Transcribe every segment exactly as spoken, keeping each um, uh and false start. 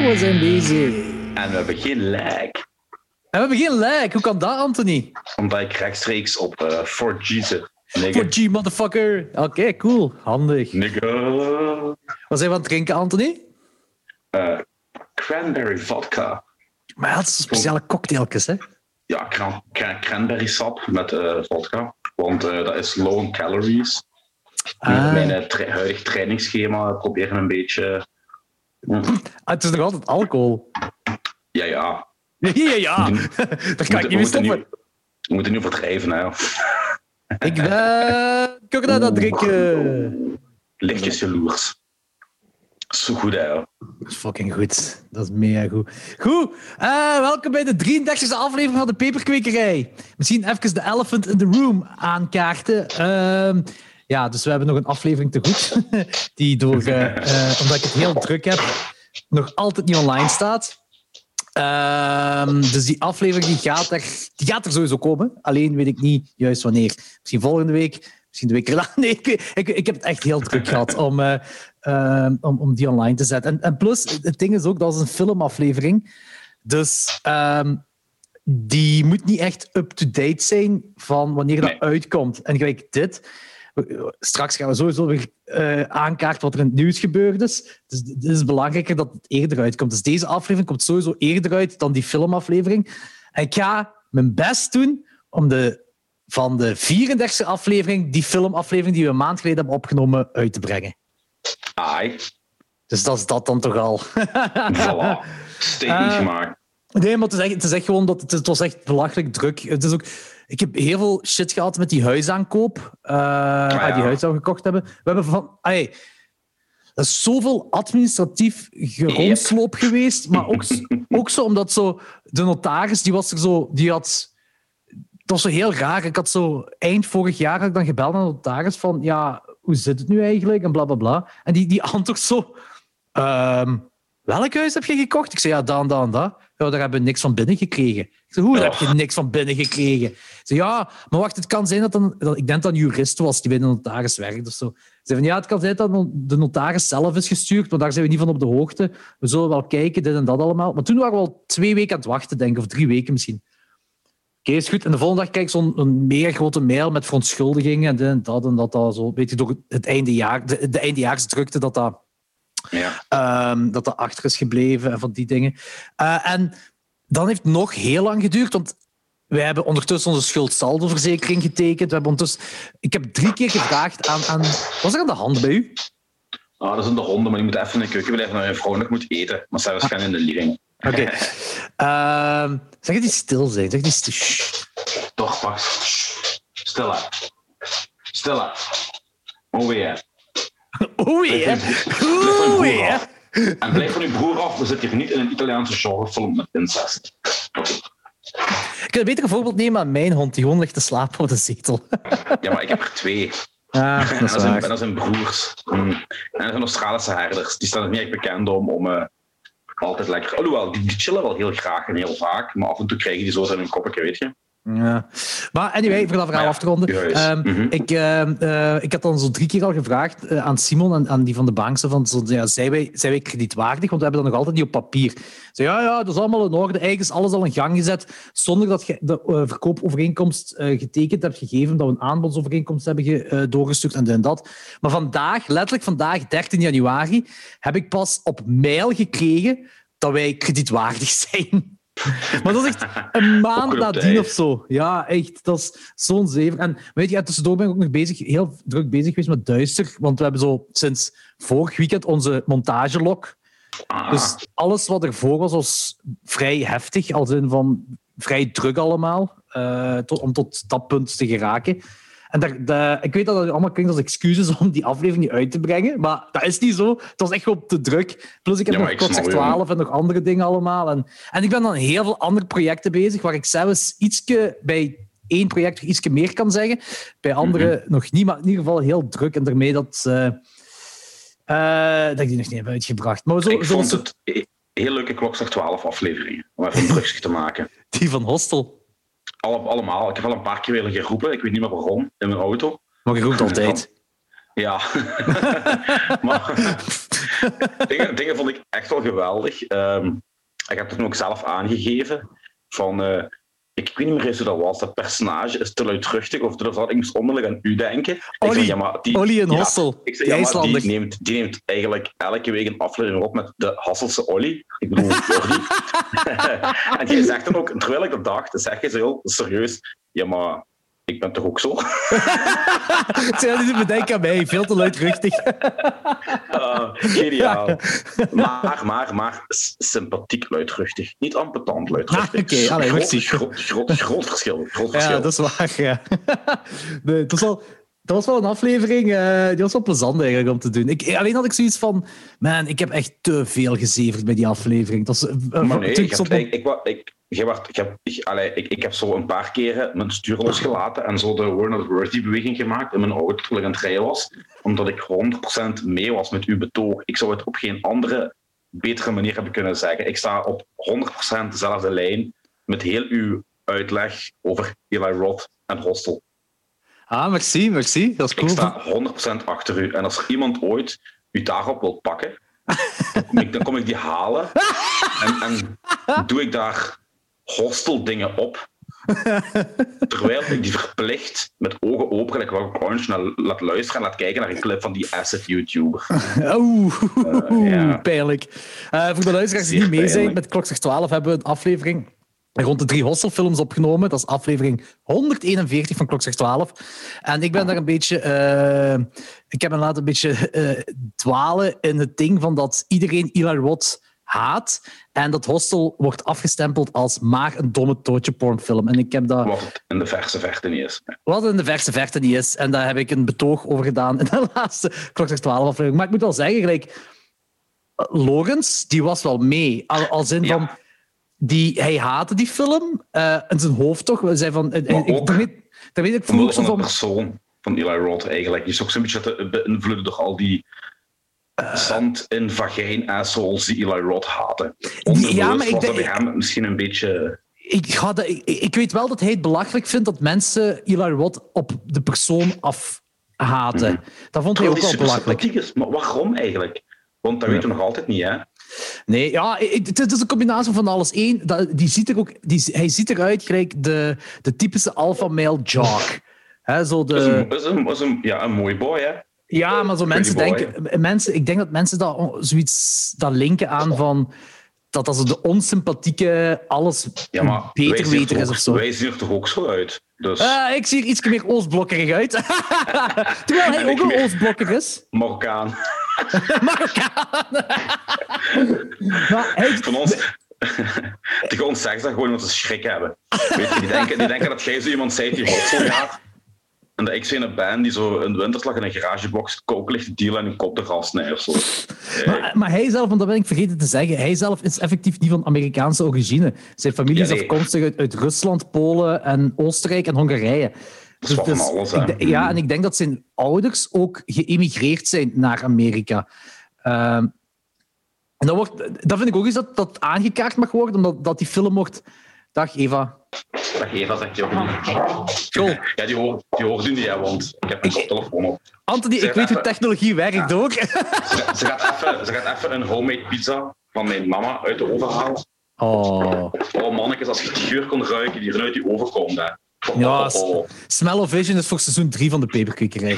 we zijn bezig. En we hebben geen lag. En we hebben geen lag. Hoe kan dat, Anthony? Omdat ik rechtstreeks op uh, four G zit. four G, motherfucker. Oké, okay, cool. Handig. Nigga. Wat zijn we aan het drinken, Anthony? Uh, cranberry vodka. Maar dat zijn speciale cocktailtjes, hè? Ja, cran- cran- cranberry sap met uh, vodka. Want uh, dat is low in calories. Ah. Met mijn uh, tra- huidig trainingsschema proberen een beetje... Mm. Ah, het is nog altijd alcohol. Ja, ja. Ja, ja, ja. Daar kan ik niet mee stoppen. Niet, we moeten niet overdrijven, hè. Ik ben corona aan het drinken. Lichtjes jaloers. Zo goed, hè. Dat is fucking goed. Dat is mega goed. Goed. Uh, welkom bij de drieëndertigste aflevering van de Peperkwekerij. Misschien even de elephant in the room aankaarten. Uh, ja, dus we hebben nog een aflevering te goed. Die door, uh, uh, omdat ik het heel druk heb, nog altijd niet online staat. Uh, dus die aflevering die gaat, er, die gaat er sowieso komen. Alleen weet ik niet juist wanneer. Misschien volgende week. Misschien de week erna. Nee, ik, ik, ik heb het echt heel druk gehad om, uh, uh, om, om die online te zetten. En, en plus, het ding is ook, dat is een filmaflevering. Dus um, die moet niet echt up-to-date zijn van wanneer dat nee. uitkomt. En gelijk dit... Straks gaan we sowieso weer uh, aankaarten wat er in het nieuws gebeurd is. Dus het is belangrijker dat het eerder uitkomt. Dus deze aflevering komt sowieso eerder uit dan die filmaflevering. En ik ga mijn best doen om de, van de vierendertigste aflevering die filmaflevering die we een maand geleden hebben opgenomen uit te brengen. Ai. Dus dat is dat dan toch al. Voilà. Statement gemaakt. Uh, nee, maar het is, echt, het is echt gewoon dat het, het was echt belachelijk druk. Het is ook... Ik heb heel veel shit gehad met die huisaankoop. Uh, ah, ja. Die huis die we gekocht hebben. We hebben van... Ay, er is zoveel administratief geronsloop yep. geweest. Maar ook, ook zo omdat zo... De notaris, die was er zo... Die had... Dat was zo heel raar. Ik had zo... Eind vorig jaar had ik dan gebeld aan de notaris van... Ja, hoe zit het nu eigenlijk? En blablabla. Bla, bla. En die, die antwoordt zo... Um, welk huis heb je gekocht? Ik zei, ja, dat en dat en dat. Ja, daar hebben we niks van binnen gekregen. Ik zei, hoe, daar oh. heb je niks van binnen gekregen? Ik zei, ja, maar wacht, het kan zijn dat, dan, dat ik denk dat een jurist was die bij de notaris werkt of zo. Ik zei van, ja, het kan zijn dat de notaris zelf is gestuurd, maar daar zijn we niet van op de hoogte. We zullen wel kijken, dit en dat allemaal. Maar toen waren we al twee weken aan het wachten, denk ik, of drie weken misschien. Oké, okay, is goed. En de volgende dag krijg ik zo'n een mega grote mail met verontschuldigingen en dit en dat en dat, dat zo. Weet je, door het eindejaar, de, de eindejaarsdrukte dat dat... Ja. Um, dat dat achter is gebleven en van die dingen. Uh, en dan heeft het nog heel lang geduurd, want wij hebben ondertussen onze schuldsaldoverzekering getekend. We hebben ondertussen... Ik heb drie keer gevraagd aan... aan... Wat is er aan de hand bij u? Ah, dat zijn de honden, maar je moet even in de keuken blijven naar je vrouw nog moet eten. Maar zij waarschijnlijk in de living. Oké. Okay. Uh, zeg dat die stil zijn. Zeg die stil... Toch, wacht. Stilla. Stilla. Oh weer. Oei, hè? Oei, hè? En blijf van uw broer af, we zitten hier niet in een Italiaanse genrefilm met incest. Ik kan een beter voorbeeld nemen aan mijn hond, die gewoon ligt te slapen op de zetel. Ja, maar ik heb er twee. Ah, dat is en, dat zijn, waar. en dat zijn broers. Mm. En dat zijn Australische herders. Die staan er niet echt bekend om, om uh, altijd lekker... Alhoewel, die, die chillen wel heel graag en heel vaak, maar af en toe krijgen die zo zijn hun koppetje, weet je. Ja. Maar anyway, voor dat verhaal ja, af te ronden. Um, mm-hmm. ik, uh, uh, ik had dan zo drie keer al gevraagd uh, aan Simon en aan die van de bank, zo van, zo, ja, zijn, wij, zijn wij kredietwaardig? Want we hebben dat nog altijd niet op papier. Zo, ja, ja, dat is allemaal in orde. Eigenlijk is alles al in gang gezet, zonder dat je de uh, verkoopovereenkomst uh, getekend hebt gegeven, dat we een aanbodsovereenkomst hebben ge, uh, doorgestuurd en dit en dat. Maar vandaag, letterlijk vandaag, dertien januari, heb ik pas op mail gekregen dat wij kredietwaardig zijn. Maar dat is echt een maand nadien of zo. Ja, echt. Dat is zo'n zever. En weet je, tussendoor ben ik ook nog bezig, heel druk bezig geweest met Duister. Want we hebben zo sinds vorig weekend onze montagelok. Ah. Dus alles wat ervoor was, was vrij heftig. Als in van vrij druk allemaal. Uh, tot, om tot dat punt te geraken. En daar, de, ik weet dat het allemaal klinkt als excuses om die aflevering niet uit te brengen, maar dat is niet zo. Het was echt gewoon te druk. Plus ik heb ja, nog Kotzak twaalf en nog andere dingen allemaal. En, en ik ben dan heel veel andere projecten bezig, waar ik zelfs ietsje bij één project iets meer kan zeggen. Bij andere mm-hmm. nog niet, maar in ieder geval heel druk. En daarmee dat, uh, uh, dat ik die nog niet heb uitgebracht. Maar zo, ik zo vond het heel leuke Klokslag twaalf afleveringen, om even een brugje te maken. Die van Hostel. Alle, allemaal. Ik heb al een paar keer willen geroepen. Ik weet niet meer waarom. In mijn auto. Maar je roept altijd. Ja. maar, dingen, dingen vond ik echt wel geweldig. Um, ik heb het ook zelf aangegeven. Van, uh, ik weet niet meer eens hoe dat was. Dat personage is te luidruchtig. Of dat, ik moest onmiddellijk aan u denken. Olly, ja, Olly en Hostel. Ik zeg, ja, maar die, neemt, die neemt eigenlijk elke week een aflevering op met de Hasselse Olly. Ik bedoel, Jordi. En jij zegt dan ook, terwijl ik dat dacht, zeg je zo heel serieus. Ja, maar... Ik ben toch ook zo? Ik zou niet bedenken aan mij, veel te luidruchtig. uh, geniaal. Maar, maar, maar, sympathiek luidruchtig. Niet ambetant luidruchtig. Ah, Oké, okay. groot, groot, groot, groot verschil. Groot verschil. Ja, dat is waar, ja. Nee, het was wel... Dat was wel een aflevering, uh, die was wel plezant eigenlijk om te doen. Ik, alleen had ik zoiets van, man, ik heb echt te veel gezeverd bij die aflevering. Dat was, uh, maar nee, ik, heb, ik, ik, ik, ik, werd, ik, heb, ik, allee, ik, ik heb zo een paar keren mijn stuur losgelaten en zo de We're Not Worthy-beweging gemaakt in mijn auto toen ik aan het rijden was, omdat ik honderd procent mee was met uw betoog. Ik zou het op geen andere, betere manier hebben kunnen zeggen. Ik sta op honderd procent dezelfde lijn met heel uw uitleg over Eli Roth en Hostel. Ah, merci, merci. Dat is cool. Ik sta honderd procent achter u. En als er iemand ooit u daarop wil pakken, dan kom ik, dan kom ik die halen en, en doe ik daar Hostel-dingen op. Terwijl ik die verplicht met ogen open, like waar ik Orange naar laat luisteren en laat kijken naar een clip van die asset YouTuber. Oeh, uh, ja. Pijnlijk. Uh, voor de luisteraars die niet mee zijn, met Klokslag twaalf hebben we een aflevering rond de drie Hostelfilms opgenomen. Dat is aflevering honderdeenenveertig van Klokslag twaalf. En ik ben daar een beetje... Uh, ik heb me laten een beetje uh, dwalen in het ding van dat iedereen Eli Roth haat. En dat Hostel wordt afgestempeld als maar een domme tootje pornfilm. En ik heb dat... Wat het in de verse verte niet is. Wat het in de verse verte niet is. En daar heb ik een betoog over gedaan in de laatste Klokslag twaalf aflevering. Maar ik moet wel zeggen, gelijk... Logans, die was wel mee. Al, als in van... Ja. Die, hij haatte die film. Uh, in zijn hoofd toch. We zijn van, uh, ik, daar weet, daar weet ik vroeger van de van... persoon van Eli Roth eigenlijk. Die is ook zo'n beetje te beïnvloeden door al die uh, zand in vagijn assholes die Eli Roth haatte. Ja, maar ik was denk... dat bij hem misschien een beetje... Ik, ga dat, ik, ik weet wel dat hij het belachelijk vindt dat mensen Eli Roth op de persoon afhaten. Mm-hmm. Dat vond hij ook wel belachelijk. Is, maar waarom eigenlijk? Want dat ja. weten we nog altijd niet, hè? Nee, ja, het is een combinatie van alles. Eén, die ziet er ook, die, hij ziet eruit gelijk de, de typische alpha male jock. He, zo de... is een, is een, is een, ja, een mooi boy, hè? Ja, maar zo mensen denken... Mensen, ik denk dat mensen dat zoiets dat linken aan van... Dat dat zo de onsympathieke, alles ja, maar beter weten is of zo. Wij zien er toch ook zo uit? Dus... Uh, ik zie er iets meer Oostblokkerig uit. Terwijl hij ook een Oostblokker is. Marokkaan. Marokkaan. Maar hij... Van ons... Tegen ons zeggen ze dat gewoon omdat ze schrik hebben. Weet je, die, denken, die denken dat jij zo iemand zei die Hostel gaat. En dat ik zo in een band die zo in de winterslag in een garagebox kook ligt te dealen en een kop eraf snijdt of zo. Hey. Maar, maar hij zelf, want dat ben ik vergeten te zeggen, hij zelf is effectief niet van Amerikaanse origine. Zijn familie ja, nee. is afkomstig uit, uit Rusland, Polen en Oostenrijk en Hongarije. Dat is dus, van alles, hè? Ik, ja, en ik denk dat zijn ouders ook geëmigreerd zijn naar Amerika. Um, en dat, wordt, dat vind ik ook eens dat dat aangekaart mag worden, omdat dat die film wordt... Dag Eva. Dag Eva, zegt je ook. Cool. Ja, die hoort die, hoort die niet, hè, want ik heb mijn koptelefoon op. Anthony, ik weet even, hoe technologie werkt ja. ook. Ze, ze, gaat even, ze gaat even een homemade pizza van mijn mama uit de oven halen. Oh. Oh mannetjes, als je die geur kon ruiken die vanuit die oven komt. Hè. Oh, ja, oh, oh. Smell of Vision is voor seizoen drie van de Peperkwekerij.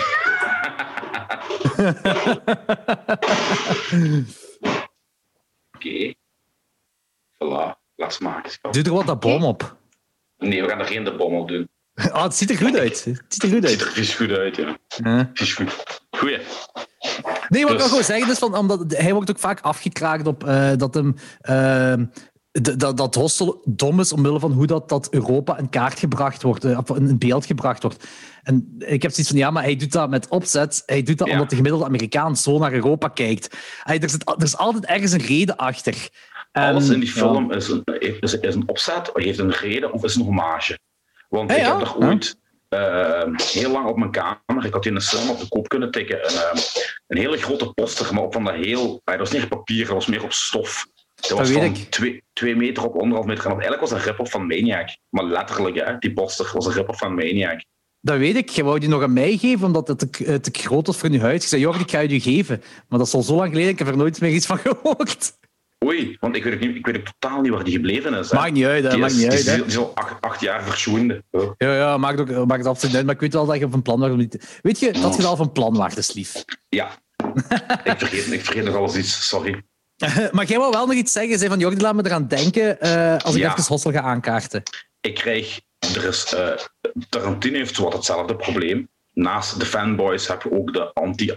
Oké. Okay. Voilà. Laat maken. Doe er wat dat bom op. Nee, we gaan er geen de bom op doen. Oh, het ziet er goed uit. Het ziet er goed uit. Het ziet er vies goed uit, ja. ja. Vies goed. Goeie. Nee, wat dus... ik wil gewoon zeggen is van, omdat hij wordt ook vaak afgekraakt op uh, dat hem... Uh, d- dat, dat Hostel dom is omwille van hoe dat, dat Europa in kaart gebracht wordt, uh, in beeld gebracht wordt. En ik heb zoiets van, ja, maar hij doet dat met opzet. Hij doet dat ja. omdat de gemiddelde Amerikaan zo naar Europa kijkt. Hij, er, zit, er is altijd ergens een reden achter. Alles en, in die film ja. is, een, is, is een opzet, heeft een reden of is een hommage. Want hey, ik ja? heb er ooit uh, heel lang op mijn kamer, ik had in een film op de kop kunnen tikken, een, uh, een hele grote poster, maar op van dat heel... Dat was niet op papier, dat was meer op stof. Dat was dat van twee, twee meter op anderhalf meter. En eigenlijk was dat een rip-off van Maniac. Maar letterlijk, hè, die poster was een rip-off van Maniac. Dat weet ik. Je wou die nog aan mij geven, omdat het te, te groot was voor je huis. Ik zei, Jordi, ik ga je die geven. Maar dat is al zo lang geleden, ik heb er nooit meer iets van gehoord. Oei, want ik weet ook, niet, ik weet ook totaal niet waar die gebleven is. Hè. Maakt niet uit, hè. Die Maakt is, niet die uit, is, hè. die is al acht, acht jaar verschoende. Oh. Ja, ja, maakt ook maakt het absoluut uit. Maar ik weet wel dat je van plan was om niet te... Weet je, dat je wel van plan was, is lief. Ja. ik, vergeet, ik vergeet nog alles iets, sorry. Maar jij wou wel nog iets zeggen. Zei van, Jordi, laat me eraan denken uh, als ik ja. even Hostel ga aankaarten. Ik krijg... Er is, uh, Tarantino heeft zowat hetzelfde probleem. Naast de fanboys heb je ook de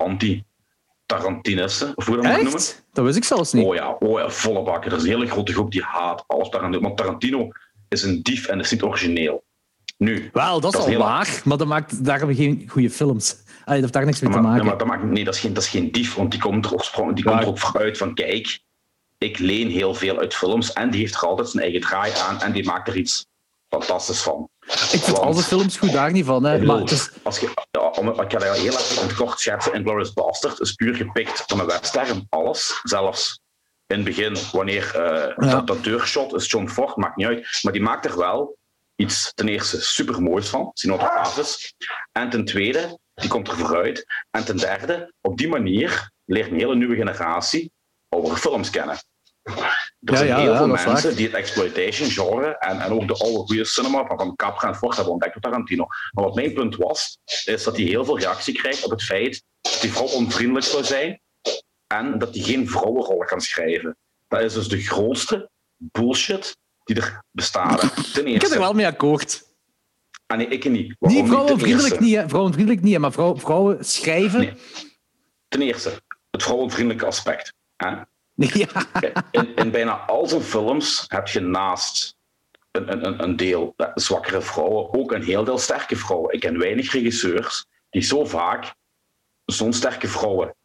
anti-anti-Tarantinisten. Of hoe je dat moet noemen. Dat wist ik zelfs niet. Oh ja, oh ja, volle bakken. Er is een hele grote groep die haat alles Tarantino. Want Tarantino is een dief en is niet origineel. Nu, Wel, dat is al heel... waar, maar dat maakt daarom geen goede films. Allee, dat heeft daar niks mee maar, te maken. Nee, maar dat maakt, nee, dat is geen, dat is geen dief, want die komt er, oorsprong, die ja. komt er ook vooruit van, kijk, ik leen heel veel uit films en die heeft er altijd zijn eigen draai aan en die maakt er iets fantastisch van. Ik vind want, al de films goed daar niet van. Hè. Maar het is... als je, ja, om, ik ga dat heel even in het kort schetsen. Inglourious Basterds is puur gepikt van een western. Alles. Zelfs in het begin, wanneer uh, ja. dat, dat deurshot is John Ford, maakt niet uit. Maar die maakt er wel iets ten eerste super moois van, cinematografisch. En ten tweede, die komt er vooruit. En ten derde, op die manier leert een hele nieuwe generatie over films kennen. Er ja, zijn ja, heel ja, veel mensen waar. die het exploitation genre en, en ook de oude goede cinema van, van Capra en Ford hebben ontdekt door Tarantino. Maar wat mijn punt was, is dat hij heel veel reactie krijgt op het feit dat die vrouw onvriendelijk zou zijn en dat hij geen vrouwenrollen kan schrijven. Dat is dus de grootste bullshit die er bestaat. Ten eerste, ik heb er wel mee akkoord. Ah, nee, ik niet. Waarom niet vrouwenvriendelijk niet, hè? Vrouwenvriendelijk niet, hè? Maar vrouw, vrouwen schrijven... Nee. Ten eerste, het vrouwenvriendelijke aspect. Hè? Ja. In, in bijna al zijn films heb je naast een, een, een deel zwakkere vrouwen ook een heel deel sterke vrouwen. Ik ken weinig regisseurs die zo vaak zo'n sterke vrouwen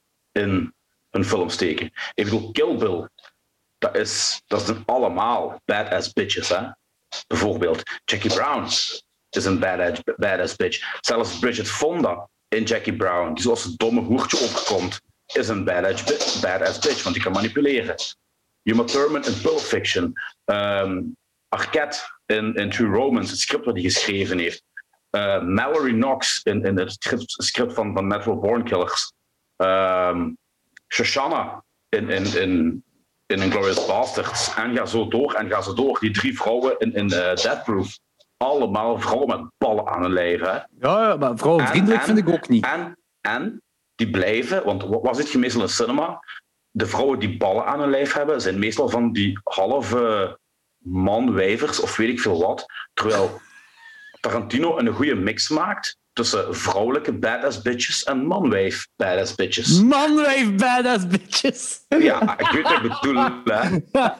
in hun film steken. Ik bedoel, Kill Bill, dat is, dat is allemaal badass bitches. Hè? Bijvoorbeeld Jackie Brown is een badass, badass bitch. Zelfs Bridget Fonda in Jackie Brown, die zoals een domme hoertje overkomt, is een badass, badass bitch, want die kan manipuleren. Uma Thurman in Pulp Fiction. Um, Arquette in, in True Romance, het script wat hij geschreven heeft. Uh, Mallory Knox in, in het script, script van, van Natural Born Killers. Um, Shoshana in, in, in, in Inglourious Basterds. En ga zo door, en ga zo door. Die drie vrouwen in, in uh, Death Proof. Allemaal vrouwen met ballen aan hun lijf. Hè? Ja, ja, maar vrouwenvriendelijk vind ik ook niet. En, en die blijven, want wat zit je meestal in cinema? De vrouwen die ballen aan hun lijf hebben, zijn meestal van die halve man-wijvers of weet ik veel wat. Terwijl Tarantino een goede mix maakt tussen vrouwelijke badass bitches en manwijf badass bitches. Manwijf badass bitches? Ja, ik weet wat ik bedoel. Hè.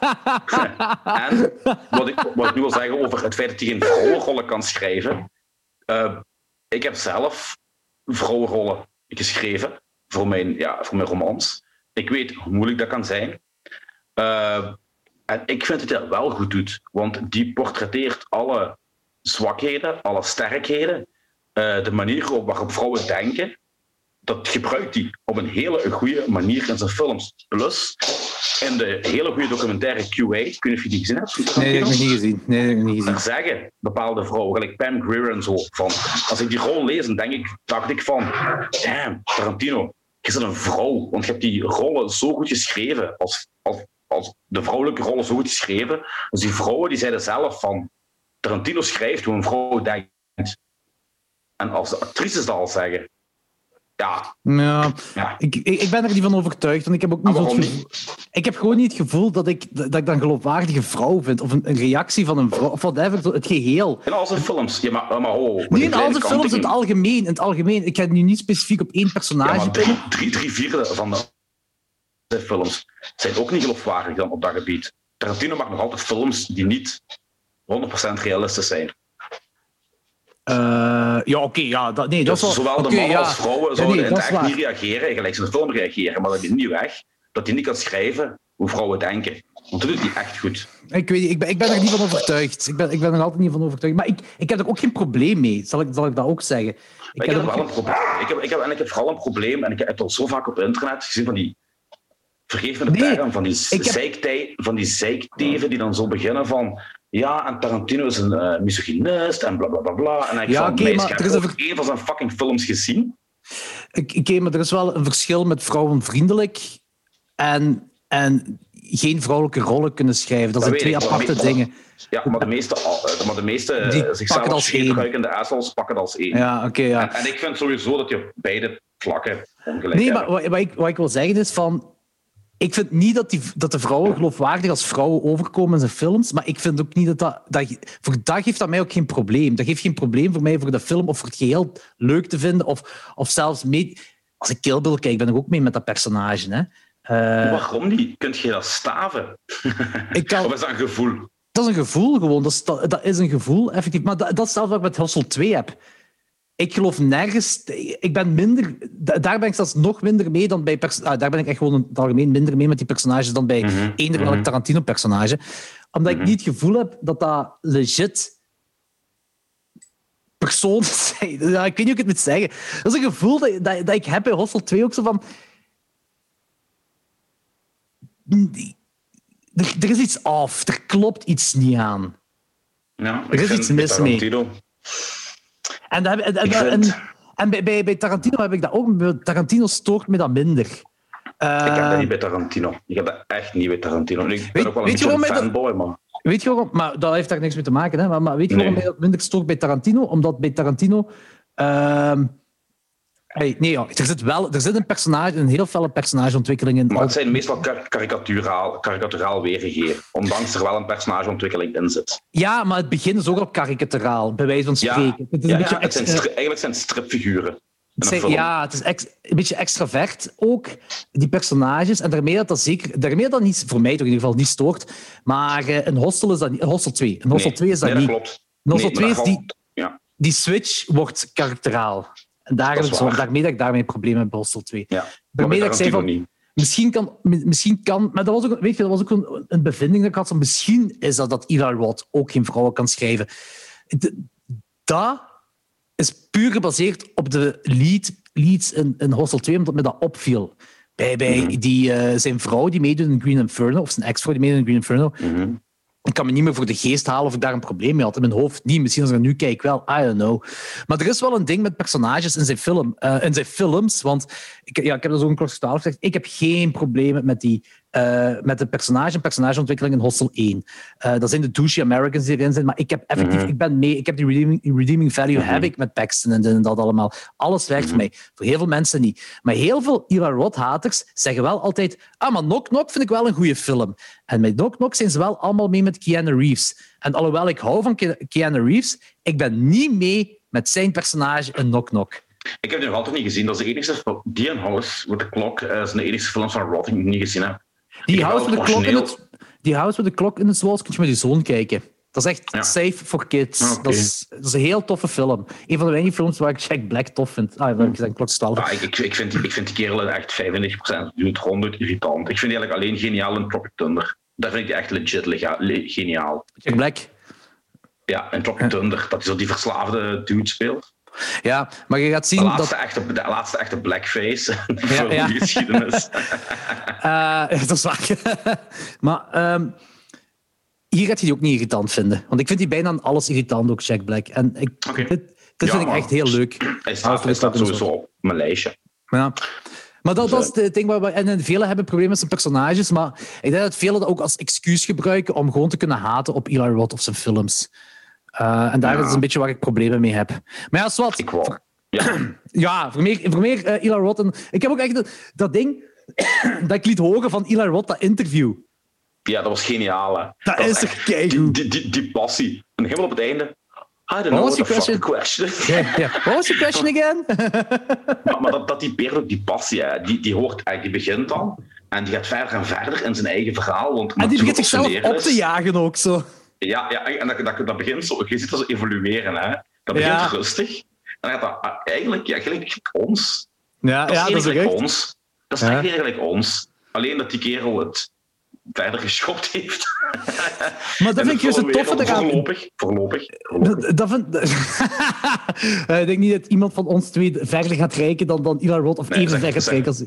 En wat ik, wat ik nu wil zeggen over het feit dat hij geen vrouwenrollen kan schrijven. Uh, ik heb zelf vrouwenrollen geschreven voor mijn, ja, voor mijn romans. Ik weet hoe moeilijk dat kan zijn. Uh, en ik vind dat hij dat wel goed doet, want die portretteert alle zwakheden, alle sterkheden, uh, de manier waarop vrouwen denken, dat gebruikt hij op een hele goede manier in zijn films. Plus, in de hele goede documentaire Q A, ik weet niet of je die gezien hebt. Nee, dat heb ik niet gezien. Nee, dat heb ik niet gezien. Daar zeggen bepaalde vrouwen, gelijk Pam Grier en zo, van, als ik die rol lees, dan denk ik, dacht ik van, damn, Tarantino, je bent een vrouw, want je hebt die rollen zo goed geschreven, als, als, als de vrouwelijke rollen zo goed geschreven, dus die vrouwen die zeiden zelf van, Tarantino schrijft hoe een vrouw denkt. En als de actrices dat al zeggen, ja. Ja, ja. Ik, ik, ik ben er niet van overtuigd. Want ik heb ook niet zo het gevoel, ik heb gewoon niet het gevoel dat ik, dat ik dan geloofwaardige vrouw vind. Of een, een reactie van een vrouw. Of whatever, het geheel. In al zijn films. Ja, maar, maar, oh, maar niet in al zijn films, in het algemeen. In het algemeen. Ik ga nu niet specifiek op één personage. Ja, maar drie, drie, drie vierde van de films zijn ook niet geloofwaardig dan op dat gebied. Tarantino maakt nog altijd films die niet honderd procent realistisch zijn. Uh, ja, oké, okay, ja, dat, nee, dat dus is wel... Zowel okay, de mannen ja. als vrouwen zouden ja, nee, in het echt waar. niet reageren, gelijk ze in de film reageren, maar dat is niet weg dat hij niet kan schrijven hoe vrouwen denken. Want dat doet hij echt goed. Ik, weet, ik, ben, ik ben er niet van overtuigd. Ik ben, ik ben er altijd niet van overtuigd. Maar ik, ik heb er ook geen probleem mee, zal ik, zal ik dat ook zeggen. Ik, ik heb, heb wel geen... een probleem. Ik heb, ik heb, en ik heb vooral een probleem, en ik heb het al zo vaak op internet gezien van die... Vergeef me de nee, term, van die, heb... zeikte, van die zeikteven die dan zo beginnen van... ja, en Tarantino is een uh, misogynist en blablabla. Bla, bla, bla. En ik ja, van, okay, maar ik er is heb een... een van zijn fucking films gezien. Oké, okay, maar er is wel een verschil met vrouwenvriendelijk en, en geen vrouwelijke rollen kunnen schrijven. Dat, dat zijn twee ik, aparte me- dingen. Ja, maar de meeste, maar de meeste Die zichzelf scheetruikende assholes pakken dat als één. Ja, oké, okay, ja. En, en ik vind sowieso dat je op beide vlakken ongelijk Nee, hebben. maar wat, wat, ik, wat ik wil zeggen is van... Ik vind niet dat, die, dat de vrouwen geloofwaardig als vrouwen overkomen in zijn films, maar ik vind ook niet dat dat... dat voor dat geeft dat mij ook geen probleem. Dat geeft geen probleem voor mij voor de film of voor het geheel leuk te vinden of, of zelfs mee... Als ik Kill Bill kijk, ben ik ook mee met dat personage. Hè. Uh, Waarom niet? Kunt je dat staven? Ik kan... Of is dat een gevoel? Dat is een gevoel gewoon. Dat is, dat, dat is een gevoel, effectief. Maar dat, dat is zelfs wat ik met Hustle twee heb. Ik geloof nergens... Ik ben minder... Daar ben ik zelfs nog minder mee dan bij... Pers- ah, daar ben ik echt gewoon in het algemeen minder mee met die personages dan bij mm-hmm. eender welk mm-hmm. Tarantino-personage. Omdat mm-hmm. ik niet het gevoel heb dat dat legit personen zijn. Ja, ik weet niet hoe ik het moet zeggen. Dat is een gevoel dat, dat, dat ik heb bij Hustle twee ook zo van... Er, er is iets af. Er klopt iets niet aan. Ja, er is iets mis mee. En, en, en, en, en bij, bij, bij Tarantino heb ik dat ook. Tarantino stoort me dat minder. Uh, ik heb dat niet bij Tarantino. Ik heb dat echt niet bij Tarantino. Ik ben weet, ook wel een beetje een fanboy, dat, man. Weet je waarom? Maar dat heeft daar niks mee te maken. Hè? Maar, maar weet je waarom nee. mij dat minder stoort bij Tarantino? Omdat bij Tarantino... Uh, Hey, nee, ja. er, zit wel, er zit een personage, een heel felle personageontwikkeling in. Maar het zijn meestal karikaturaal, karikaturaal weergegeven, ondanks er wel een personageontwikkeling in zit. Ja, maar het begin is ook op karikaturaal, bij wijze van spreken. Ja, het is ja, een beetje ja, het zijn stri- eigenlijk zijn het stripfiguren. Het zijn, ja, het is ex, een beetje extravert ook, die personages. En daarmee dat dat zeker... Daarmee dat niet, voor mij toch in ieder geval niet stoort. Maar uh, een Hostel is dat niet... Een Hostel twee. Een Hostel nee, twee is dat nee, niet. Dat klopt. Een Hostel nee, twee is die... Ja. Die switch wordt karakteriaal. En daar heb ik zo, daarmee dat ik daarmee een probleem heb bij Hostel twee. Ja, daarmee dat ik zei van... Niet. Misschien kan, misschien kan... Maar dat was ook, weet je, dat was ook een, een bevinding dat ik had. Van, misschien is dat dat Eli Roth ook geen vrouwen kan schrijven. De, dat is puur gebaseerd op de lead, leads in, in Hostel twee, omdat me dat opviel. Bij, bij mm-hmm. die, uh, zijn vrouw die meedoet in Green Inferno, of zijn ex-vrouw die meedoet in Green Inferno... Mm-hmm. Ik kan me niet meer voor de geest halen of ik daar een probleem mee had. In mijn hoofd niet. Misschien als ik nu kijk wel. I don't know. Maar er is wel een ding met personages in zijn, film, uh, in zijn films. Want ik, ja, ik heb dat ook een klokje twaalf gezegd. Ik heb geen problemen met, die, uh, met de personage en personageontwikkeling in Hostel één. Uh, dat zijn de douchey Americans die erin zijn. Maar ik heb effectief... Mm-hmm. Ik ben mee. Ik heb die redeeming, redeeming value mm-hmm. heb ik met Paxton en, en dat allemaal. Alles werkt mm-hmm. voor mij. Voor heel veel mensen niet. Maar heel veel Eli Roth-haters zeggen wel altijd... Ah, maar Knock Knock vind ik wel een goede film. En met Knock Knock zijn ze wel allemaal mee met Keanu Reeves. En alhoewel ik hou van Ke- Keanu Reeves, ik ben niet mee met zijn personage in Knock Knock. Ik heb die nog altijd niet gezien. Dat is de enige... Die en House with the Clock uh, zijn de enige films van Roth die ik niet gezien heb. Die House with the Clock in het... Die House with the Clock in het Zwals kun je met je zoon kijken. Dat is echt ja. safe for kids. Okay. Dat, is, dat is een heel toffe film. Een van de weinige films waar ik Jack Black tof vind. Ah, waar ik zeg Klok twaalf. Ja, ik, ik, ik, vind, ik vind die kerel echt vijfennegentig procent doet honderd irritant. Ik vind die eigenlijk alleen geniaal in Tropic Thunder. Daar vind ik die echt legit lega, le, geniaal. Jack Black? Ja, in Tropic ja. Thunder. Dat hij zo die verslaafde dude speelt. Ja, maar je gaat zien de laatste dat... Echte, de laatste echte blackface ja, voor ja. die geschiedenis. uh, dat is waar. maar... Um, Hier gaat je die ook niet irritant vinden. Want ik vind die bijna aan alles irritant, ook Jack Black. En ik, okay. dit, dit ja, vind ik echt heel leuk. Hij staat, hij staat sowieso op mijn lijstje. Ja. Maar dat, dat is het ding waar we... En velen hebben problemen met zijn personages, maar ik denk dat velen dat ook als excuus gebruiken om gewoon te kunnen haten op Eli Roth of zijn films. Uh, en daar ja. is een beetje waar ik problemen mee heb. Maar ja, zwart. Ik wel. Ja, ja voor meer, voor meer uh, Eli Roth. En ik heb ook echt dat, dat ding dat ik liet horen van Eli Roth, dat interview. Ja, dat was geniaal, hè. Dat, dat is toch keigoed. Die, die, die passie. En helemaal op het einde... I don't know what the fuck the question is. Yeah, yeah. What was the question again? maar maar dat, dat die beer ook die passie, hè. Die, die hoort eigenlijk, die begint dan en die gaat verder en verder in zijn eigen verhaal. Want en die begint zichzelf op te jagen ook zo. Ja, ja en dat, dat, dat begint zo, je ziet dat zo evolueren, hè. Dat begint ja. rustig. En dan gaat dat eigenlijk, ja, gelijk ons. Ja, dat is ja, dat is gelijk echt. ons. Dat is ja. echt gelijk ons. Alleen dat die kerel het verder geschopt heeft. Maar dat vind ik juist het toffe eraan. Voorlopig. Voorlopig. voorlopig. Dat, dat vind... Ik denk niet dat iemand van ons twee verder gaat reiken dan, dan Eli Roth of nee, even verder gaat reiken als...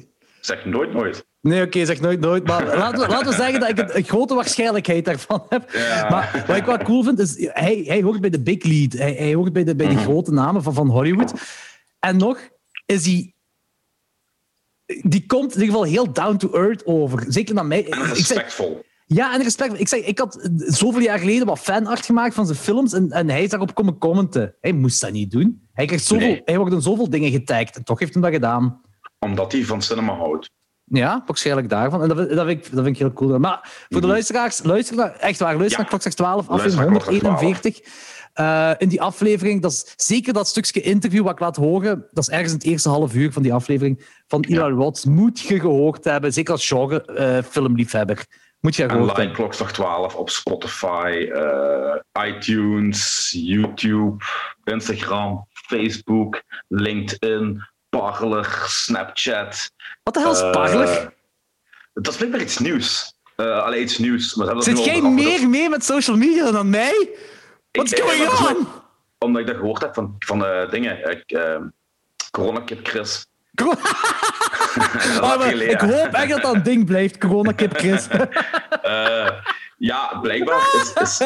Zeg nooit nooit. Nee, oké, okay, zeg nooit nooit. Maar laten we, laten we zeggen dat ik een, een grote waarschijnlijkheid daarvan heb. Ja. Maar wat ik wel cool vind, is... Hij, hij hoort bij de big lead. Hij, hij hoort bij de, bij de mm-hmm. grote namen van, van Hollywood. En nog is hij... Die komt in ieder geval heel down to earth over. Zeker naar mij. En respectvol. Ik zeg, ja, en respectvol. Ik, zeg, ik had zoveel jaar geleden wat fanart gemaakt van zijn films en, en hij is daarop komen commenten. Hij moest dat niet doen. Hij, krijgt zoveel, nee. hij wordt in zoveel dingen getagd en toch heeft hij dat gedaan. Omdat hij van cinema houdt. Ja, waarschijnlijk daarvan. En dat, dat, vind, ik, dat vind ik heel cool. Maar voor mm-hmm. de luisteraars, luister naar, echt waar, luister ja. naar Klokslag twaalf, aflevering honderdeenenveertig. Uh, in die aflevering, dat is zeker dat stukje interview wat ik laat horen, dat is ergens in het eerste half uur van die aflevering, van Eli ja. Roth, moet je gehoord hebben. Zeker als genre uh, filmliefhebber. Moet je gehoord en hebben. En Klokslag twaalf op Spotify, uh, iTunes, YouTube, Instagram, Facebook, LinkedIn, Parler, Snapchat. Wat de hel is Parler? Uh, dat is blijkbaar iets nieuws. Uh, allee, iets nieuws. Maar zit jij meer dat... mee met social media dan mij? What's ik, going ik, on? Omdat ik dat gehoord heb van, van uh, dingen. Ik, uh, Corona Kip Chris. oh, ik hoop echt dat dat een ding blijft, Corona Kip Chris. uh, ja, blijkbaar is... is...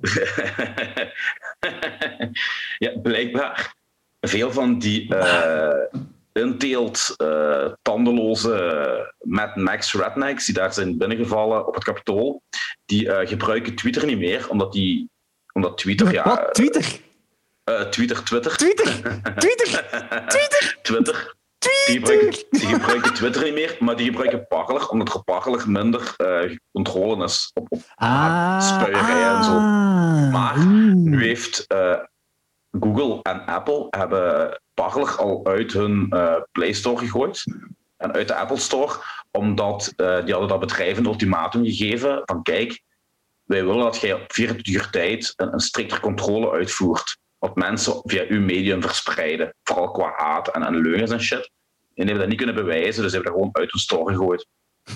ja, blijkbaar veel van die... Uh, inteelt, uh, tandeloze Mad Max rednecks die daar zijn binnengevallen op het Capitool, die uh, gebruiken Twitter niet meer, omdat die omdat Twitter, ja... Wat? Twitter? Uh, Twitter, Twitter. Twitter? Twitter? Twitter? Twitter. Die gebruiken, die gebruiken Twitter niet meer, maar die gebruiken Parler, omdat er Parler minder uh, controle is op, op ah, spuierij ah, en zo. Maar nu heeft uh, Google en Apple hebben Parler al uit hun uh, Play Store gegooid en uit de Apple Store, omdat uh, die hadden dat bedrijf een ultimatum gegeven van kijk, wij willen dat jij op vierentwintig uur tijd een, een strikter controle uitvoert. Wat mensen via uw medium verspreiden. Vooral qua haat en, en leugens en shit. En die hebben dat niet kunnen bewijzen, dus ze hebben dat gewoon uit hun store gegooid.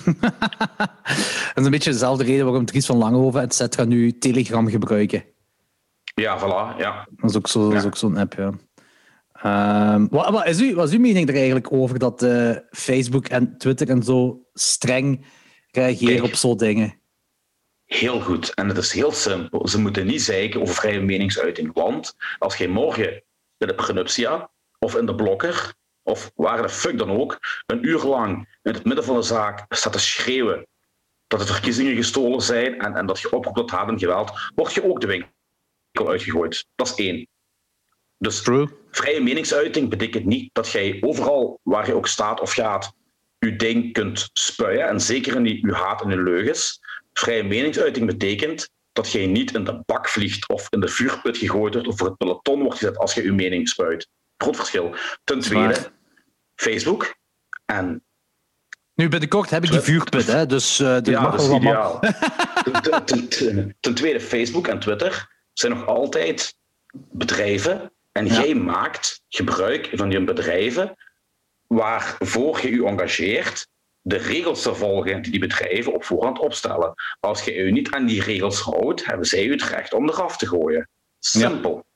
Dat is een beetje dezelfde reden waarom Dries van Langehoven et cetera nu Telegram gebruiken. Ja, voilà. Ja. Dat is ook, zo, ja. dat is ook zo'n app, ja. Um, wat, wat, is uw, wat is uw mening er eigenlijk over dat uh, Facebook en Twitter en zo streng reageren Kijk. op zo'n dingen? Heel goed. En het is heel simpel. Ze moeten niet zeiken over vrije meningsuiting. Want als jij morgen bij de Prenuptia of in de Blokker of waar de fuck dan ook een uur lang in het midden van de zaak staat te schreeuwen dat de verkiezingen gestolen zijn en, en dat je oproept tot haat en geweld, word je ook de winkel uitgegooid. Dat is één. Dus True. Vrije meningsuiting betekent niet dat jij overal waar je ook staat of gaat je ding kunt spuien en zeker niet je haat en je leugens. Vrije meningsuiting betekent dat jij niet in de bak vliegt of in de vuurput gegooid wordt of voor het peloton wordt gezet als je je mening spuit. Groot verschil. Ten tweede, Facebook en... Nu, binnenkort heb ik die vuurput, hè, dus... Uh, ja, dat is ideaal. ten, ten, ten, ten tweede, Facebook en Twitter zijn nog altijd bedrijven en ja. jij maakt gebruik van die bedrijven waarvoor je je engageert de regels te volgen die die bedrijven op voorhand opstellen. Als je je niet aan die regels houdt, hebben zij je het recht om eraf te gooien. Simpel. Ja.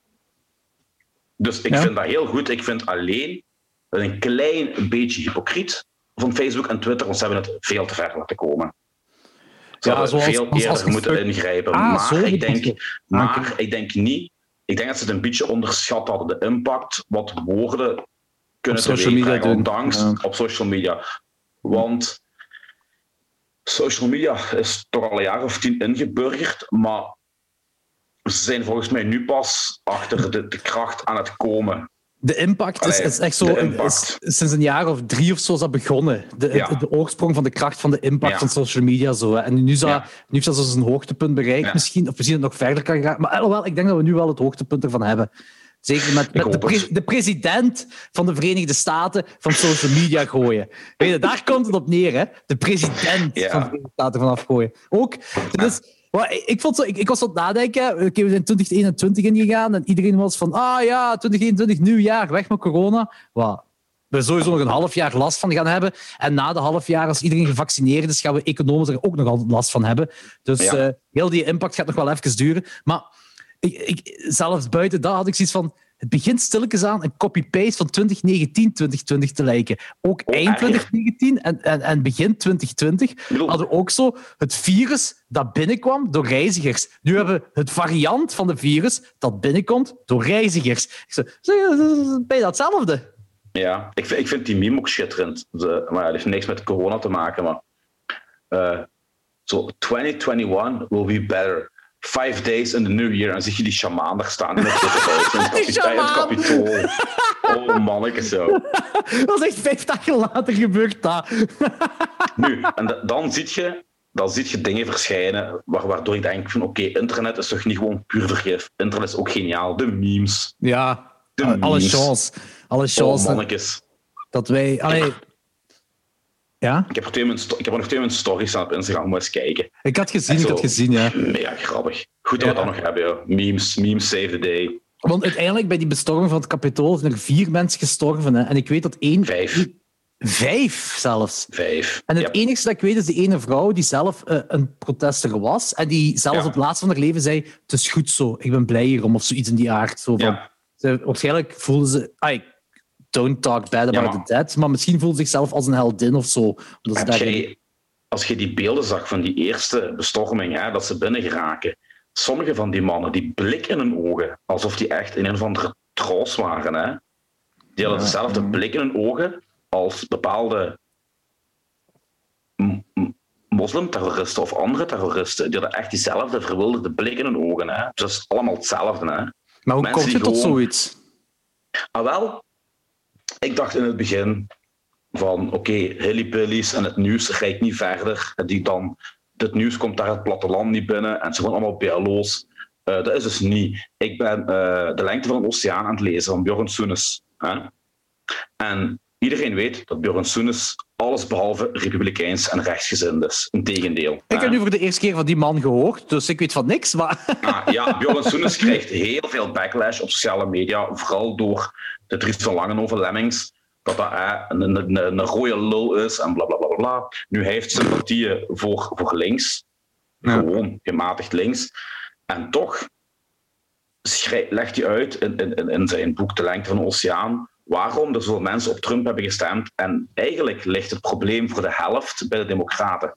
Dus ik ja. vind dat heel goed. Ik vind alleen een klein beetje hypocriet van Facebook en Twitter, want ze hebben het veel te ver laten komen. Ze ja, hadden veel als, eerder als moeten fuck... ingrijpen. Ah, maar ik denk, maar ik denk niet... Ik denk dat ze het een beetje onderschat hadden. De impact wat woorden kunnen teweegbrengen, ondanks ja. op social media. Want social media is toch al een jaar of tien ingeburgerd, maar ze zijn volgens mij nu pas achter de, de kracht aan het komen. De impact Allee, is, is echt zo... Is, sinds een jaar of drie of zo is dat begonnen. De, ja. de, de oorsprong van de kracht van de impact ja. van social media. Zo, hè. En nu, zou, ja. nu heeft dat zo'n hoogtepunt bereikt ja. misschien, of misschien het nog verder kan gaan. Maar alhoewel, ik denk dat we nu wel het hoogtepunt ervan hebben. Zeker met, met de, pre- de president van de Verenigde Staten van social media gooien. Weet je, daar komt het op neer, hè? De president ja. van de Verenigde Staten van afgooien. Ook, dus, well, ik, vond zo, ik, ik was aan het nadenken, we zijn twintig eenentwintig ingegaan en iedereen was van, ah ja, twintig eenentwintig, nieuwjaar, weg met corona. Well, we er sowieso nog een half jaar last van gaan hebben. En na de half jaar, als iedereen gevaccineerd is, gaan we economisch er ook nog altijd last van hebben. Dus ja. uh, heel die impact gaat nog wel even duren. Maar... Ik, ik, zelfs buiten dat had ik zoiets van... het begint stilletjes aan een copy-paste van twintig negentien, twintig twintig te lijken. Ook Oh, eind erg. twintig negentien en, en, en begin twintig twintig bedoel- hadden we ook zo het virus dat binnenkwam door reizigers. Nu hebben we het variant van de virus dat binnenkomt door reizigers. Ik zei, ben je datzelfde? Ja, ik vind, ik vind die meme ook schitterend. De, maar ja, dat heeft niks met corona te maken, maar... eh, Zo, twintig eenentwintig will be better. Five days in the new year. En dan zie je die shamaan daar staan in het Witte Die shamaan. kapitool. Oh, manneke zo. Dat is echt vijf dagen later gebeurd, dat. Nu, en da- dan zie je, dan zie je dingen verschijnen wa- waardoor ik denk van oké, internet is toch niet gewoon puur vergif. Internet is ook geniaal. De memes. Ja, De alle memes. chance. Alle Oh, chance mannetjes. dat wij... Allee, ja? Ik heb, er twee mijn sto- ik heb er nog twee mijn stories staan op Instagram. Moet eens kijken. Ik had gezien, En ik had zo. gezien, ja. Mega grappig. Goed dat we Ja. dat nog hebben. Ja. Memes, memes save the day. Want uiteindelijk, bij die bestorming van het Capitool, zijn er vier mensen gestorven. Hè? En ik weet dat één... Vijf. Vijf zelfs. Vijf. En het Ja. enige dat ik weet is die ene vrouw die zelf uh, een protester was en die zelfs Ja. op het laatste van haar leven zei het is goed zo, ik ben blij hierom, of zoiets in die aard. Zo van, Ja. ze, waarschijnlijk voelde ze... Ai, don't talk bad about Ja, maar- the dead, maar misschien voelde ze zichzelf als een heldin of zo. Omdat ze Heb daarin- jij, als je die beelden zag van die eerste bestorming, hè, dat ze binnen geraken, sommige van die mannen, die blik in hun ogen, alsof die echt in een of andere trance waren. Hè. Die hadden Ja, dezelfde ja. blik in hun ogen als bepaalde m- m- moslimterroristen of andere terroristen. Die hadden echt diezelfde verwilderde blik in hun ogen. Hè. Dus dat is allemaal hetzelfde. Hè. Maar hoe mensen kom je die tot gewoon- zoiets? Ah, wel, ik dacht in het begin van oké, okay, hillybillies en het nieuws reikt niet verder. En die dan, dit nieuws komt daar het platteland niet binnen en ze gewoon allemaal B L O's. Uh, dat is dus niet. Ik ben uh, De Lengte van een Oceaan aan het lezen van Björn Soenens. Hè? En iedereen weet dat Björn Soenens alles behalve republikeins en rechtsgezind is. Integendeel. Ik hè? heb nu voor de eerste keer van die man gehoord, dus ik weet van niks, maar... Ah, ja, Björn Soenens krijgt heel veel backlash op sociale media, vooral door de Dries van Langenhoven Lemmings, dat dat eh, een, een, een, een rode lul is en bla bla bla bla. Nu hij heeft sympathieën voor, voor links, Ja. gewoon gematigd links. En toch schrij- legt hij uit in, in, in zijn boek De Lengte van de Oceaan waarom er zoveel mensen op Trump hebben gestemd. En eigenlijk ligt het probleem voor de helft bij de Democraten.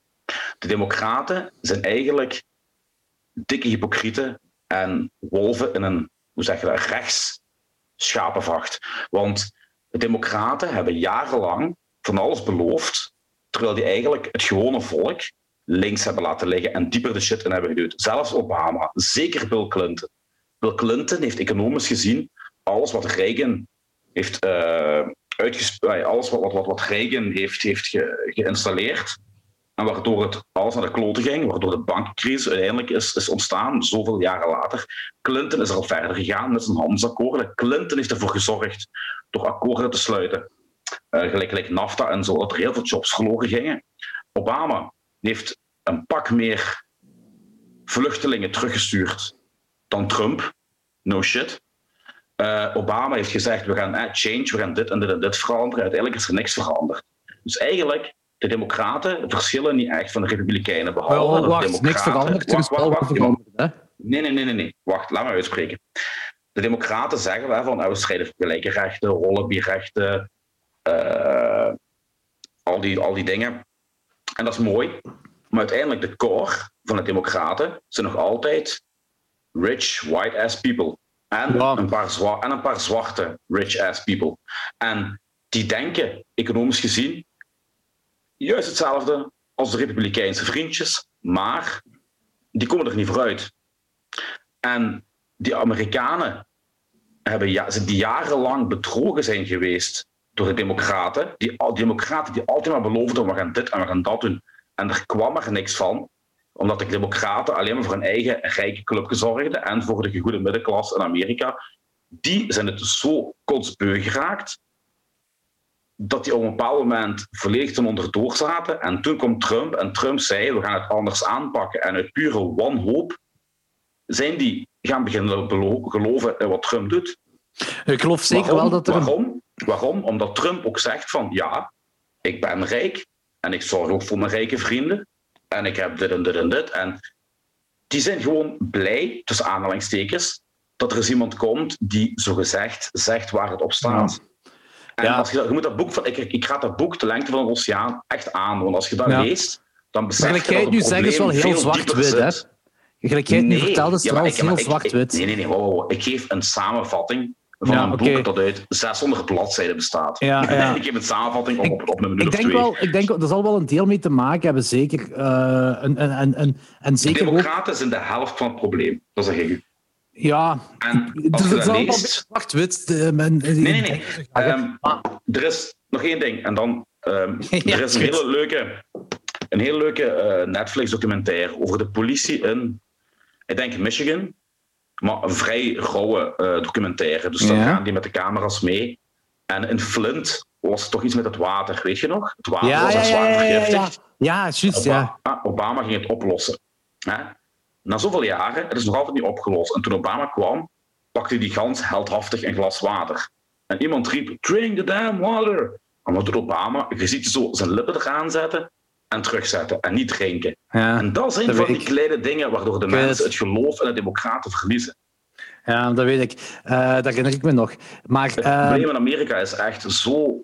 De Democraten zijn eigenlijk dikke hypocrieten en wolven in een, hoe zeg je dat, rechts schapenvacht. Want de Democraten hebben jarenlang van alles beloofd, terwijl die eigenlijk het gewone volk links hebben laten liggen en dieper de shit in hebben geduwd. Zelfs Obama, zeker Bill Clinton. Bill Clinton heeft economisch gezien alles wat Reagan heeft uh, uitgespeeld, alles wat, wat, wat Reagan heeft, heeft ge, geïnstalleerd, en waardoor het alles naar de kloten ging, waardoor de bankencrisis uiteindelijk is, is ontstaan, zoveel jaren later. Clinton is er al verder gegaan met zijn handelsakkoorden. Clinton heeft ervoor gezorgd door akkoorden te sluiten, uh, gelijk, gelijk NAFTA en zo, dat er heel veel jobs verloren gingen. Obama heeft een pak meer vluchtelingen teruggestuurd dan Trump. No shit. Uh, Obama heeft gezegd, we gaan eh, change, we gaan dit en dit en dit veranderen. Uiteindelijk is er niks veranderd. Dus eigenlijk, de democraten verschillen niet echt van de republikeinen. Behalve Wel, dat wacht, de democraten... niks veranderd, er is wacht, wel wacht, wat wacht, veranderd, hè? Nee, nee, nee, nee, nee. Wacht, laat me uitspreken. De democraten zeggen wel van, we strijden voor gelijke rechten, rollenbierrechten, uh, al, die, al die dingen. En dat is mooi. Maar uiteindelijk, de core van de democraten zijn nog altijd rich, white-ass people. En, ja. een paar zwa- en een paar zwarte rich-ass people. En die denken, economisch gezien, juist hetzelfde als de republikeinse vriendjes, maar die komen er niet vooruit. En die Amerikanen hebben ja, die jarenlang bedrogen zijn geweest door de democraten. Die, die democraten die altijd maar beloofden, we gaan dit en we gaan dat doen. En er kwam er niks van, omdat de democraten alleen maar voor hun eigen rijke clubje zorgden en voor de gegoede middenklasse in Amerika. Die zijn het zo kotsbeu geraakt, dat die op een bepaald moment volledig ten onder door zaten. En toen kwam Trump en Trump zei, we gaan het anders aanpakken. En uit pure wanhoop zijn die gaan beginnen belo- geloven in wat Trump doet. Ik geloof zeker waarom? wel dat er... Waarom? Waarom? Omdat Trump ook zegt van, ja, ik ben rijk en ik zorg ook voor mijn rijke vrienden. En ik heb dit en dit en dit. En die zijn gewoon blij, tussen aanhalingstekens, dat er eens iemand komt die zogezegd zegt waar het op staat. Ja. En ja. als je, je moet dat boek van, ik, ik raad dat boek De Lengte van een Oceaan echt aan, want als je dat ja. leest, dan besef je dat het nu zeggen is wel heel zwart-wit, hè? Gelijk jij het nee. nu vertelde, is het ja, wel ik, heel ik, zwart-wit. Nee, nee, nee. Wow, wow. Ik geef een samenvatting van ja, een okay. boek dat uit zeshonderd bladzijden bestaat. Ja, ja. Ik geef een samenvatting op, ik, op, op een minuut ik of denk twee. Wel, ik denk, er zal wel een deel mee te maken hebben, zeker. Uh, en, en, en, en zeker de democraten ook... zijn de helft van het probleem, dat zeg ik u. Ja, en als het je is dat wel leest... zwart-wit. Nee, nee, nee. Um, er is nog één ding. En dan... Um, ja, er is een hele leuke, een hele leuke uh, Netflix-documentaire over de politie in... Ik denk Michigan... Maar een vrij rauwe uh, documentaire. Dus dan ja. gaan die met de camera's mee. En in Flint was het toch iets met het water, weet je nog? Het water ja, was daar ja, zwaar ja, vergiftigd. Ja, ja. ja juist, Obama, ja. Obama ging het oplossen. Hè? Na zoveel jaren, het is nog altijd niet opgelost. En toen Obama kwam, pakte die gans heldhaftig een glas water. En iemand riep, drink the damn water. En wat doet Obama? Je ziet zo zijn lippen eraan zetten en terugzetten en niet drinken. Ja, en dat zijn dat van die ik. kleine dingen waardoor de ik mensen het geloof in de democraten verliezen. Ja, dat weet ik. Uh, dat herinner ik me nog. Maar, het uh... probleem in Amerika is echt zo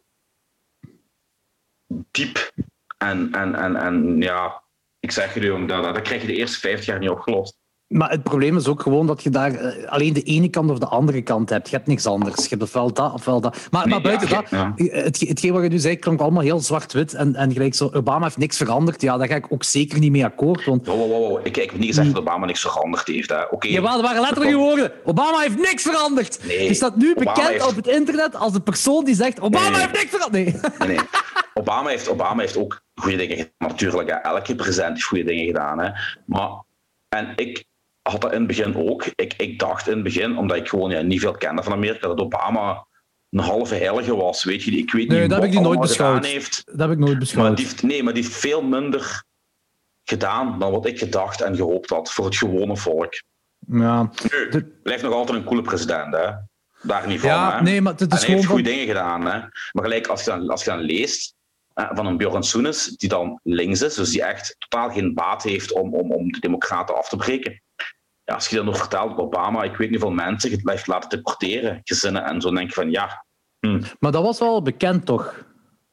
diep en, en, en, en ja, ik zeg je jong, dat, dat krijg je de eerste vijftig jaar niet opgelost. Maar het probleem is ook gewoon dat je daar uh, alleen de ene kant of de andere kant hebt. Je hebt niks anders. Je hebt ofwel dat ofwel dat. Maar, nee, maar buiten ja, dat, ja. het, hetgeen wat je nu zei, klonk allemaal heel zwart-wit. En, en gelijk zo, Obama heeft niks veranderd. Ja, daar ga ik ook zeker niet mee akkoord. Want... Wow, wow, wow. Ik, ik heb niet gezegd dat Obama niks veranderd heeft. Hè. Okay. Jawel, dat waren letterlijke woorden. Obama heeft niks veranderd. Nee, je staat nu Obama bekend heeft... op het internet als de persoon die zegt Obama nee, heeft niks veranderd. Nee. nee, nee. Obama, heeft, Obama heeft ook goede dingen gedaan. Natuurlijk, hè. Elke president heeft goede dingen gedaan. Hè. Maar, en ik... had dat in het begin ook. Ik, ik dacht in het begin, omdat ik gewoon ja, niet veel kende van Amerika, dat Obama een halve heilige was. Weet je, ik weet nee, niet dat wat heb ik die nooit beschouwd. Heeft. Dat heb ik nooit beschouwd. Maar die heeft, nee, maar die heeft veel minder gedaan dan wat ik gedacht en gehoopt had voor het gewone volk. Ja. Nu, de... blijft nog altijd een coole president, hè. Daar niet van. Ja, hè. Nee, maar het is en hij heeft van... goede dingen gedaan. Hè. Maar gelijk, als je dan, als je dan leest van een Bjorn Soenes, die dan links is, dus die echt totaal geen baat heeft om, om, om de democraten af te breken. Ja, als je dan nog vertelt op Obama, ik weet niet hoeveel mensen het blijft laten deporteren, gezinnen en zo, dan denk je van ja. Hm. Maar dat was wel bekend, toch?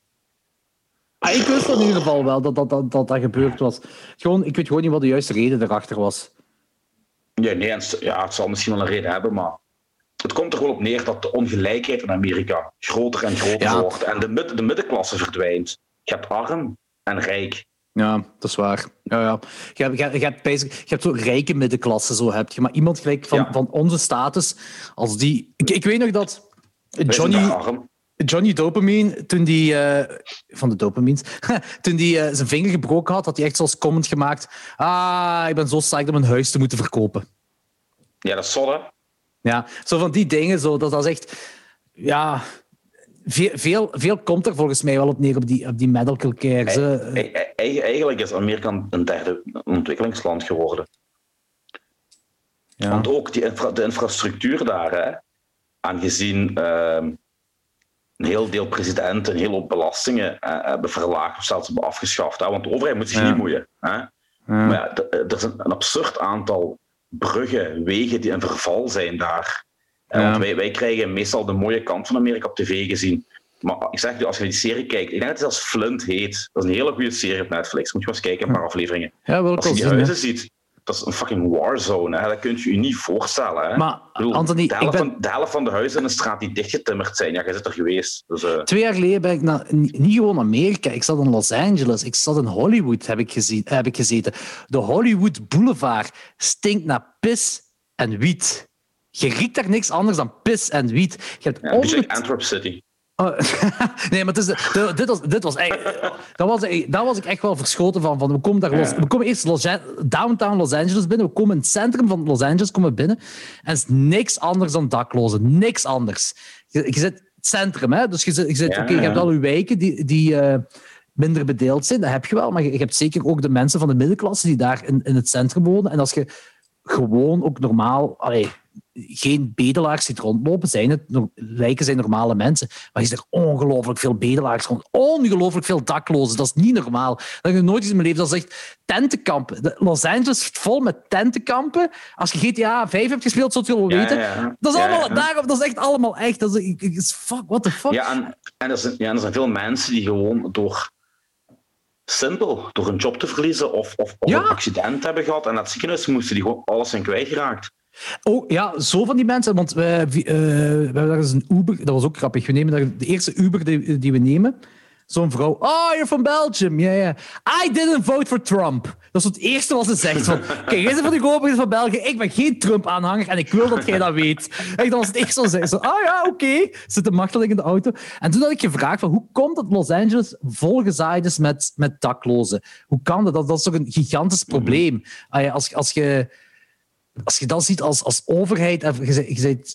Ah, ik wist in ieder geval wel dat dat, dat, dat, dat gebeurd was. Gewoon, ik weet gewoon niet wat de juiste reden erachter was. Ja, nee, ja, het zal misschien wel een reden hebben, maar het komt er wel op neer dat de ongelijkheid in Amerika groter en groter ja. wordt en de, mid- de middenklasse verdwijnt. Je hebt arm en rijk. Ja, dat is waar. Ja, ja. Je, hebt, je, je, hebt, je hebt zo'n rijke middenklasse, zo heb je. Maar iemand gelijk van, ja. van onze status, als die... Ik, ik weet nog dat Johnny, Johnny Dopamine, toen die... Uh, van de dopamines. toen die uh, zijn vinger gebroken had, had hij echt zoals comment gemaakt. Ah, ik ben zo sterk om een huis te moeten verkopen. Ja, dat is zot, hè? Ja, zo van die dingen, zo, dat, dat is echt... Ja... Veel, veel, veel komt er volgens mij wel op neer op die, op die medical care. Ze. E- eigenlijk is Amerika een derde ontwikkelingsland geworden. Ja. Want ook die infra- de infrastructuur daar, hè, aangezien uh, een heel deel presidenten een hele hoop belastingen uh, hebben verlaagd of zelfs hebben afgeschaft. Hè, want de overheid moet zich ja. niet moeien. Hè. Ja. Maar ja, d- er is een, een absurd aantal bruggen, wegen die in verval zijn daar. Ja. Want wij, wij krijgen meestal de mooie kant van Amerika op tv gezien. Maar ik zeg je, als je die serie kijkt, ik denk dat het als Flint heet. Dat is een hele goede serie op Netflix. Moet je maar eens kijken, een paar afleveringen. Ja, als je die zien, huizen hè? ziet, dat is een fucking warzone. Hè? Dat kun je je niet voorstellen. Hè? Maar, bedoel, Anthony, de, helft ben... van, de helft van de huizen in de straat die dichtgetimmerd zijn. Ja, jij zit er geweest. Dus, uh... Twee jaar geleden ben ik naar, niet gewoon Amerika. Ik zat in Los Angeles. Ik zat in Hollywood, heb ik, gezien, heb ik gezeten. De Hollywood Boulevard stinkt naar pis en wiet. Je riekt daar niks anders dan pis en wiet. Je hebt ja, een beetje Antwerp City. Oh, nee, maar het is, de, dit was, dit was echt, dat was, daar was ik echt wel verschoten van. van we, komen daar los, we komen eerst Los, downtown Los Angeles binnen. We komen in het centrum van Los Angeles komen binnen. En het is niks anders dan daklozen. Niks anders. Je, je zit het centrum, hè? Dus je, zit, je, zit, ja, okay, je hebt al je wijken die... die uh, minder bedeeld zijn. Dat heb je wel. Maar je, je hebt zeker ook de mensen van de middenklasse die daar in, in het centrum wonen. En als je gewoon ook normaal... Allee, geen bedelaars die rondlopen, zijn het, lijken zijn normale mensen. Maar je ziet er ongelooflijk veel bedelaars rond. Ongelooflijk veel daklozen. Dat is niet normaal. Dat heb ik nooit in mijn leven. Dat is echt tentenkampen. Los Angeles is vol met tentenkampen. Als je G T A vijf hebt gespeeld, zult je wel weten. Ja, ja. Dat is allemaal ja, ja. Daarop, dat is echt allemaal echt. Dat is, fuck, what the fuck? Ja, en, en er, zijn, ja, er zijn veel mensen die gewoon door... Simpel, door een job te verliezen of, of, of ja. een accident hebben gehad en naar het ziekenhuis moesten, die gewoon alles zijn kwijtgeraakt. Oh ja, zo van die mensen. Want wij, uh, we hebben daar eens een Uber, dat was ook grappig. We nemen daar de eerste Uber die, die we nemen. Zo'n vrouw. Oh, you're from Belgium. Ja, yeah, ja. Yeah. I didn't vote for Trump. Dat is het eerste wat ze zegt. Van, kijk, jij bent van die Robert van België. Ik ben geen Trump-aanhanger en ik wil dat jij dat weet. Echt, dat was het eerste wat ze zei. Ah ja, oké. Okay. Zit de machtig in de auto. En toen had ik gevraagd van, hoe komt het Los Angeles volgezaaid is met, met daklozen? Hoe kan dat? dat? Dat is toch een gigantisch probleem. Als, als, je, als je dat ziet als, als overheid... Je, je bent,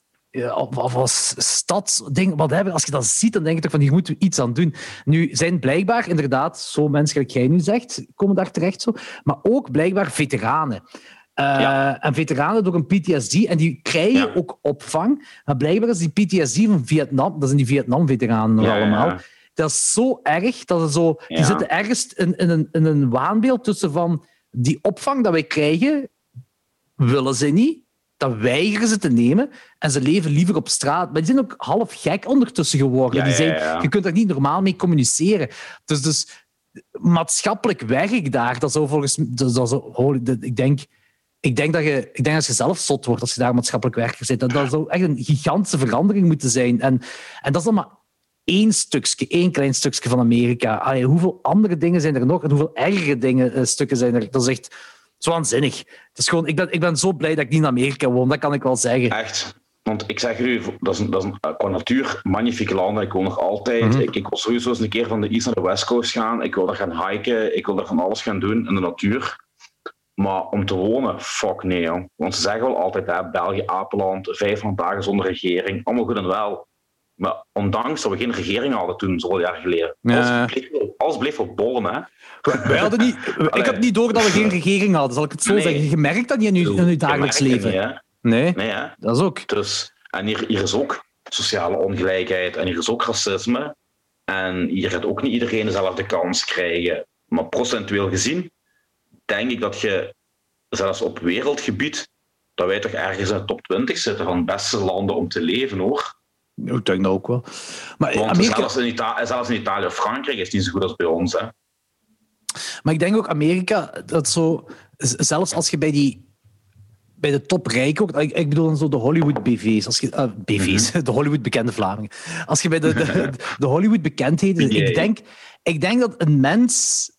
Of, of als stadsding, whatever. Als je dat ziet, dan denk je toch van hier moeten we iets aan doen. Nu zijn blijkbaar inderdaad, zo mensen gelijk jij nu zegt, komen daar terecht zo, maar ook blijkbaar veteranen. Uh, ja. En veteranen door een P T S D, en die krijgen ja. ook opvang. Maar blijkbaar is die P T S D van Vietnam, dat zijn die Vietnam-veteranen nog ja, allemaal, ja. dat is zo erg, dat ze zo, die ja. zitten ergens in, in, een, in een waanbeeld tussen van die opvang dat wij krijgen, willen ze niet. Dat weigeren ze te nemen en ze leven liever op straat. Maar die zijn ook half gek ondertussen geworden. Ja, die zijn, ja, ja. Je kunt daar niet normaal mee communiceren. Dus, dus maatschappelijk werk daar, dat zou volgens dat, dat zou, ik, denk, ik, denk dat je, ik denk dat je zelf zot wordt als je daar maatschappelijk werker zit. Dat, dat zou echt een gigantische verandering moeten zijn. En, en dat is dan maar één stukje, één klein stukje van Amerika. Allee, hoeveel andere dingen zijn er nog en hoeveel ergere dingen, uh, stukken zijn er? Dat is echt... zo waanzinnig. Het is gewoon, ik, ben, ik ben zo blij dat ik niet in Amerika woon, dat kan ik wel zeggen. Echt. Want ik zeg u, dat is, een, dat is een, qua natuur magnifieke landen. Ik woon nog altijd. Mm-hmm. Ik, ik wil sowieso eens een keer van de East naar de West Coast gaan. Ik wil daar gaan hiken. Ik wil daar van alles gaan doen in de natuur. Maar om te wonen, fuck nee. Joh. Want ze zeggen wel altijd, hè, België, Apeland, vijfhonderd dagen zonder regering. Allemaal goed en wel. Maar ondanks dat we geen regering hadden toen, zoveel jaar geleden. Ja. Alles, bleef, alles bleef op bollen, hè. Wij hadden niet, ik heb niet door dat we geen regering hadden, zal ik het zo nee. zeggen. Je merkt dat niet in je, in je dagelijks je leven. Niet, hè? Nee, nee hè? Dat is ook. Dus, en hier, hier is ook sociale ongelijkheid en hier is ook racisme. En hier gaat ook niet iedereen dezelfde kans krijgen. Maar procentueel gezien denk ik dat je, zelfs op wereldgebied, dat wij toch ergens in de top twintig zitten van de beste landen om te leven, hoor. Ik denk dat ook wel. Maar Want Amerika... zelfs, in Ita- zelfs in Italië of Frankrijk is het niet zo goed als bij ons, hè. Maar ik denk ook Amerika, dat zo, zelfs als je bij die bij de top rijk ook, ik, ik bedoel dan zo de Hollywood B V's, als je, uh, B V's, mm-hmm. de Hollywood bekende Vlamingen. Als je bij de, de, de Hollywood bekendheden, ik denk, ik denk dat een mens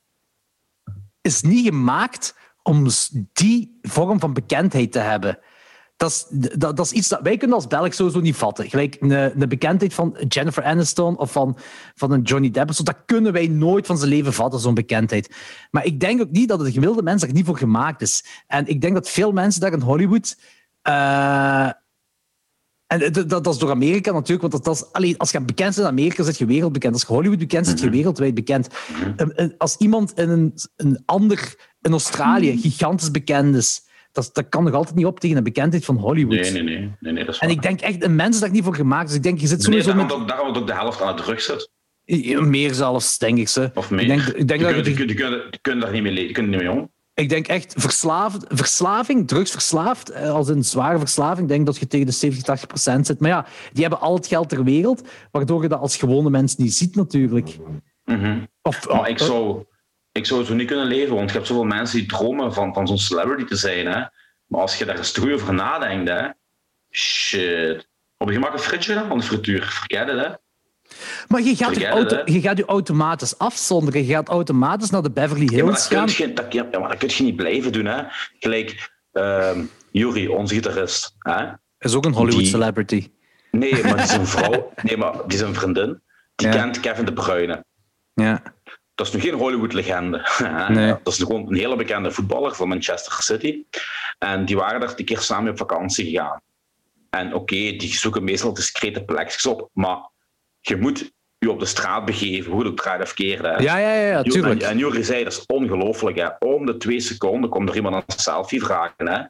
is niet gemaakt om die vorm van bekendheid te hebben. Dat is, dat, dat is iets dat wij kunnen als Belg sowieso niet vatten. Gelijk een, een bekendheid van Jennifer Aniston of van, van een Johnny Depp. Zo, dat kunnen wij nooit van zijn leven vatten, zo'n bekendheid. Maar ik denk ook niet dat de gemiddelde mens er niet voor gemaakt is. En ik denk dat veel mensen daar in Hollywood... Uh, en dat, dat is door Amerika natuurlijk, want dat, dat is, alleen, als je bekend bent in Amerika, zit je wereldbekend. Als je Hollywood bekend zit je wereldwijd bekend. Mm-hmm. Als iemand in een, een ander, in Australië, gigantisch bekend is... Dat, dat kan nog altijd niet op tegen een bekendheid van Hollywood. Nee, nee, nee. nee, nee dat is en ik denk echt, een mens is daar niet voor gemaakt. Dus ik denk, je zit sowieso nee, met... Ook, daarom ook de helft aan de drug zit. Meer zelfs, denk ik. Ze. Of meer. Ik denk, ik denk die, dat kunnen, je... die, die, kunnen, die kunnen daar niet mee, die kunnen niet mee om. Ik denk echt, verslaafd, verslaving, drugsverslaafd, als een zware verslaving, denk dat je tegen de zeventig, tachtig procent zit. Maar ja, die hebben al het geld ter wereld, waardoor je dat als gewone mens niet ziet, natuurlijk. Mm-hmm. Of, maar oh, ik zou... Ik zou zo niet kunnen leven, want je hebt zoveel mensen die dromen van, van zo'n celebrity te zijn, hè. Maar als je daar eens terug over nadenkt, hè, shit. Op je gemak een fritje van de frituur, vergeet het, hè. Maar je gaat, je, auto, het, je gaat je automatisch afzonderen. Je gaat automatisch naar de Beverly Hills ja, gaan. Je, dat, ja, maar dat kun je niet blijven doen, hè. Gelijk uh, Yuri, onze gitarist. Hè. Is ook een Hollywood die, celebrity. Nee, maar die is een vrouw. Nee, maar die is een vriendin. Die ja. kent Kevin De Bruyne. Ja. Dat is nu geen Hollywood-legende. Nee. Dat is gewoon een hele bekende voetballer van Manchester City. En die waren daar een keer samen op vakantie gegaan. En oké, okay, die zoeken meestal discrete plekjes op, maar je moet je op de straat begeven, hoe het draait of keert. Hè. Ja, ja, ja, tuurlijk. En, en Juri zei, dat is ongelooflijk. Hè. Om de twee seconden komt er iemand een selfie vragen. Hè.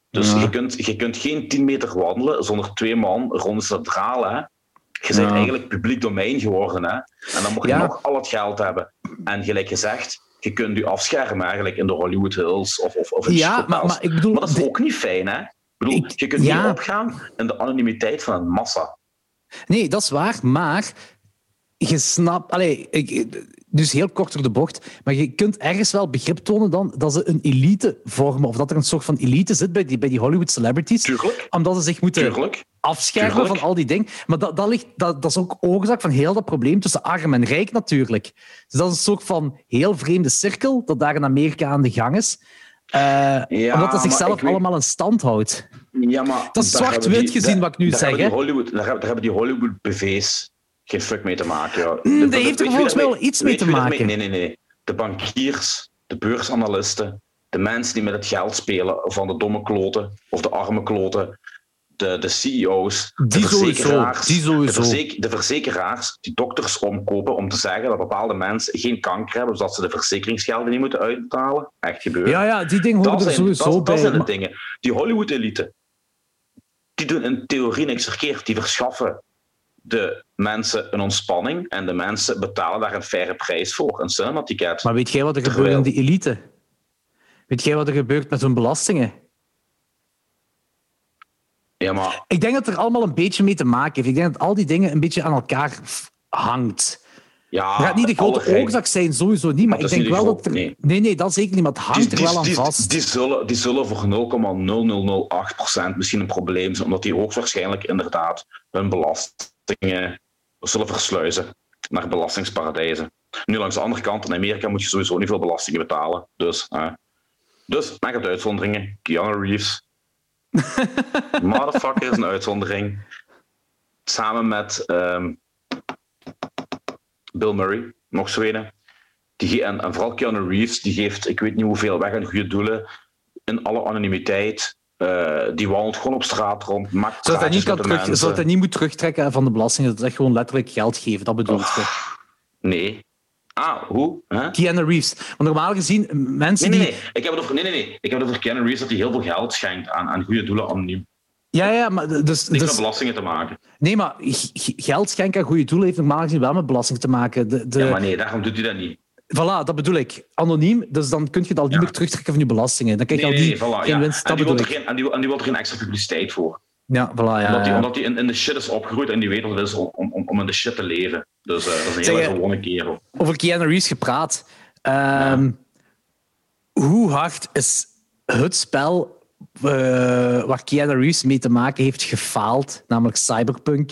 Dus Ja. je, kunt, je kunt geen tien meter wandelen zonder twee man rond de centrale. Hè. Je bent Ja. eigenlijk publiek domein geworden. Hè. En dan moet je Ja. nog al het geld hebben. En gelijk gezegd, je kunt je afschermen eigenlijk in de Hollywood Hills of, of, of in Ja, showcase. maar, maar ik bedoel... Maar dat is de- ook niet fijn, hè? Ik bedoel, Ik- je kunt ja. niet opgaan in de anonimiteit van een massa. Nee, dat is waar, maar je snapt... Allee, ik, dus heel kort door de bocht, maar je kunt ergens wel begrip tonen dan dat ze een elite vormen, of dat er een soort van elite zit bij die, bij die Hollywood celebrities, Tuurlijk. omdat ze zich moeten Tuurlijk. afschermen Tuurlijk. van al die dingen. Maar dat, dat, ligt, dat, dat is ook oorzaak van heel dat probleem tussen arm en rijk natuurlijk. Dus dat is een soort van heel vreemde cirkel dat daar in Amerika aan de gang is. Uh, Ja, omdat dat zichzelf maar ik weet- allemaal in stand houdt. Ja, maar Dat is daar hebben zwart-wit die- gezien daar- wat ik nu daar zeg, hebben die hè? Hollywood, daar, hebben, daar hebben die Hollywood-B V's geen fuck mee te maken. Ja. Mm, De- dat heeft er weet je volgens wie mij dat wel iets weet mee te je wie dat maken. Nee, nee, nee. De bankiers, de beursanalisten, de mensen die met het geld spelen van de domme kloten of de arme kloten, de, de C E O's, de Die sowieso, verzekeraars, die sowieso. De, verzeker, de verzekeraars die dokters omkopen om te zeggen dat bepaalde mensen geen kanker hebben, zodat ze de verzekeringsgelden niet moeten uitbetalen. Echt gebeuren. Ja, ja, die dingen horen Dat er zijn, sowieso dat, bij. dat zijn de maar- dingen. Die Hollywood-elite, die doen in theorie niks verkeerd. Die verschaffen de mensen een ontspanning en de mensen betalen daar een faire prijs voor, een cinematicket. Maar weet jij wat er Terwijl- gebeurt in die elite? Weet jij wat er gebeurt met zo'n belastingen? Ja, maar Ik denk dat het er allemaal een beetje mee te maken heeft. Ik denk dat al die dingen een beetje aan elkaar f- hangt. ja, Het gaat niet de grote alle rijk- oorzaak zijn, sowieso niet. Maar dat ik is denk niet wel de dat er... gro- nee. Nee, nee, dat zeker niet. Maar het hangt Die, er wel aan die, die, vast. die, zullen, die zullen voor nul komma nul nul nul acht procent misschien een probleem zijn, omdat die hoogstwaarschijnlijk inderdaad hun belastingen zullen versluizen naar belastingsparadijzen. Nu, langs de andere kant, in Amerika moet je sowieso niet veel belastingen betalen. Dus, eh, dus maak het uitzonderingen. Keanu Reeves. Motherfucker is een uitzondering. Samen met ehm, Bill Murray, nog zo een. Die, ge- en, en vooral Keanu Reeves, die geeft, ik weet niet hoeveel, weg aan goede doelen, in alle anonimiteit. Uh, die wandelt gewoon op straat rond, maakt Zodat hij, niet kan praatjes met de terug, mensen. zodat hij niet moet terugtrekken van de belastingen. Dat is echt gewoon letterlijk geld geven. Dat bedoel ik. Oh, nee. Ah, hoe? Huh? Keanu Reeves. Want normaal gezien, mensen Nee, nee, die... nee. Ik heb het over, nee, nee, nee. Ik heb het over Keanu Reeves dat hij heel veel geld schenkt aan, aan goede doelen anoniem. Ja, ja, maar... Dus, Niks dus... met belastingen te maken. Nee, maar g- g- geld schenken aan goede doelen heeft normaal gezien wel met belasting te maken. De, de... Ja, maar nee, daarom doet hij dat niet. Voilà, dat bedoel ik. Anoniem, dus dan kun je het al niet Ja. meer terugtrekken van je belastingen. Dan krijg je Nee, al nee, die, nee, voilà, geen ja. winst. En Dat die wil bedoel er ik. geen, en die, en die wil er geen extra publiciteit voor. Ja, voilà, ja. Omdat hij ja. omdat die in, in de shit is opgegroeid en die weet wat het is om, om, om in de shit te leven. Dus uh, dat is een Zeg, hele eh, gewone kerel. Over Keanu Reeves gepraat. Ehm, Hoe hard is het spel uh, waar Keanu Reeves mee te maken heeft gefaald, namelijk Cyberpunk?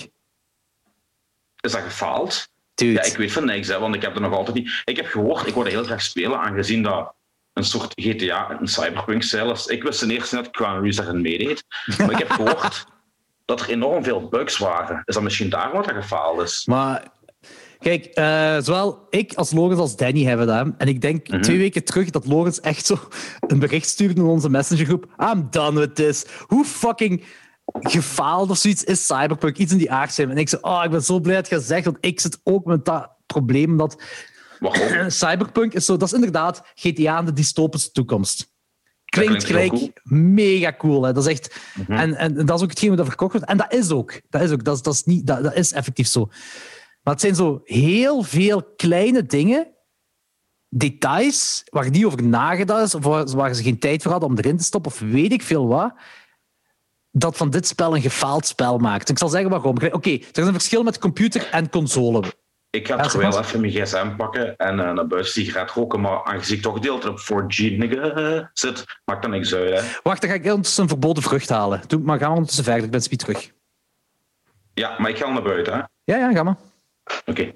Is dat gefaald? Dude. Ja, ik weet van niks, hè, want ik heb er nog altijd niet... Ik heb gehoord, ik wilde heel graag spelen, aangezien dat een soort G T A, een Cyberpunk zelfs. Ik wist ten eerste dat Keanu Reeves daarin meedeed, maar ik heb gehoord dat er enorm veel bugs waren. Is dat misschien daar wat dat gefaald is? Maar kijk, uh, zowel ik als Lorenz als Danny hebben dat. En ik denk Mhm. twee weken terug dat Lorenz echt zo een bericht stuurde in onze messengergroep. I'm done with this. Hoe fucking gefaald of zoiets is Cyberpunk? Iets in die aard zijn. En ik zei, oh, ik ben zo blij dat je het zegt, want ik zit ook met dat probleem dat Waarom? Cyberpunk is zo... Dat is inderdaad G T A in de dystopische toekomst. Klinkt klinkt heel gelijk mega cool. Hè. Dat is echt... Mhm. en, en dat is ook hetgeen wat er verkocht wordt. En dat is ook. Dat is ook. Dat is, dat is, niet, dat, dat is effectief zo. Maar het zijn zo heel veel kleine dingen, details, waar niet over nagedacht is, of waar, waar ze geen tijd voor hadden om erin te stoppen, of weet ik veel wat, dat van dit spel een gefaald spel maakt. Ik zal zeggen waarom. Oké, okay, er is een verschil met computer en console. Ik ga Ja, toch wel zeg maar. even mijn gsm pakken en uh, naar buiten sigaret roken, maar aangezien ik toch de hele tijd op four G uh, zit, maakt dat niks uit. Hè? Wacht, dan ga ik ondertussen een verboden vrucht halen. Doe, maar gaan we ondertussen verder. Ik ben speed terug. Ja, maar ik ga naar buiten. Hè? Ja, ja, ga maar. Oké.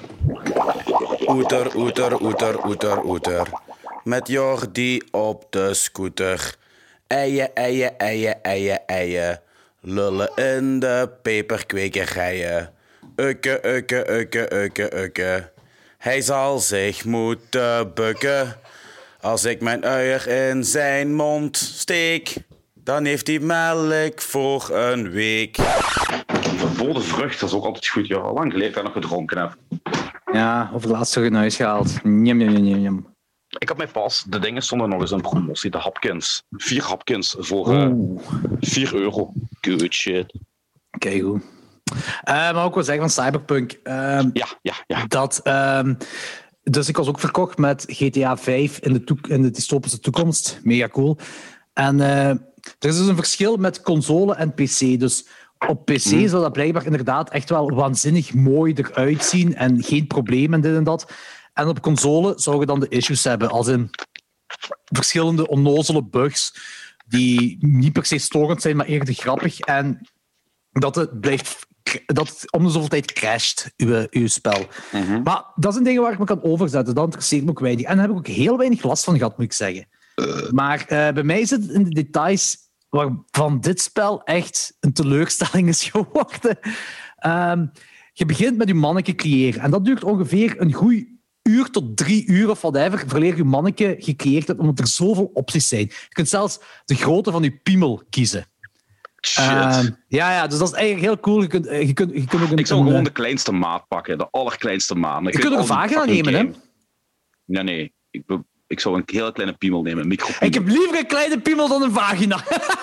Oeter, oeter, oeter, oeter, oeter. Met Jordi op de scooter. Eien, eien, eien, eien, eien. Lullen in de peperkwekerijen. Ukke, ukke, ukke, ukke, ukke. Hij zal zich moeten bukken. Als ik mijn uier in zijn mond steek, dan heeft hij melk voor een week. Verboden vrucht, dat is ook altijd goed. Ja, lang geleden dat ik nog gedronken heb. Ja, over laatst terug in huis gehaald. Njam, njam, njam, njam. Ik had mij pas, de dingen stonden nog eens in promotie, de hapkins. Vier hapkins voor uh, vier euro. Good shit. Kijk goed. Uh, maar ook wel zeggen van Cyberpunk. Uh, ja, ja, ja. Dat, uh, dus ik was ook verkocht met G T A vijf in de, toek- in de dystopische toekomst. Mega cool. En uh, er is dus een verschil met console en P C. Dus op P C mm. zal dat blijkbaar inderdaad echt wel waanzinnig mooi eruit zien en geen probleem en dit en dat. En op console zou je dan de issues hebben, als in verschillende onnozele bugs die niet per se storend zijn, maar eerder grappig. En dat het blijft, dat het om de zoveel tijd crasht, uw, uw spel. Mm-hmm. Maar dat zijn dingen waar ik me kan overzetten. Dat interesseert me ook weinig. En daar heb ik ook heel weinig last van gehad, moet ik zeggen. Uh. Maar uh, bij mij zit het in de details waarvan dit spel echt een teleurstelling is geworden. Um, je begint met je manneke creëren. En dat duurt ongeveer een goed uur tot drie uur of whatever, voordat je manneke gecreëerd hebt, omdat er zoveel opties zijn. Je kunt zelfs de grootte van je piemel kiezen. Shit. Uh, ja, ja, dus dat is eigenlijk heel cool. Je kunt, je kunt, je kunt ook een, ik zou een, gewoon de kleinste maat pakken, de allerkleinste maat. Je kunt ook een vagina nemen, hè? Nee, nee. Ik, ik zou een hele kleine piemel nemen, een micropiemel. Ik heb liever een kleine piemel dan een vagina.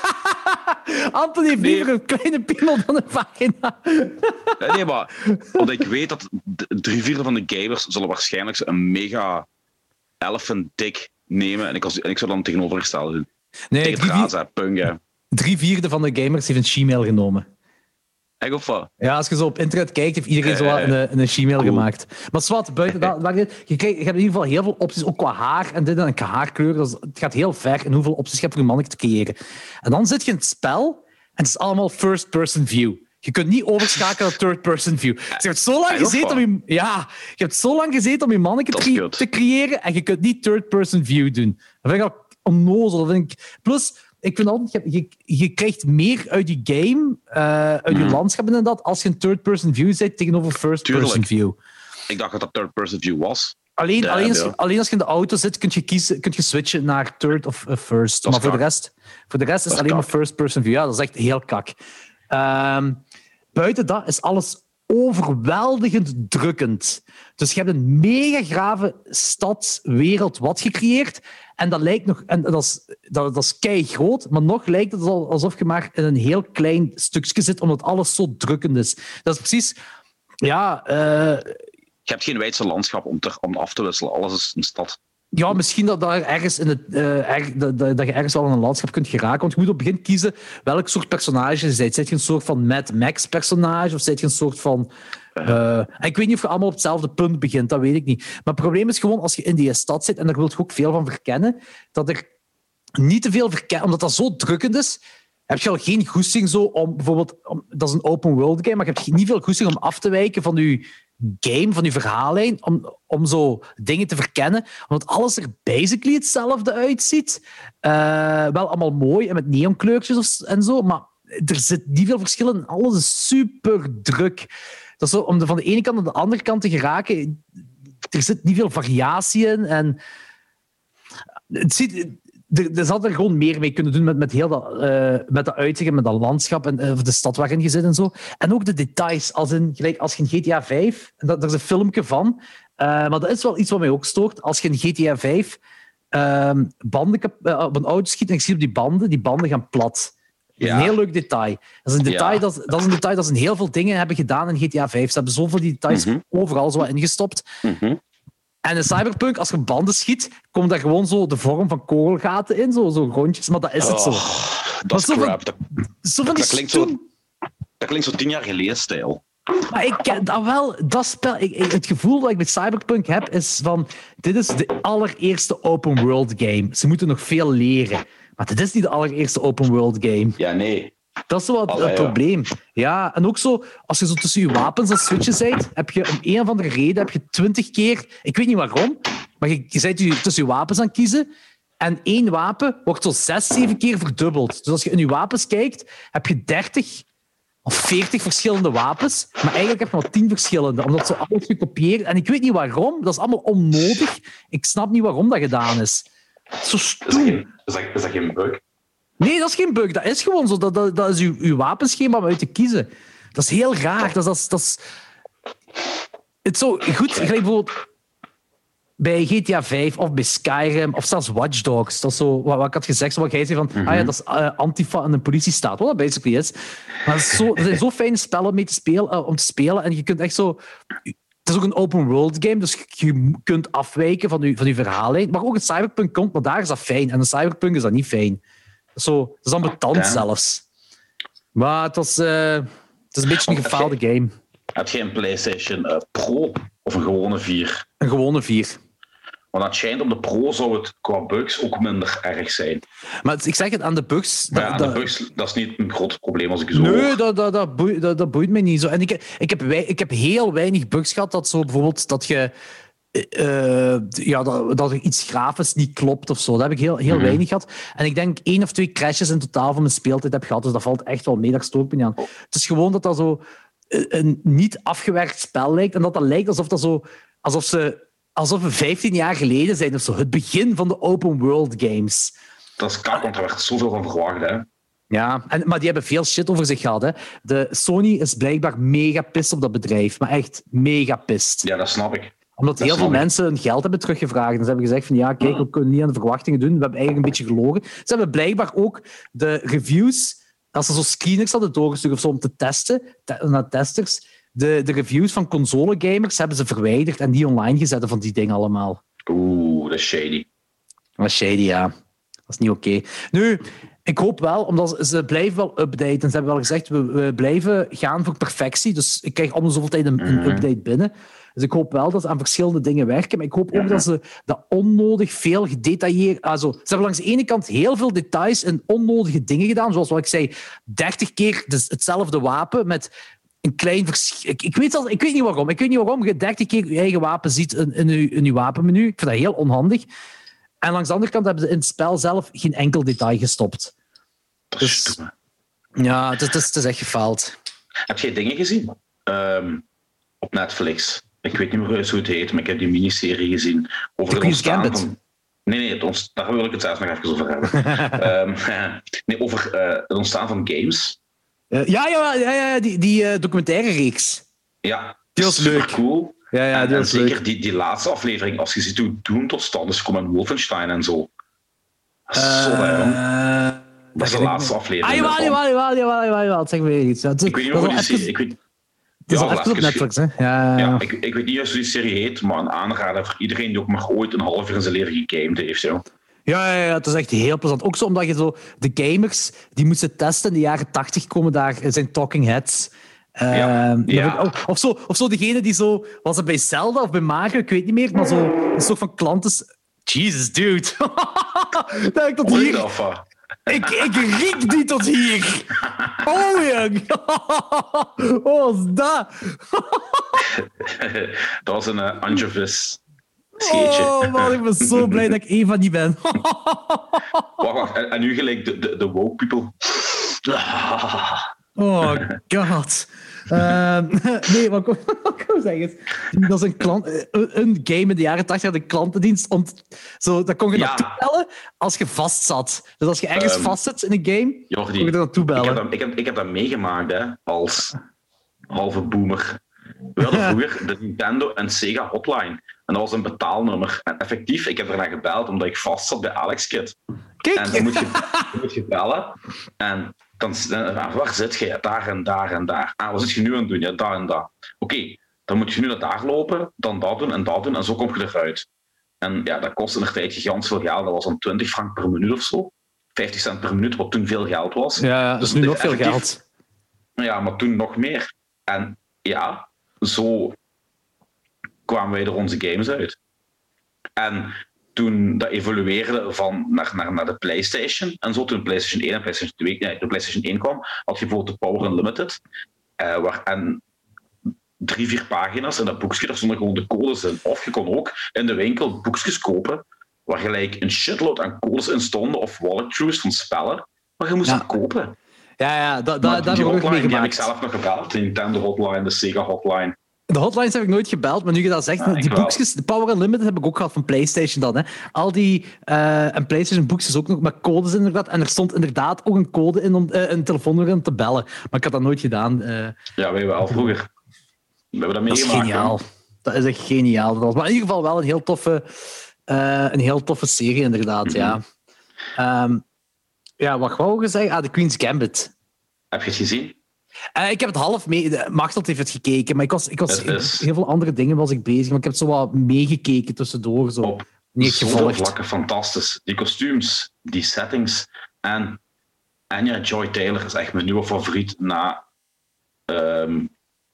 Anton heeft nee. liever een kleine piemel dan een vagina. Nee, maar want ik weet dat drie vierde van de gamers zullen waarschijnlijk een mega elephant dick nemen en ik, als, en ik zou dan tegenovergesteld doen. Nee, tegen drie, razen, punk, drie vierde van de gamers heeft een she-mail genomen. Echt of wat? Ja, als je zo op internet kijkt, heeft iedereen zo uh, een, een she-mail cool. gemaakt. Maar zwart, buiten dat, je, krijgt, je hebt in ieder geval heel veel opties, ook qua haar en dit en haarkleur. Dus het gaat heel ver in hoeveel opties je hebt voor je mannetje te creëren. En dan zit je in het spel en het is allemaal first-person view. Je kunt niet overschakelen naar third-person view. Dus je hebt zo lang gezeten om je, ja, je hebt zo lang gezeten om je mannetje te, te creëren en je kunt niet third-person view doen. Dat vind ik al onnozel. Vind ik. Plus, ik vind altijd, je, je krijgt meer uit je game, uh, uit je mm. landschap en dat, als je een third-person view zit tegenover first-person view. Ik dacht dat dat third-person view was. Alleen, de, alleen, als, de... alleen als je in de auto zit, kun je, kiezen, kun je switchen naar third of uh, first. Maar voor de, rest, voor de rest is het alleen kak. maar first-person view. Ja, dat is echt heel kak. Um, buiten dat is alles overweldigend drukkend. Dus je hebt een mega grave stad, wereld, wat gecreëerd. En dat lijkt nog, en dat is, dat, dat is kei groot, maar nog lijkt het alsof je maar in een heel klein stukje zit, omdat alles zo drukkend is. Dat is precies, ja. Uh, je hebt geen wijdse landschap om, te, om af te wisselen. Alles is een stad. Ja, misschien dat, dat, ergens in het, uh, er, dat, dat je ergens wel in een landschap kunt geraken. Want je moet op het begin kiezen welk soort personage je bent. Zet je een soort van Mad Max-personage of zet je een soort van... Uh, en ik weet niet of je allemaal op hetzelfde punt begint, dat weet ik niet. Maar het probleem is gewoon, als je in die stad zit, en daar wil je ook veel van verkennen, dat er niet te veel verkennen... Omdat dat zo drukkend is, heb je al geen goesting zo om... Bijvoorbeeld, om, dat is een open-world game, maar je hebt niet veel goesting om af te wijken van je game, van je verhaallijn, om, om zo dingen te verkennen. Omdat alles er basically hetzelfde uitziet. Uh, wel allemaal mooi en met neonkleurtjes en zo, maar er zit niet veel verschil in. Alles is super druk. Dat is zo, om de, van de ene kant naar de andere kant te geraken, er zit niet veel variatie in. En het ziet... Er, er zal er gewoon meer mee kunnen doen met, met, heel dat, uh, met dat uitzicht en met dat landschap en uh, de stad waarin je zit en zo. En ook de details. Als, in, gelijk als je een G T A vijf... Dat, daar is een filmpje van. Uh, maar dat is wel iets wat mij ook stoort. Als je een G T A vijf uh, banden uh, op een auto schiet en je ziet op die banden, die banden gaan plat. Dat is ja. een heel leuk detail. Dat is een detail, ja. dat, dat is een detail dat ze in heel veel dingen hebben gedaan in G T A vijf. Ze hebben zoveel die details mm-hmm. overal zo ingestopt. Mm-hmm. En in Cyberpunk, als je banden schiet, komt daar gewoon zo de vorm van kogelgaten in, zo, zo rondjes. Maar dat is het zo. Oh, dat is crap. Van, zo van dat, klinkt zo, dat klinkt zo tien jaar geleden stijl. Maar ik ken dat wel. Dat spel, ik, ik, het gevoel dat ik met Cyberpunk heb, is van... Dit is de allereerste open-world game. Ze moeten nog veel leren. Maar dit is niet de allereerste open-world game. Ja, nee. Dat is zo wat Allee, het probleem. Ja. ja, en ook zo, als je zo tussen je wapens aan het switchen bent, heb je om een of andere reden heb je twintig keer... Ik weet niet waarom, maar je, je bent tussen je wapens aan het kiezen en één wapen wordt zo zes, zeven keer verdubbeld. Dus als je in je wapens kijkt, heb je dertig of veertig verschillende wapens, maar eigenlijk heb je maar tien verschillende, omdat ze alles gekopieerd... En ik weet niet waarom, dat is allemaal onnodig. Ik snap niet waarom dat gedaan is. Zo stoem. Is dat geen, is dat, is dat geen bug? Nee, dat is geen bug. Dat is gewoon zo. Dat, dat, dat is uw, uw wapenschema om uit te kiezen. Dat is heel raar. Dat is... Dat is, dat is... Het is zo goed. Gelijk bijvoorbeeld... bij G T A vijf of bij Skyrim of zelfs Watch Dogs. Dat is zo, wat, wat ik had gezegd, zo wat jij zei van, mm-hmm. ah ja, dat is uh, Antifa en een politiestaat. Wat dat basically is. Maar het is zo, er zijn zo fijne spellen mee te spelen, uh, om te spelen en je kunt echt zo... Het is ook een open world game, dus je kunt afwijken van je, van je verhaallijn. Maar ook een Cyberpunk komt, maar daar is dat fijn. En een Cyberpunk is dat niet fijn. Dat is, zo, dat is ambetant okay. zelfs. Maar het, was, uh, het is een beetje een gefaalde game. Heb je een PlayStation uh, Pro of een gewone vier? Een gewone vier. Want het schijnt op de Pro zou het qua bugs ook minder erg zijn. Maar ik zeg het, aan de bugs... Maar ja, aan dat, de bugs, dat is niet een groot probleem als ik zo Nee, hoor. dat, dat, dat, boeit, dat, dat boeit me niet zo. En ik, ik, heb wij, ik heb heel weinig bugs gehad dat zo bijvoorbeeld dat je... Uh, ja, dat, dat er iets grafisch niet klopt of zo. Dat heb ik heel, heel mm-hmm. weinig gehad. En ik denk één of twee crashes in totaal van mijn speeltijd heb gehad. Dus dat valt echt wel mee, daar stoor ik me niet aan. Het is gewoon dat dat zo een niet afgewerkt spel lijkt. En dat dat lijkt alsof dat zo... Alsof ze... Alsof we vijftien jaar geleden zijn of zo. Het begin van de open world games. Dat is kak, want er werd zoveel van verwacht, hè. Ja, en, maar die hebben veel shit over zich gehad. Hè. De Sony is blijkbaar mega pist op dat bedrijf. Maar echt mega pist. Ja, dat snap ik. Omdat dat heel veel ik. mensen hun geld hebben teruggevraagd. En ze hebben gezegd van ja, kijk, we kunnen niet aan de verwachtingen doen. We hebben eigenlijk een beetje gelogen. Ze hebben blijkbaar ook de reviews... Als ze zo screeners hadden doorgestuurd of zo om te testen, te, naar testers... De, de reviews van console-gamers hebben ze verwijderd en die online gezet van die dingen allemaal. Oeh, dat is shady. Dat is shady, ja. Dat is niet oké. Okay. Nu, ik hoop wel, omdat ze, ze blijven wel updaten. Ze hebben wel gezegd, we, we blijven gaan voor perfectie. Dus ik krijg om de zoveel tijd een, een Mm-hmm. update binnen. Dus ik hoop wel dat ze aan verschillende dingen werken. Maar ik hoop ook Mm-hmm. dat ze dat onnodig veel gedetailleerd... Also, ze hebben langs de ene kant heel veel details en onnodige dingen gedaan. Zoals wat ik zei, dertig keer dus hetzelfde wapen met... Een klein verschil. Ik, ik, weet al, ik weet niet waarom. Ik weet niet waarom je dertig keer je eigen wapen ziet in, in, je, in je wapenmenu. Ik vind dat heel onhandig. En langs de andere kant hebben ze in het spel zelf geen enkel detail gestopt. Dus, ja, het is, het, is, het is echt gefaald. Heb jij dingen gezien? Um, op Netflix. Ik weet niet meer hoe het heet, maar ik heb die miniserie gezien. Over The het ontstaan Gambit. van... Nee, nee, het ontst... daar wil ik het zelfs nog even over hebben. um, nee, over uh, het ontstaan van games. Uh, ja, ja, ja, ja, die, die uh, documentaire reeks. Ja, die was leuk. Cool. Ja, ja, die en, was en zeker leuk. Die, die laatste aflevering, als je ziet hoe Doom tot stand is gekomen en Wolfenstein en zo. Dat is uh, zo, hè, dat is de laatste ik... aflevering. Ah, jawel, jawel, jawel, jawel, jawel, jawel. Zeg maar iets. Ja, is, ik weet niet hoe die serie... Ik weet... Het is ja, al even op Netflix, hè? Ja, ja ik, ik weet niet hoe die serie heet, maar een aanrader voor iedereen die ook maar ooit een half uur in zijn leven gegamed heeft. Zo. Ja, ja, ja, het is echt heel plezant. Ook zo omdat je zo... De gamers, die moesten testen in de jaren tachtig komen daar, zijn talking heads. Uh, ja, ja. Of, of, zo, of zo degene die zo... Was het bij Zelda of bij Mario? Ik weet niet meer, maar zo... Een soort van klanten... Jesus, dude. Dat heb ik tot hier... Ik, ik riek die tot hier. Oh, jong. Oh, wat is dat? Dat was een uh, anchovis scheetje. Oh, man, ik ben zo blij dat ik één van die ben. Wacht, wacht. En, en nu gelijk de, de, de woke people. Oh, god. Uh, nee, wat ik wil zeggen, dat is een, klant, een game in de jaren tachtig had een klantendienst. Om, zo, dat kon je ja. naartoe bellen als je vast zat. Dus als je ergens um, vast zit in een game, Jordi, kon je er naartoe bellen. Ik heb dat, ik heb, ik heb dat meegemaakt hè, als halve boomer. We hadden vroeger de Nintendo en Sega hotline. En dat was een betaalnummer. En effectief, ik heb er naar gebeld omdat ik vast zat bij Alex Kid. Kijk. En dan moet je, dan moet je bellen. En dan, waar zit je? Daar en daar en daar. Ah, wat zit je nu aan het doen? Ja, daar en daar. Oké, okay, dan moet je nu naar daar lopen, dan dat doen en dat doen. En zo kom je eruit. En ja, dat kostte in de tijd gigantisch veel geld. Dat was dan twintig frank per minuut of zo. vijftig cent per minuut, wat toen veel geld was. Ja, ja dus nu nog veel geld. Ja, maar toen nog meer. En ja, zo kwamen wij er onze games uit. En toen dat evolueerde van naar, naar, naar de PlayStation en zo, toen PlayStation één en PlayStation twee, nee, de PlayStation één kwam, had je bijvoorbeeld de Power Unlimited, uh, waar, en drie, vier pagina's en dat boekje, daar stonden gewoon de codes in. Of je kon ook in de winkel boekjes kopen, waar gelijk een shitload aan codes in stonden, of walkthroughs van spellen, maar je moest ja. dat kopen. Ja, ja, da, da, daar heb ik hotline, die heb ik zelf nog gebeld, de Nintendo hotline, de Sega hotline. De hotlines heb ik nooit gebeld, maar nu je dat zegt, ja, die boekjes, de Power Unlimited heb ik ook gehad van PlayStation dan. Hè. Al die uh, en PlayStation boekjes ook nog met codes inderdaad. En er stond inderdaad ook een code in om uh, een telefoonnummer in te bellen. Maar ik had dat nooit gedaan. Uh, ja, wij wel vroeger. We hebben dat meegemaakt. Dat is geniaal. Dat is echt geniaal. Maar in ieder geval wel een heel toffe, uh, een heel toffe serie, inderdaad. Mm-hmm. Ja. Um, ja, wat wou je zeggen? Ah, The Queen's Gambit. Heb je het gezien? Uh, ik heb het half mee... Machteld heeft het gekeken, maar ik was, ik was is... heel veel andere dingen was ik bezig. Maar ik heb het zo wat meegekeken tussendoor. Zo. Op niet zoveel vlakken fantastisch. Die kostuums, die settings en Anya Joy Taylor is echt mijn nieuwe favoriet na um,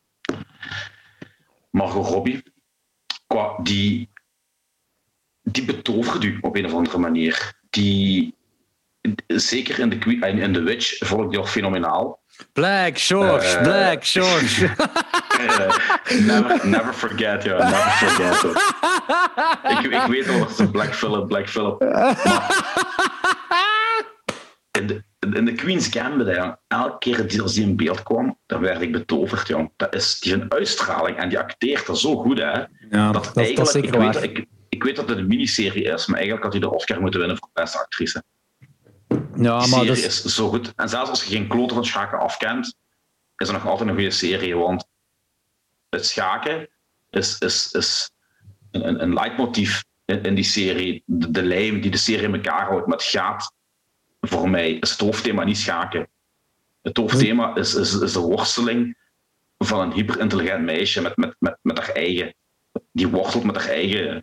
Margot Robbie. Qua die, die betovert u op een of andere manier. Die, zeker in The, in The Witch vond ik die al fenomenaal. Black George, uh, Black George. uh, never, never forget, ja. Never forget. ik, ik weet al dat het een Black Phillip, Black Phillip. In de, in de Queen's Gambit, ja, elke keer als die in beeld kwam, dan werd ik betoverd, jong. Dat is die een uitstraling en die acteert er zo goed, hè. Ja, dat, dat, dat is zeker ik waar. Weet, ik, ik weet dat het een miniserie is, maar eigenlijk had hij de Oscar moeten winnen voor beste actrice. Ja, die maar serie dus... is zo goed. En zelfs als je geen kloten van schaken afkent, is er nog altijd een goede serie. Want het schaken is, is, is een, een, een leidmotief in, in die serie. De, de lijm die de serie in elkaar houdt. Maar het gaat voor mij, is het hoofdthema niet schaken. Het hoofdthema is, is, is de worsteling van een hyperintelligent meisje met, met, met, met haar eigen... Die worstelt met haar eigen...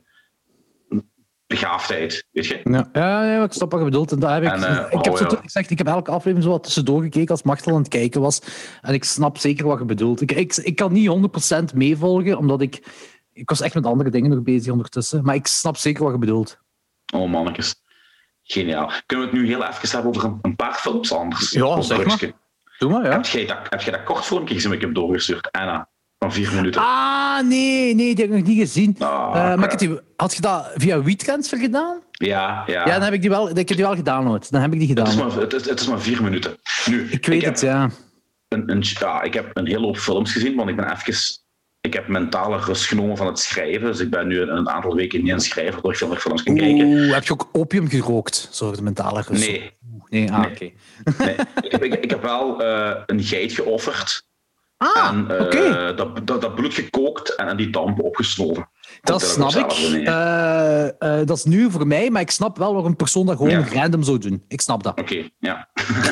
begaafdheid, weet je? Ja, ja, ja, ik snap wat je bedoelt. En daar heb ik, en, uh, ik, heb oh, zo, ja. ik, zeg, ik heb elke aflevering zo wat tussendoor gekeken als Machtel aan het kijken was. En ik snap zeker wat je bedoelt. Ik, ik, ik kan niet honderd procent meevolgen, omdat ik... Ik was echt met andere dingen nog bezig ondertussen. Maar ik snap zeker wat je bedoelt. Oh, mannetjes. Geniaal. Kunnen we het nu heel even hebben over een, een paar films anders? Ja, zeg maar. Doe maar, ja. Heb jij dat, heb jij dat kort filmpje gezien dat ik heb doorgestuurd? Anna. Van vier minuten. Ah, nee, nee, die heb ik nog niet gezien. Oh, uh, maar ik heb die, had je dat via WeTransfer gedaan? Ja, ja. Ja, dan heb ik die wel, ik heb die wel gedownload. Dan heb ik die gedaan. Het is maar, het is, het is maar vier minuten. Nu, ik weet ik het, ja. Een, een, ja. Ik heb een hele hoop films gezien, want ik ben even... Ik heb mentale rust genomen van het schrijven, dus ik ben nu een, een aantal weken niet aan het schrijven, waardoor ik veel meer films kan kijken. Oeh, heb je ook opium gerookt, zo de mentale rust? Nee. Nee, ah, nee. oké. Okay. Nee. ik, heb, ik, ik heb wel uh, een geit geofferd. Ah, en uh, okay. dat, dat, dat bloed gekookt en, en die dampen opgesnoven. Dat snap ik. Uh, uh, dat is nieuw voor mij, maar ik snap wel waarom een persoon dat gewoon ja. random zou doen. Ik snap dat. Oké, okay, ja.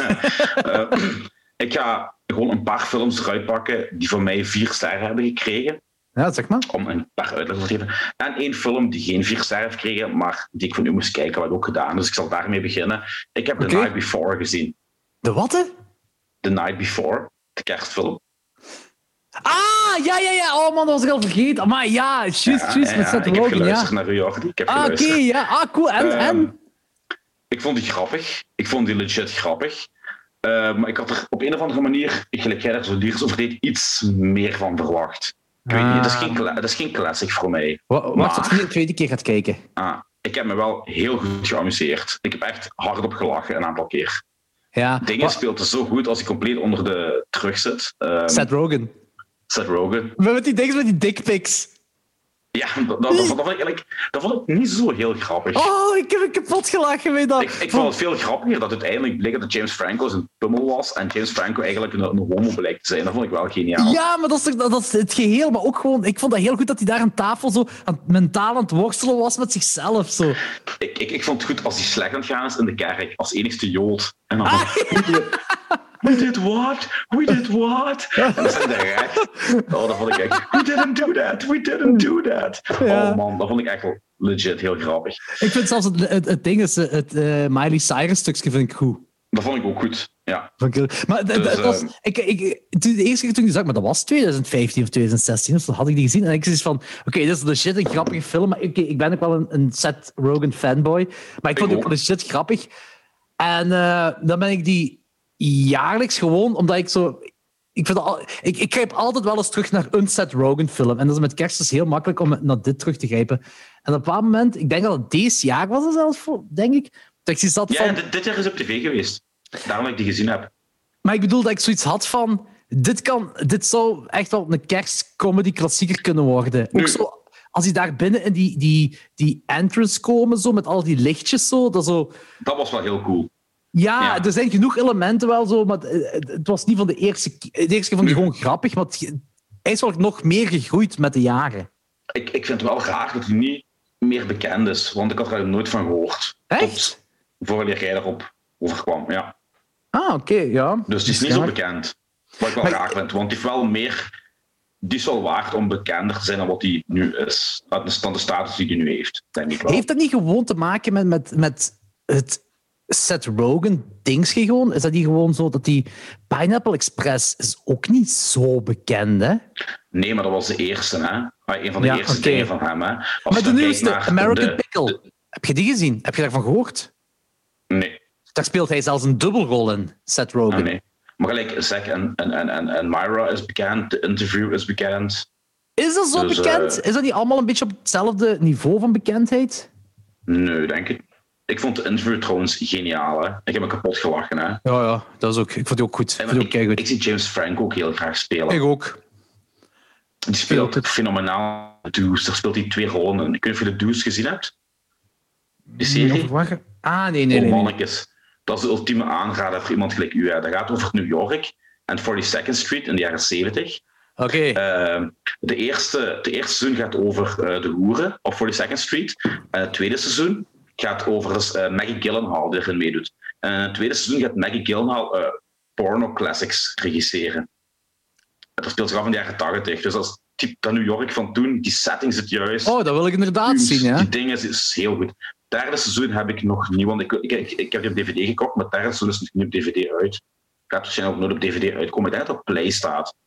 uh, ik ga gewoon een paar films eruit pakken die voor mij vier sterren hebben gekregen. Ja, zeg maar. Om een paar uitleg te geven. En één film die geen vier sterren heeft gekregen, maar die ik van u moest kijken, wat ik ook gedaan. Dus ik zal daarmee beginnen. Ik heb okay. The Night Before gezien. De wat, hè? The Night Before, de kerstfilm. Ah, ja, ja, ja. Oh man, dat was ik al vergeten. Maar ja, juist, juist. Ja, ja, met Seth Rogen, ik heb geluisterd ja. naar u, Jordi. Ik heb ah, oké, okay, ja. Ah, cool. En, um, en? Ik vond die grappig. Ik vond die legit grappig. Uh, maar ik had er op een of andere manier, gelijk jij daar zo liers over deed, iets meer van verwacht. Ik weet ah. niet, dat is, geen, dat is geen classic voor mij. Wacht maar, tot je de tweede keer gaat kijken. Ah, ik heb me wel heel goed geamuseerd. Ik heb echt hardop gelachen een aantal keer. Ja. Dingen speelt er zo goed als hij compleet onder de terug zit. Um, Seth Rogen. Seth Rogen. Met die dingen met die dickpics. Ja, dat, dat, dat, vond ik eigenlijk, dat vond ik niet zo heel grappig. Oh, ik heb een kapot gelachen met dat. Ik, ik vond het veel grappiger dat uiteindelijk bleek dat James Franco een pummel was en James Franco eigenlijk een, een homo bleek te zijn. Dat vond ik wel geniaal. Ja, maar dat is, dat is het geheel. Maar ook gewoon, ik vond dat heel goed dat hij daar aan tafel zo aan, mentaal aan het worstelen was met zichzelf. Zo. Ik, ik, ik vond het goed als hij slecht aan het gaan is in de kerk, als enigste Jood. En dan ah, ja. We did what? We did what? En dan zijn de recht. Oh, dat vond ik echt... We didn't do that. We didn't do that. Ja. Oh man, dat vond ik echt wel legit heel grappig. Ik vind zelfs het, het, het ding is, het uh, Miley Cyrus stukje vind ik goed. Dat vond ik ook goed, ja. Maar dus, dat was, uh, ik, ik, de eerste keer toen ik zag, maar dat was twintig vijftien of twintig zestien, dus dan had ik die gezien en ik zei van, oké, okay, dit is legit een grappige film, maar okay, ik ben ook wel een, een Seth Rogen fanboy, maar ik vond het ook legit grappig. En uh, dan ben ik die jaarlijks gewoon, omdat ik zo... Ik, vind al, ik, ik grijp altijd wel eens terug naar een Seth Rogen film. En dat is met kerst dus heel makkelijk om naar dit terug te grijpen. En op een bepaald moment, ik denk dat het deze jaar was, zelfs voor, denk ik. Dat ik zat ja, van, dit, dit jaar is op tv geweest. Daarom dat ik die gezien heb. Maar ik bedoel dat ik zoiets had van... Dit, kan, dit zou echt wel een kerstcomedy klassieker kunnen worden. Nu, ook zo, als die daar binnen in die, die, die entrance komen, zo, met al die lichtjes. Zo, dat, zo... dat was wel heel cool. Ja, ja, er zijn genoeg elementen wel zo, maar het, het was niet van de eerste keer. De eerste keer vond ik gewoon grappig, maar het, hij is wel nog meer gegroeid met de jaren. ik, ik vind het wel raar dat hij niet meer bekend is, want ik had er eigenlijk nooit van gehoord. Echt? Tot voordat jij daarop overkwam, ja. Ah, oké, okay, ja. Dus die is niet zo bekend. Wat ik wel maar, raar vind, want die heeft wel meer... Die is wel waard om bekender te zijn dan wat hij nu is. Dan de status die hij nu heeft, denk ik wel. Heeft dat niet gewoon te maken met, met, met het Seth Rogen-dingetje gewoon? Is dat niet gewoon zo dat die Pineapple Express is ook niet zo bekend, hè? Nee, maar dat was de eerste, hè? Een van de ja, eerste okay. dingen van hem, hè? Als maar de nieuwste, American de, Pickle, de... heb je die gezien? Heb je daarvan gehoord? Nee. Daar speelt hij zelfs een dubbelrol in, Seth Rogen. Ah, nee. Maar gelijk, Zack en, en, en, en Myra is bekend, de interview is bekend. Is dat zo dus, bekend? Uh, is dat niet allemaal een beetje op hetzelfde niveau van bekendheid? Nee, denk ik. Ik vond de interview trouwens geniaal. Hè? Ik heb me kapot gelachen. Hè? Ja, ja, dat is ook, ik vond die ook goed. Ik, ik, ik, ik zie James Franco ook heel graag spelen. Ik ook. Die speelt het fenomenaal. Deuce. Daar speelt hij twee rollen in. Ik weet niet of je de Deuce gezien hebt. Die serie? Ah, nee, nee, nee. Oh, mannetjes. Dat is de ultieme aanrader voor iemand gelijk u. Hè. Dat gaat over New York en forty-second Street in de jaren zeventig. Oké. Okay. Uh, de, eerste, de eerste seizoen gaat over uh, de hoeren op forty-second Street. En het tweede seizoen gaat over uh, Maggie Gyllenhaal die erin meedoet. En het tweede seizoen gaat Maggie Gyllenhaal uh, porno classics regisseren. Dat speelt zich af in de jaren tachtig. Dus dat is typ dat New York van toen. Die setting zit juist. Oh, dat wil ik inderdaad die, zien, ja. Die dingen is heel goed. Het derde seizoen heb ik nog niet, want ik, ik, ik, ik heb die op D V D gekocht, maar het derde seizoen is nog niet op D V D uit. Gaat waarschijnlijk ook nooit op D V D uitkomen. Ik denk dat het op Play staat.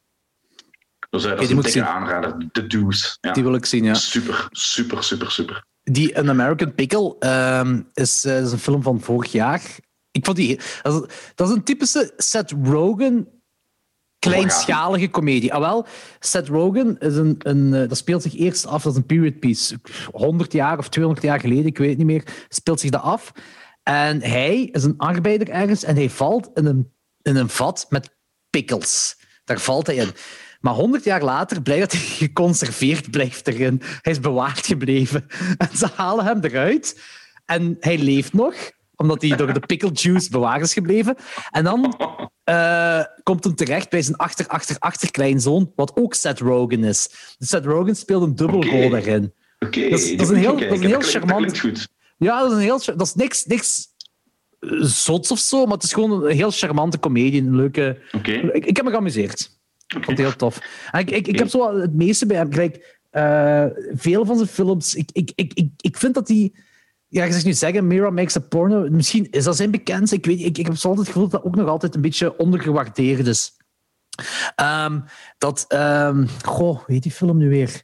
Dus uh, dat is een dikke aanrader. The Deuce. Ja. Die wil ik zien, ja. Super, super, super, super. Die An American Pickle um, is, uh, is een film van vorig jaar. Ik vond die... Dat is, dat is een typische Seth Rogen kleinschalige komedie. Ah, wel, Seth Rogen is een, een, uh, dat speelt zich eerst af, dat is een period piece. honderd jaar of tweehonderd jaar geleden, ik weet het niet meer, speelt zich dat af. En hij is een arbeider ergens en hij valt in een, in een vat met pickles. Daar valt hij in. Maar honderd jaar later blijkt dat hij geconserveerd blijft erin. Hij is bewaard gebleven. En ze halen hem eruit. En hij leeft nog, omdat hij door de pickle juice bewaard is gebleven. En dan uh, komt hij terecht bij zijn achter, achter, achterkleinzoon, wat ook Seth Rogen is. Dus Seth Rogen speelt een dubbelrol okay. daarin. Oké, okay. dat, dat is een heel, dat is een heel charmant... goed. Ja, dat is, een heel, dat is niks, niks zots of zo, maar het is gewoon een heel charmante comedie. Een leuke... Okay. Ik, ik heb me geamuseerd. Ik vond het heel tof. En ik, ik, ik heb zo het meeste bij hem. Kijk, uh, veel van zijn films... Ik, ik, ik, ik, ik vind dat hij... Ja, je zegt nu zeggen, Mira makes a porno. Misschien is dat zijn bekendste. Ik, weet, ik, ik heb zo altijd het gevoel dat dat ook nog altijd een beetje ondergewaardeerd is. Um, dat... Um, goh, hoe heet die film nu weer?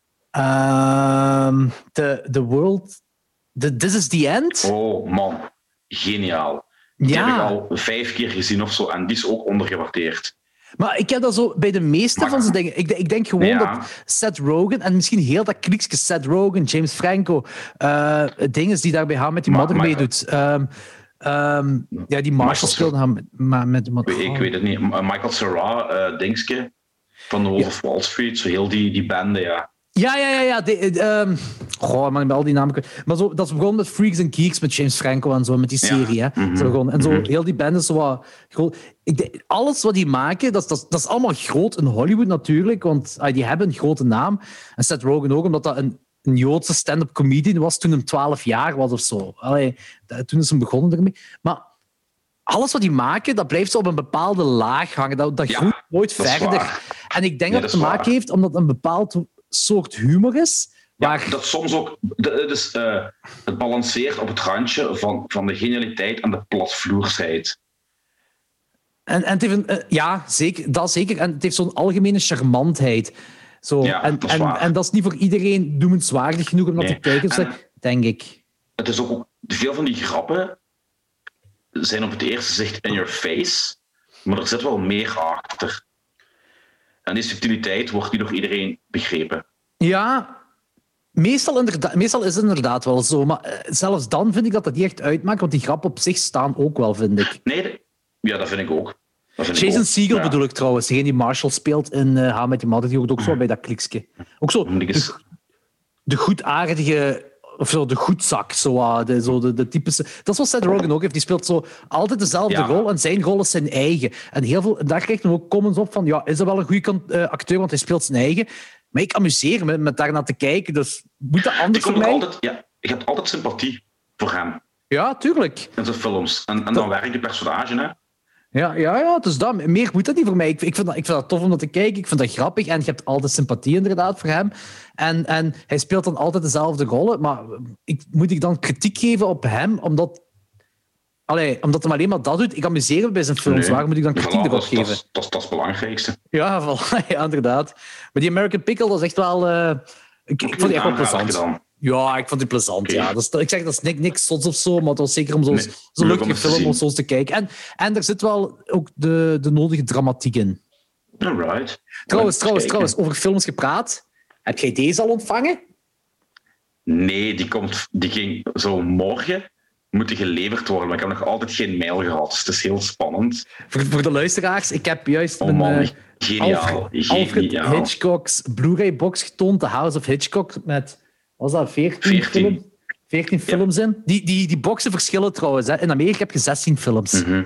Um, the, the World... The, This is the End? Oh, man. Geniaal. Die ja. heb ik al vijf keer gezien of zo. En die is ook ondergewaardeerd. Maar ik heb dat zo bij de meeste maar, van zijn dingen. Ik, ik denk gewoon ja. dat Seth Rogen, en misschien heel dat kliekje Seth Rogen, James Franco, uh, dingen die daarbij gaan met die Mother meedoet. Um, um, ja, die Marshall speelde gaan met, met, met Ik oh. weet het niet. Michael Cera, uh, Dingske, van The Wolf ja. of Wall Street, zo heel die, die bende, ja. Ja, ja, ja. ja. De, um, goh, maar ik ben al die namen... Maar zo, dat is begonnen met Freaks and Geeks, met James Franco en zo, met die serie. Ja. Hè. Mm-hmm. Zo begonnen. En zo, mm-hmm. heel die band is zo wat... Groot. Ik denk, alles wat die maken, dat, dat, dat is allemaal groot in Hollywood natuurlijk, want uh, die hebben een grote naam. En Seth Rogen ook, omdat dat een, een Joodse stand-up comedian was toen hij twaalf jaar was of zo. Allee, dat, toen is hij begonnen ermee. Maar alles wat die maken, dat blijft zo op een bepaalde laag hangen. Dat, dat groeit ja, nooit dat verder. En ik denk nee, dat het te maken heeft omdat een bepaald soort humor is. Waar... Ja, dat soms ook... Dus, uh, het balanceert op het randje van, van de genialiteit en de platvloersheid. En, en het heeft een, uh, ja, zeker, dat zeker. En het heeft zo'n algemene charmantheid. Zo. Ja, en, dat is en, waar. en dat is niet voor iedereen noemenswaardig genoeg om dat nee. te kijken, dus dat, denk ik. Het is ook... Veel van die grappen zijn op het eerste zicht in your face, maar er zit wel meer achter. En die subtiliteit wordt niet door iedereen begrepen. Ja, meestal, inderdaad, meestal is het inderdaad wel zo. Maar uh, zelfs dan vind ik dat dat niet echt uitmaakt, want die grappen op zich staan ook wel, vind ik. Nee, de, ja, dat vind ik ook. Dat vind Jason ik ook. Segel ja. bedoel ik trouwens. Degene die Marshall speelt in uh, How I Met Your Mother, die hoort ook zo bij dat kliksje. Ook zo de, de goedaardige... Of zo, de goedzak. Zo, de, zo de, de typische... Dat is wat Seth Rogen ook heeft. Die speelt zo altijd dezelfde ja. rol en zijn rol is zijn eigen. En heel veel, daar krijgt hij ook comments op van ja, is dat wel een goede uh, acteur, want hij speelt zijn eigen. Maar ik amuseer me met daarnaar te kijken, dus moet dat Ik anders voor vond ook mij? altijd, ja, je hebt altijd sympathie voor hem Ja, tuurlijk. in zijn films. En, en dan werkt die personage, hè. Ja, ja, ja, dus dat, meer moet dat niet voor mij. Ik, ik, vind dat, ik vind dat tof om dat te kijken. Ik vind dat grappig. En je hebt altijd sympathie inderdaad voor hem. En, en hij speelt dan altijd dezelfde rollen. Maar ik, moet ik dan kritiek geven op hem? Omdat, allee, omdat hij alleen maar dat doet. Ik amuseer me bij zijn films. Nee. Waarom moet ik dan Voilà, kritiek erop dat, is- dat, geven? is- dat, is- dat is het belangrijkste. Ja, voilà, ja, inderdaad. Maar die American Pickle, dat is echt wel... eh, ik, ik vond die echt wel plezant. Gedaan. Ja, ik vond die plezant. Oké. Ja. Dat is, ik zeg, dat is niks, niks zots of zo, maar het was zeker om zo'n Nee, zo'n leuk leuke om eens te film zien. om zo eens te kijken. En, en er zit wel ook de, de nodige dramatiek in. Alright. Trouwens, trouwens, Eens kijken. trouwens, over films gepraat. Heb jij deze al ontvangen? Nee, die, komt, die ging zo morgen moeten geleverd worden. Maar ik heb nog altijd geen mail gehad. Dus het is heel spannend. Voor, voor de luisteraars, ik heb juist Oh mijn, man, eh, geniaal. Alfred, Alfred Geniaal. Hitchcock's Blu-ray-box getoond, The House of Hitchcock, met wat was dat, veertien, veertien. Film, veertien films in. Die, die, die boxen verschillen trouwens. Hè. In Amerika heb je zestien films. Mhm.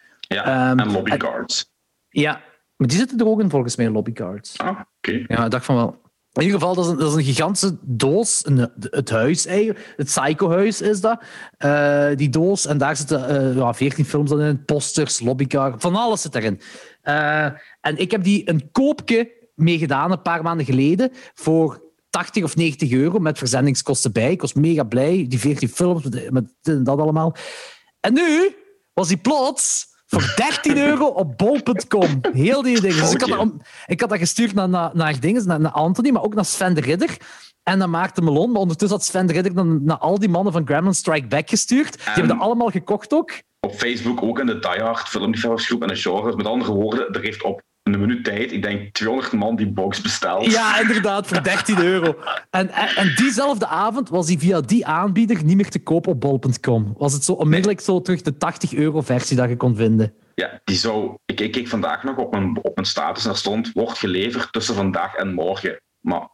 Ja, Ehm, en lobby en- cards. Ja, maar die zitten er ook in volgens mij, lobbycards. Ah, oké. Ja, ik dacht van wel. In ieder geval, dat is een, dat is een gigantische doos. Een, het huis eigenlijk. Het Psycho-huis is dat. Eh, die doos. En daar zitten eh, ja, veertien films dan in. Posters, lobbycar. Van alles zit erin. Eh, en ik heb die een koopje mee gedaan een paar maanden geleden. Voor tachtig of negentig euro. Met verzendingskosten bij. Ik was mega blij. Die veertien films. Met, met dit en dat allemaal. En nu was die plots... voor dertien euro op bol punt com. Heel die dingen. Dus ik had, dat, om- ik had dat gestuurd naar, naar, naar, dinges, naar, naar Anthony, maar ook naar Sven de Ridder en naar Maarten Melon. Maar ondertussen had Sven de Ridder dan naar al die mannen van Gremlin Strike Back gestuurd. Die hebben dat allemaal gekocht ook. Op Facebook ook in de Die Hard filmliefhebbersgroep en de genres. Met andere woorden, er heeft op een minuut tijd, ik denk tweehonderd man die box besteld. Ja, inderdaad, voor dertien euro. En, en, en diezelfde avond was die via die aanbieder niet meer te koop op bol punt com. Was het zo onmiddellijk zo terug de tachtig euro versie dat je kon vinden. Ja, die zou... Ik, ik keek vandaag nog op mijn, op mijn status en daar stond, wordt geleverd tussen vandaag en morgen. Maar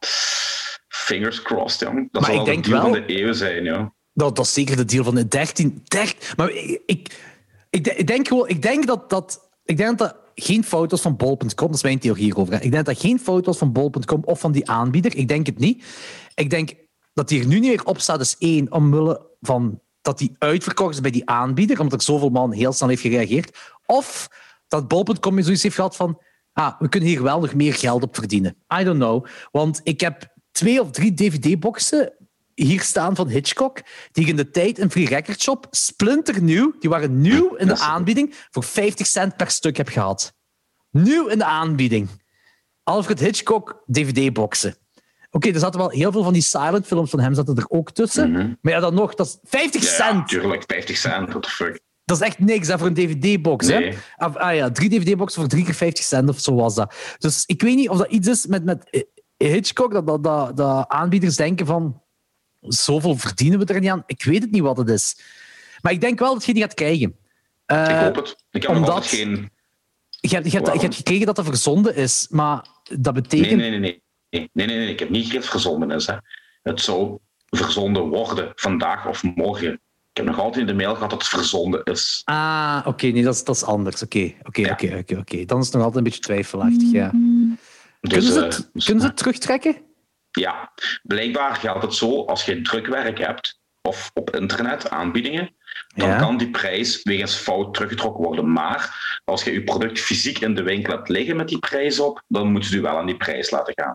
fingers crossed, jong. Dat Maar zal ik wel de denk deal wel- van de eeuw zijn, ja. Dat, dat is zeker de deal van de dertien. dertien maar ik, ik, ik, ik denk gewoon... Ik denk dat dat... Ik denk dat dat geen fout was van bol punt com. Dat is mijn theorie hierover. hè. Ik denk dat dat geen fout was van bol punt com of van die aanbieder. Ik denk het niet. Ik denk dat die er nu niet meer op staat, is één, omwille van dat die uitverkocht is bij die aanbieder, omdat er zoveel man heel snel heeft gereageerd. Of dat bol punt com zoiets heeft gehad van ah, we kunnen hier wel nog meer geld op verdienen. I don't know. Want ik heb twee of drie D V D-boxen hier staan van Hitchcock, die ik in de tijd in Free Record Shop, splinternieuw, die waren nieuw in de aanbieding, voor vijftig cent per stuk heb gehad. Nieuw in de aanbieding. Alfred Hitchcock D V D-boxen. Oké, er zaten wel heel veel van die silent films van hem zaten er ook tussen. Mhm. Maar ja, dan nog, dat is vijftig Ja, cent. tuurlijk, vijftig cent, what the fuck. Dat is echt niks hè, voor een D V D-box. Nee. Hè? Ah, ah ja, drie D V D-boxen voor drie keer vijftig cent of zo was dat. Dus ik weet niet of dat iets is met, met Hitchcock, dat, dat, dat, dat aanbieders denken van zoveel verdienen we er niet aan. Ik weet het niet wat het is. Maar ik denk wel dat je die gaat krijgen. Eh, Ik hoop het. Ik heb nog omdat- altijd geen... je, hebt, je, hebt, je Waarom? hebt gekregen dat dat verzonden is, maar dat betekent... Nee, nee, nee, nee. Nee, nee, nee, nee. Ik heb niet gekregen dat het verzonden is. Hè. Het zou verzonden worden, vandaag of morgen. Ik heb nog altijd in de mail gehad dat het verzonden is. Ah, oké, nee, dat is, dat is anders. Oké, oké, Ja. oké, oké, oké. Dan is het nog altijd een beetje twijfelachtig, ja. Dus, Kunnen ze eh, het, dus- kunnen ze het terugtrekken? Ja, blijkbaar geldt het zo, als je drukwerk hebt, of op internet, aanbiedingen, dan Ja. kan die prijs wegens fout teruggetrokken worden. Maar als je je product fysiek in de winkel hebt liggen met die prijs op, dan moeten ze u wel aan die prijs laten gaan.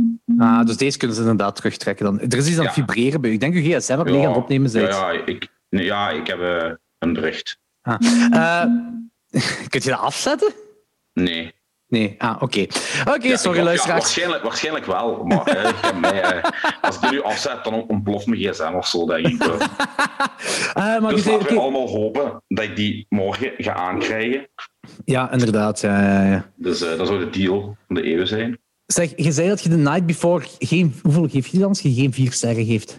Ah, dus deze kunnen ze inderdaad terugtrekken dan. Er is iets aan het Ja. vibreren bij u. Ik denk u gsm wat mee aan het opnemen ja, bent. ja, ik, nee, ja, ik heb eh, een bericht. Ah. Eh, kun je dat afzetten? Nee. Nee. Ah, oké. Oké, Ja, sorry, ik- ja, luisteraars. waarschijnlijk, waarschijnlijk wel, maar eh, ik heb mij, eh, als ik die nu afzet, dan ontploft mijn gsm of zo, denk ik. Eh, maar Dus je zei- laten we oké. allemaal hopen dat ik die morgen ga aankrijgen. Ja, inderdaad. Ja, ja, ja. Dus eh, dat zou de deal van de eeuw zijn. Zeg, je zei dat je de Night Before geen... Hoeveel geef je dan als je geen vier sterren geeft?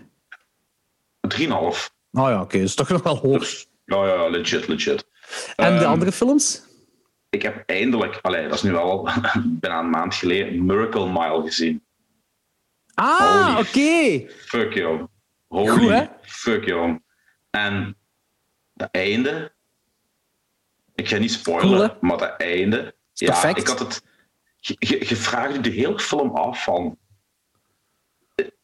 drie komma vijf. Oh ja, oké. Dat is toch nog wel hoog. Dus, ja, ja, legit, legit. En de Ehm, andere films? Ik heb eindelijk, allee, dat is nu wel al bijna een maand geleden, Miracle Mile gezien. Ah, holy oké. Fuck, joh. Holy Goed, hè? fuck, joh. En het einde... Ik ga niet spoilen, Cool, hè? maar het einde... Ja, perfect. ik had het... Je, je, je vraagt je de hele film af van...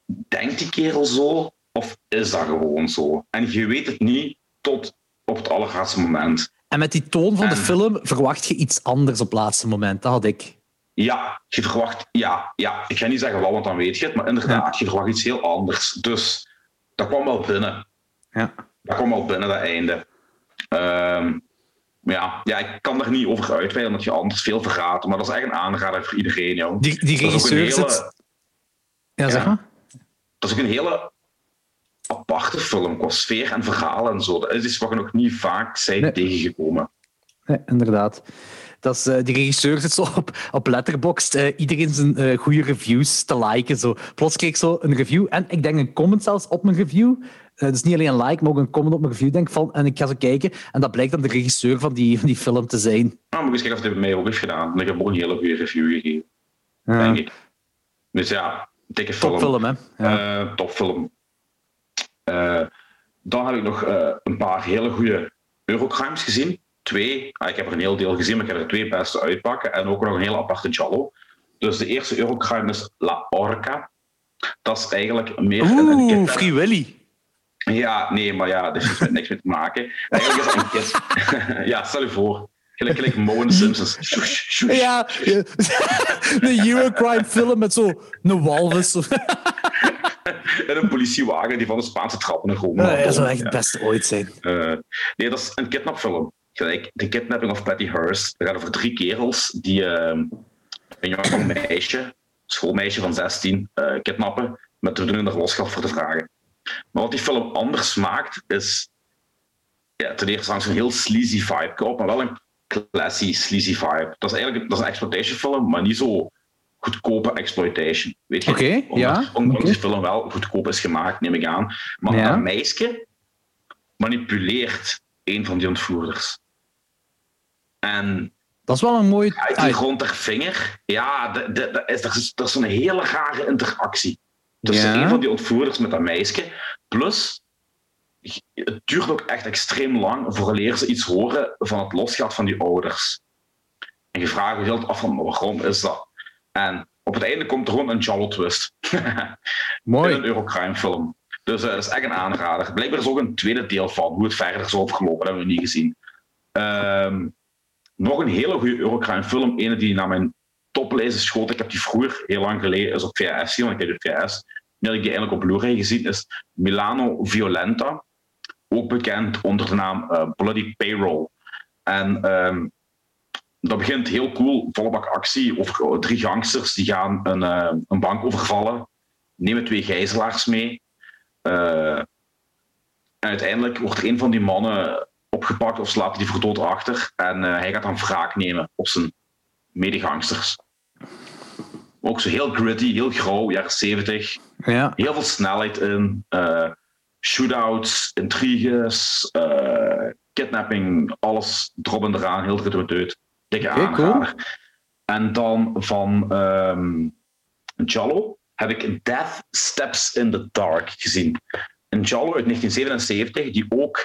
denkt die kerel zo? Of is dat gewoon zo? En je weet het niet tot op het allerlaatste moment. En met die toon van en, de film verwacht je iets anders op het laatste moment. Dat had ik. Ja, je verwacht... Ja, ja, ik ga niet zeggen wel, want dan weet je het. Maar inderdaad, ja. je verwacht iets heel anders. Dus dat kwam wel binnen. Ja. Dat kwam wel binnen, dat einde. Um, ja, ja, ik kan er niet over uitweiden, omdat je anders veel verraadt. Maar dat is echt een aanrader voor iedereen, joh. Die, die regisseur hele... zit... Ja, zeg maar. Dat is ook een hele aparte film, qua sfeer en verhaal en zo. Dat is iets wat je nog niet vaak zijn nee. tegengekomen. Nee, inderdaad. Dat is, uh, die regisseur zit zo op, op Letterboxd uh, iedereen zijn uh, goede reviews te liken. Zo. Plots kreeg ik zo een review en ik denk een comment zelfs op mijn review. Uh, dus niet alleen een like, maar ook een comment op mijn review. Denk van, en ik ga zo kijken en dat blijkt dan de regisseur van die, van die film te zijn. Nou, moet eens kijken of hij bij mij ook heeft gedaan. En ik heb ook een hele goede review gegeven. Ja. Denk ik. Dus ja, dikke film. Topfilm, hè? Ja. Uh, topfilm. Uh, dan heb ik nog uh, een paar hele goede Eurocrimes gezien. Twee. Ah, ik heb er een heel deel gezien, maar ik heb er twee beste uitpakken. En ook nog een heel aparte giallo. Dus de eerste Eurocrime is La Orca. Dat is eigenlijk meer... Oeh, een, een Free Willy. Ja, nee, maar ja, dat heeft niks mee te maken. Eigenlijk is dat een kid. Ja, stel je voor. Gelijk, gelijk Mo en de Simpsons. Shush, shush. Ja, ja. De Eurocrime film met zo een walvis. En een politiewagen die van de Spaanse trappen naar Rome. Ja, dat zou echt het beste ooit zijn. Uh, nee, dat is een kidnapfilm. Gelijk, The Kidnapping of Patty Hearst. Het gaat over drie kerels die uh, een jong meisje, schoolmeisje van zestien, uh, kidnappen met de bedoeling er losgeld voor te vragen. Maar wat die film anders maakt, is ja, ten eerste langs een heel sleazy vibe koop, maar wel een classy sleazy vibe. Dat is eigenlijk dat is een exploitation film, maar niet zo goedkope exploitation. Weet je? Oké, okay, ja. Omdat okay. die film wel goedkoop is gemaakt, neem ik aan. Maar ja. dat meisje manipuleert een van die ontvoerders. En dat is wel een mooie... Uit die rond haar vinger. Ja, de, de, de, is, er is, er is zo'n hele rare interactie tussen ja. een van die ontvoerders met dat meisje. Plus, het duurt ook echt extreem lang vooraleer ze iets horen van het losgeld van die ouders. En je vraagt je heel af van, waarom is dat? En op het einde komt er gewoon een giallo twist. Mooi. In een Eurocrime film. Dus uh, dat is echt een aanrader. Blijkbaar is ook een tweede deel van hoe het verder is opgelopen. Dat hebben we niet gezien. Um, nog een hele goede Eurocrime film. Ene die naar mijn toplijst schoot. Ik heb die vroeger, heel lang geleden, is op V H S gezien. Want ik heb de V H S. Nu heb ik die eigenlijk op Blu-ray gezien. Is Milano Violenta. Ook bekend onder de naam uh, Bloody Payroll. En um, dat begint heel cool. Volle bak actie over oh, drie gangsters. Die gaan een, uh, een bank overvallen. Nemen twee gijzelaars mee. Uh, en uiteindelijk wordt er een van die mannen opgepakt of slaat die voor dood achter. En uh, hij gaat dan wraak nemen op zijn medegangsters. Ook zo heel gritty, heel grauw, jaren zeventig. Ja. Heel veel snelheid in. Uh, shootouts, intriges, uh, kidnapping, alles erop en eraan. Heel gedood. Dikke okay, aanrader. Cool. En dan van um, giallo heb ik Death Steps in the Dark gezien. Een giallo uit negentien zevenenzeventig, die ook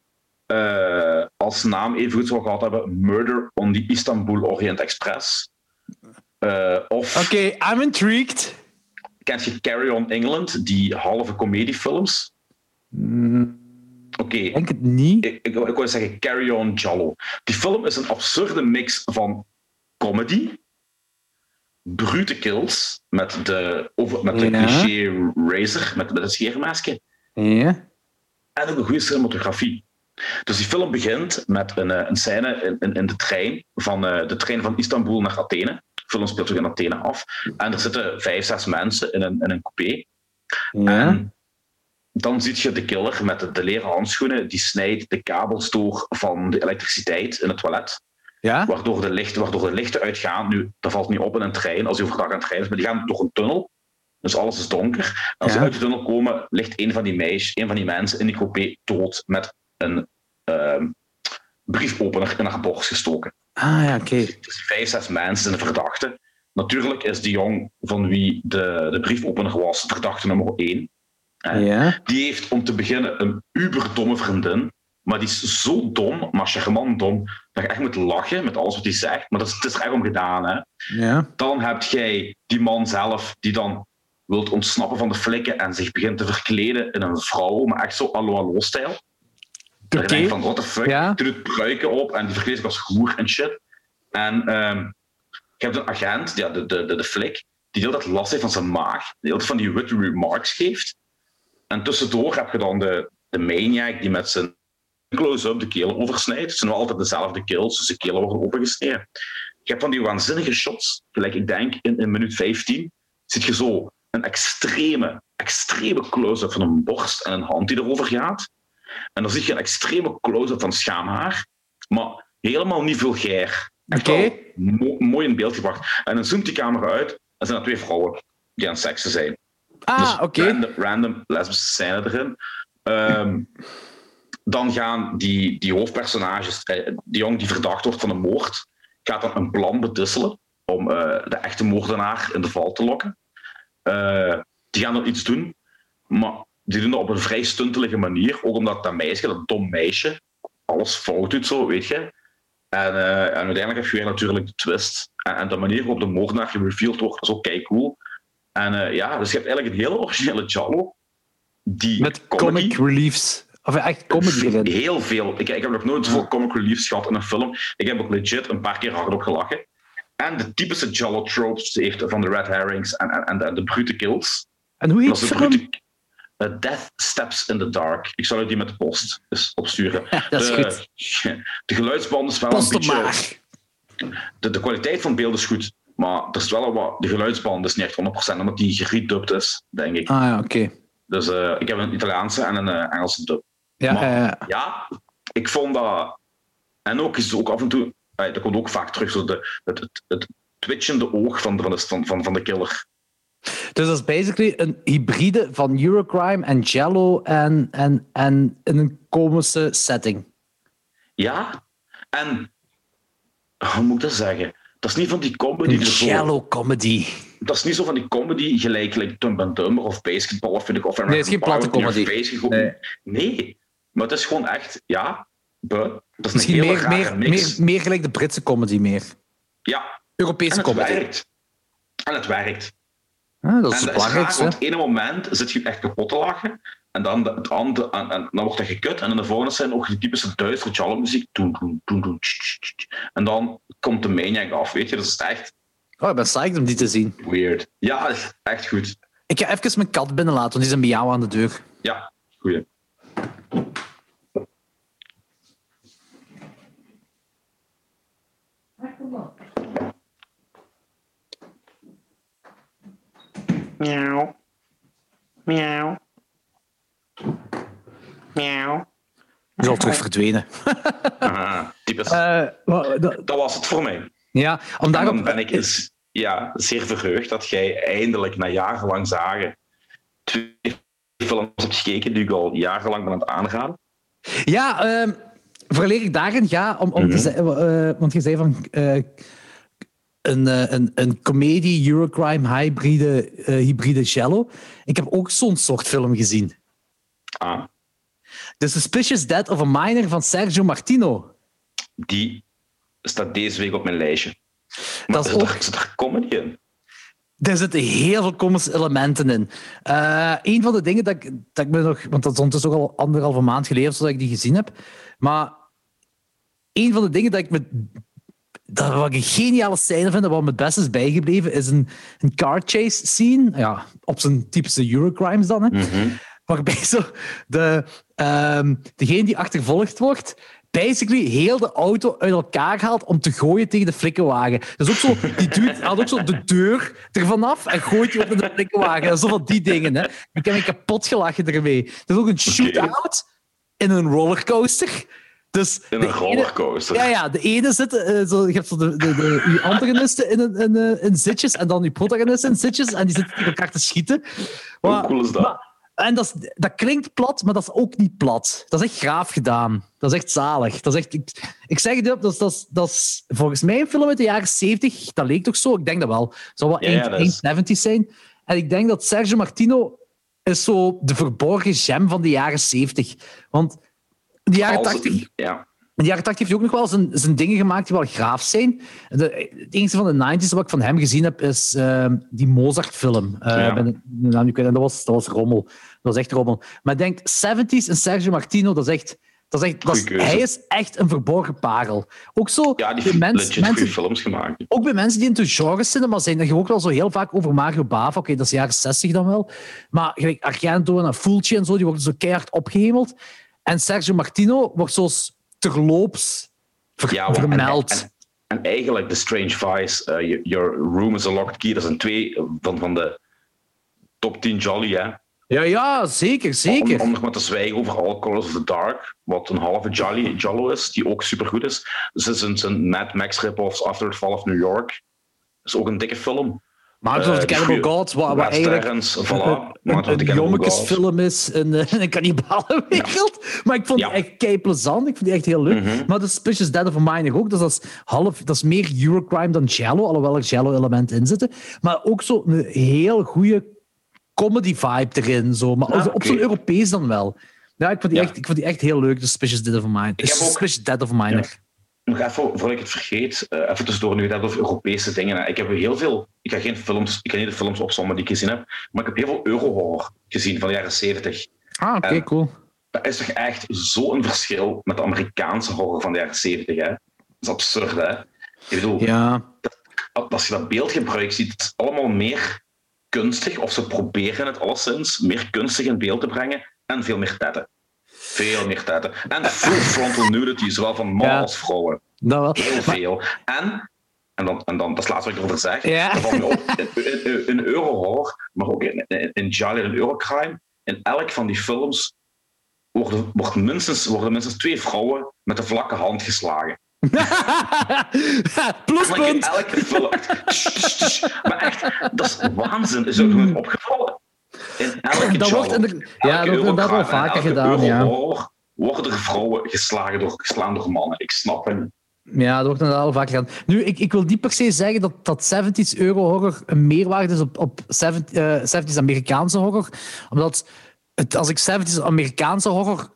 uh, als naam even goed zou gehad hebben, Murder on the Istanbul Orient Express. Uh, of... Oké, okay, I'm intrigued. Kent je Carry On England, die halve comediefilms? Mm, Oké. Okay. Ik denk het niet. Ik, ik, ik wil zeggen Carry On Giallo. Die film is een absurde mix van comedy, brute kills met de, over, met de ja. cliché razor, met, met het scheermesje. Ja. En ook een goede cinematografie. Dus die film begint met een, een scène in, in, in de trein, van uh, de trein van Istanbul naar Athene. De film speelt zich in Athene af. En er zitten vijf, zes mensen in een, in een coupé. Ja. En dan zie je de killer met de, de leren handschoenen, die snijdt de kabels door van de elektriciteit in het toilet. Ja? Waardoor, de lichten, waardoor de lichten uitgaan. Nu, dat valt niet op in een trein, als je overdag aan het rijden is, maar die gaan door een tunnel. Dus alles is donker. En als ja. ze uit de tunnel komen, ligt een van die meisjes, een van die mensen in die coupé dood met een uh, briefopener in haar borst gestoken. Ah ja, oké. Okay. Dus vijf, zes mensen zijn de verdachte. Natuurlijk is die jong van wie de, de briefopener was, verdachte nummer één. Ja. Die heeft om te beginnen een uberdomme vriendin. Maar die is zo dom, maar charmant dom, dat je echt moet lachen met alles wat hij zegt. Maar dat is, het is er echt om gedaan. Hè? Ja. Dan heb jij die man zelf, die dan wilt ontsnappen van de flikken en zich begint te verkleden in een vrouw, maar echt zo allo-allo-stijl. Dat je denkt van, what the fuck? Ja. Die doet pruiken op en die verkleedt zich als hoer en shit. En um, je hebt een agent, ja, de, de, de, de flik, die de hele tijd last heeft van zijn maag, die de hele tijd van die witty remarks geeft. En tussendoor heb je dan de, de maniac die met zijn close-up de keel oversnijdt. Het zijn wel altijd dezelfde kills, dus de kelen worden opengesneden. Je hebt van die waanzinnige shots, gelijk ik denk in, in minuut vijftien, zie je zo een extreme, extreme close-up van een borst en een hand die erover gaat. En dan zie je een extreme close-up van schaamhaar, maar helemaal niet vulgair. Echt okay. wel mo- mooi in beeld gebracht. En dan zoomt die camera uit en zijn er twee vrouwen die aan het seksen zijn. Ah, dus oké. Okay. Random, random lesbische scène erin. Um, dan gaan die, die hoofdpersonages, die jong die verdacht wordt van een moord, gaat dan een plan bedisselen om uh, de echte moordenaar in de val te lokken. Uh, die gaan dan iets doen, maar die doen dat op een vrij stuntelige manier, ook omdat dat meisje, dat dom meisje, alles fout doet, zo, weet je. En, uh, en uiteindelijk heb je weer natuurlijk de twist. En, en de manier waarop de moordenaar gereveeld wordt, is ook kei cool. En uh, ja, dus je hebt eigenlijk een hele originele Giallo. Die met comic reliefs. Of echt comedy erin. Heel veel. Ik, ik heb nog nooit zoveel comic reliefs gehad in een film. Ik heb ook legit een paar keer hardop gelachen. En de typische Giallo tropes heeft van de red herrings en, en, en, de, en de brute kills. En hoe heet het brute... uh, Death Steps in the Dark. Ik zal u die met de post dus opsturen. Ja, dat is de, goed. De geluidsband is wel post een beetje... Maar. De, de kwaliteit van het beeld is goed. Maar er is wel al wat... De geluidsband is niet echt honderd procent, omdat die geredubbed is, denk ik. Ah ja, oké. Okay. Dus uh, ik heb een Italiaanse en een uh, Engelse dub. Ja, maar, uh, ja, ik vond dat... En ook is het ook af en toe... Uh, dat komt ook vaak terug, zo de, het, het, het twitchende oog van, van, van, van de killer. Dus dat is basically een hybride van Eurocrime en Giallo en, en, en in een komische setting. Ja, en... Hoe moet ik dat zeggen? Dat is niet van die comedy... Een Giallo-comedy. Dat is niet zo van die comedy gelijk like Dumb and Dumber of Basketball of vind ik of... Nee, het is geen platte comedy. Nee. nee, maar het is gewoon echt... Ja, buh, dat is misschien een hele meer, rare meer, mix. Meer, meer gelijk de Britse comedy meer. Ja. Europese en het comedy. Werkt. En het werkt. Ah, dat is en het belangrijkste. Want op het ene moment zit je echt kapot te lachen en dan, de, het andere, en, en dan wordt dat gekut en in de volgende zijn ook die typische duistere Giallo-muziek. Doen, doen, doen, doen, en dan komt de maniac af, weet je. Dat is echt... Oh, ik ben psyched om die te zien. Weird. Ja, dat is echt goed. Ik ga even mijn kat binnenlaten, want die is bij jou aan de deur. Ja, goeie. Miauw. Miauw. Miauw. Die is al terug verdwenen. Aha, typisch. Uh, well, dat... dat was het voor mij. Ja, om daarop... dan ben ik is, ja, zeer verheugd dat jij eindelijk na jarenlang zagen twee films hebt gekeken die ik al jarenlang ben aan het aanraden. Ja, uh, vooraleer ik daarin ga, om, om mm-hmm. te zeggen, uh, want je zei van uh, een, uh, een, een comedie, Eurocrime, hybride, uh, hybride Giallo. Ik heb ook zo'n soort film gezien. Ah. The Suspicious Death of a Minor van Sergio Martino. Die staat deze week op mijn lijstje. Maar dat is zit, ook... er, zit er comedy in? Er zitten heel veel komische elementen in. Uh, een van de dingen dat ik, dat ik me nog... Want dat is ondertussen ook al anderhalve maand geleden zodat ik die gezien heb. Maar een van de dingen dat ik me... Dat wat ik een geniale scène vind, wat me het best is bijgebleven, is een, een car chase scene. Ja, op zijn typische Eurocrimes dan. Hè. Mm-hmm. Waarbij zo de, um, degene die achtervolgd wordt, basically heel de auto uit elkaar haalt om te gooien tegen de flikkenwagen. Dus ook zo, die dude haalt ook zo de deur ervan af en gooit die op de flikkenwagen. Zo van die dingen. Hè. Ik heb me kapot gelachen ermee. Er is ook een shootout in een rollercoaster. Dus in een rollercoaster? Ene, ja, ja, de ene zit... Uh, zo, je hebt zo de, de, de, de antagonisten in, in, in, in zitjes en dan je protagonisten in zitjes en die zitten tegen elkaar te schieten. Maar, hoe cool is dat? Maar, en dat, is, dat klinkt plat, maar dat is ook niet plat. Dat is echt graaf gedaan. Dat is echt zalig. Dat is echt, ik, ik zeg het op, dat is, dat, is, dat is volgens mij een film uit de jaren zeventig. Dat leek toch zo? Ik denk dat wel. Het zou wel ja, eind zeventig zijn. En ik denk dat Sergio Martino is zo de verborgen gem van de jaren zeventig. Want in de jaren tachtig... Ja. In de jaren tachtig heeft hij ook nog wel zijn, zijn dingen gemaakt die wel graaf zijn. De, het enige van de negentig wat ik van hem gezien heb, is uh, die Mozart-film. Uh, Ja. ben de naam niet kwijt. En dat was, dat was rommel. Dat was echt rommel. Maar ik denk, zeventig en Sergio Martino, dat is echt... Dat is echt dat is, Goeie keuze. hij is echt een verborgen parel. Ook zo... Ja, die bij heeft mens- legit mensen, goede films gemaakt. ook bij mensen die in het genre cinema zijn, dan je ook wel zo heel vaak over Mario Bava. Oké, okay, dat is jaren zestig dan wel. Maar gelijk Argento en Fulci en zo, die worden zo keihard opgehemeld. En Sergio Martino wordt zo terloops ver- Ja, want- vermeld. En, en, en eigenlijk, The Strange Vice, uh, Your- Your Room is a Locked Key, dat zijn twee van, van de top tien Jolly, hè. Ja, ja, zeker, zeker. Om, om nog maar te zwijgen over All Colors of the Dark, wat een halve Jolly, Jollo is, die ook supergoed is. Dus het is een, zijn Mad Max rip-offs After the Fall of New York. Dat is ook een dikke film. Maakt of Eh, the die Cannibal goeie Gods, wat, wat Wes eigenlijk Terrence, voilà. een, Maakt een, of the een Cannibal jommekesfilm is in uh, een kannibalenwereld. Maar ik vond Ja. die echt kei plezant. Ik vond die echt heel leuk. Mhm. Maar de Suspicious Dead of Mine ook. Dus dat is, half, dat is meer Eurocrime dan Giallo, alhoewel er Giallo-elementen in zitten. Maar ook zo een heel goede comedy-vibe erin. Zo. Maar Ah, op oké. zo'n Europees dan wel. Ja, ik vond die, Ja. echt, ik vond die echt heel leuk, de Suspicious Dead of Mine. Ik heb ook- Suspicious Dead of Mine. Ja. Nog even, voordat ik het vergeet, uh, even tussendoor, nu je het hebt over Europese dingen. Hè. Ik heb heel veel, ik ga geen films, ik ga niet de films opzommen die ik gezien heb, maar ik heb heel veel Eurohorror gezien van de jaren zeventig. Ah, oké, En- cool. Dat is toch echt zo'n verschil met de Amerikaanse horror van de jaren zeventig, hè? Dat is absurd, hè? Ik bedoel, Ja. als je dat beeldgebruik ziet, het is allemaal meer kunstig, of ze proberen het alleszins meer kunstig in beeld te brengen, en veel meer tetten. Veel meer tetten. En full frontal nudity, zowel van mannen Ja. als vrouwen. Dat wel. Heel veel. En, en, dan, en dan, dat is het laatste wat ik erover zeg, Ja. dat valt me op, in, in, in Eurohorror, maar ook in, in, in Jolly en Eurocrime, in elk van die films worden, wordt minstens, worden minstens twee vrouwen met een vlakke hand geslagen. Maar in Pluspunt! elke film. Maar echt, dat is waanzin. Is ook nooit opgevallen. In elke Dat wordt genre, inderdaad- ja, elke dat wordt inderdaad wel Eurocrime en vaker elke gedaan, ja. Eurohorror worden er vrouwen geslagen door, geslaan door mannen. Ik snap het niet. Ja, dat wordt inderdaad al vaak gedaan. Nu, ik, ik wil niet per se zeggen dat, dat zeventig euro horror een meerwaarde is op, op zeventig, uh, zeventig Amerikaanse horror. Omdat het, als ik zeventig Amerikaanse horror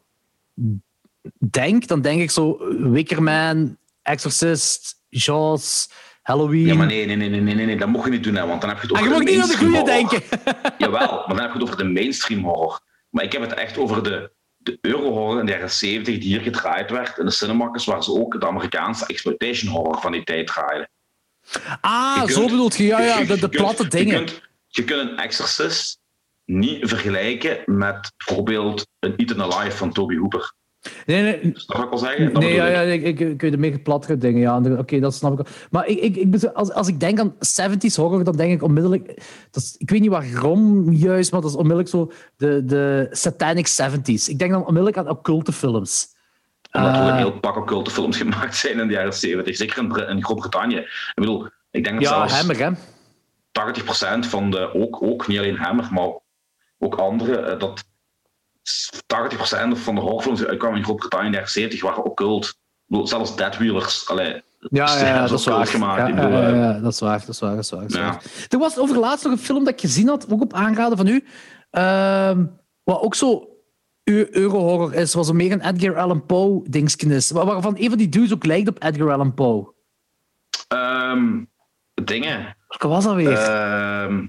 denk, dan denk ik zo Wickerman, Exorcist, Jaws, Halloween. Ja, maar nee, nee, nee, nee, nee, nee, dat mag je niet doen, hè, want dan heb je het Ah, over je mag de niet aan de goede mainstream horror. denken. Jawel, maar dan heb je het over de mainstream horror. Maar ik heb het echt over de, de euro-horror in de jaren zeventig die hier gedraaid werd in de cinemakers, waar ze ook de Amerikaanse exploitation horror van die tijd draaiden. Ah, Je kunt- zo bedoelt je. Ja, ja, de, de je kunt- platte je dingen. kunt- Je kunt een Exorcist niet vergelijken met bijvoorbeeld een Eaten Alive van Toby Hooper. Nee, nee, Snap wat ik al zeggen? Dat nee, ja, bedoel ja, ik. ik, ik, ik weet de meer plattere dingen. Ja, oké, okay, dat snap ik wel. Maar ik, ik, ik, bedoel, als, als ik denk aan zeventig horror, dan denk ik onmiddellijk... Dat is, ik weet niet waarom juist, maar dat is onmiddellijk zo de, de satanic seventies. Ik denk dan onmiddellijk aan occulte films. Omdat er Eh, een heel pak occulte films gemaakt zijn in de jaren zeventig. Zeker in, Br- in Groot-Brittannië. Ik bedoel, ik denk dat Ja, zelfs Hammer, hè. tachtig procent van de... Ook, ook niet alleen Hammer, maar ook andere... Dat tachtig procent van de horrorfilms die uitkwamen in Groot-Brittannië in de jaren zeventig waren occult. Ik bedoel, zelfs Deadwheelers. Allee, Ja, ja, ja, dat is waar. gemaakt. Ja, Ik bedoel, ja, eh, ja, dat is waar, dat is waar, dat is waar. Dat is Ja. waar. Er was overlaatst nog een film dat ik gezien had, ook op aanraden van u, ehm, wat ook zo eu- Euro-horror is, was zo meer een Edgar Allan Poe dingetje is, waar- waarvan een van die dudes ook lijkt op Edgar Allan Poe. ehm, dingen. Welke was dat weer? Ehm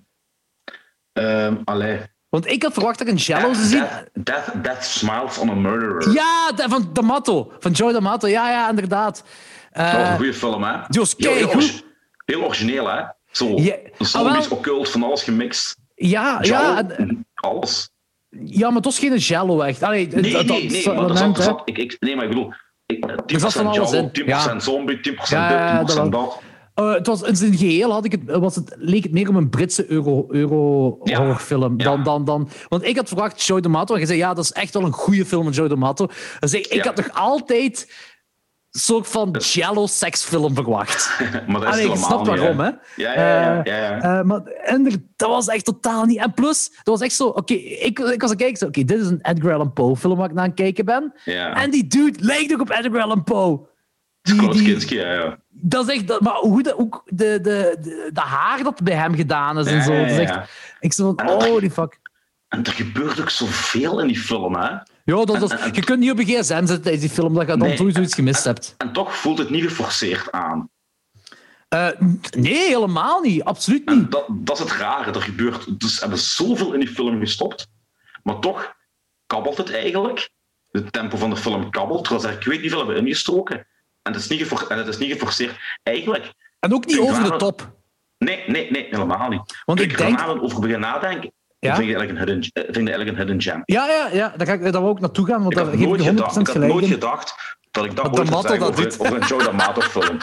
ehm allee. Want ik had verwacht dat ik een Jello zou zien. Death, Death, Death Smiles on a Murderer. Ja, de- van D'Amato, van Joy D'Amato. Ja, ja, inderdaad. Eh, Dat was een goede film, hè? die was Heel, heel, keigoed. orgi- heel origineel, hè? Zo, Ja, zo ah, wel. iets occult, van alles gemixt. ja, ja, Giallo, en- alles. ja, maar het was geen Jello echt. Allee, Nee, dat- nee, dat nee, maar er element, zat, er hè. zat, ik, ik, nee, maar ik bedoel, ik, tien zat van procent alles Giallo, in. tien procent Ja. zombie, tien procent Ja, dit, ja, tien procent dat dat. Uh, het was in zijn geheel had ik het, was het, leek het meer om een Britse euro, euro Ja. horrorfilm Ja. dan, dan, dan. Want ik had verwacht Joy D'Amato en je zei ja, dat is echt wel een goede film van Joy D'Amato. Dus ik, ik Ja. had nog altijd een soort van Giallo seksfilm verwacht. Maar dat is Allee, het je helemaal snapt niet, waarom, hè? Ja, ja, ja. ja, ja. Uh, maar en er- dat was echt totaal niet. En plus, dat was echt zo... Oké, ik, ik was aan het kijken, zo, oké, dit is een Edgar Allan Poe film waar ik naar aan het kijken ben. Ja. En die dude lijkt ook op Edgar Allan Poe. Die, Klaus die, Kinski, ja, ja. dat is echt... Dat, maar hoe de, ook de, de, de, de haar dat bij hem gedaan is en Ja, zo. Dat is ja, echt, ja. ik zo van, En dat- oh, die fuck. En er gebeurt ook zoveel in die film, hè? Ja, dat, dat, En- en- je kunt niet op je gsm zitten tijdens die film, dat je dan Nee, sowieso iets gemist en- hebt. En toch voelt het niet geforceerd aan. Uh, nee, helemaal niet. Absoluut niet. En dat, dat is het rare. Er gebeurt, dus ze hebben zoveel in die film gestopt, maar toch kabbelt het eigenlijk. Het tempo van de film kabbelt, terwijl ze er ik weet niet veel hebben ingestoken. En het is niet, gefor- en het is niet geforceerd. Eigenlijk... En ook niet ik over de waar- top. Nee, nee, nee, helemaal niet. Want Toen ik ik denk- er vanavond over begin nadenken, Ja? vind ik het eigenlijk een hidden, eh, vind ik het eigenlijk een hidden gem. Ja, ja, ja, daar ga ik daar wil ik ook naartoe gaan, want Ik daar had geef ik nooit, je gedacht, honderd procent ik had gelijk nooit in. gedacht dat ik dat Dat ooit zou D'Amato zeggen dat over, doet. over een Joe D'Amato film.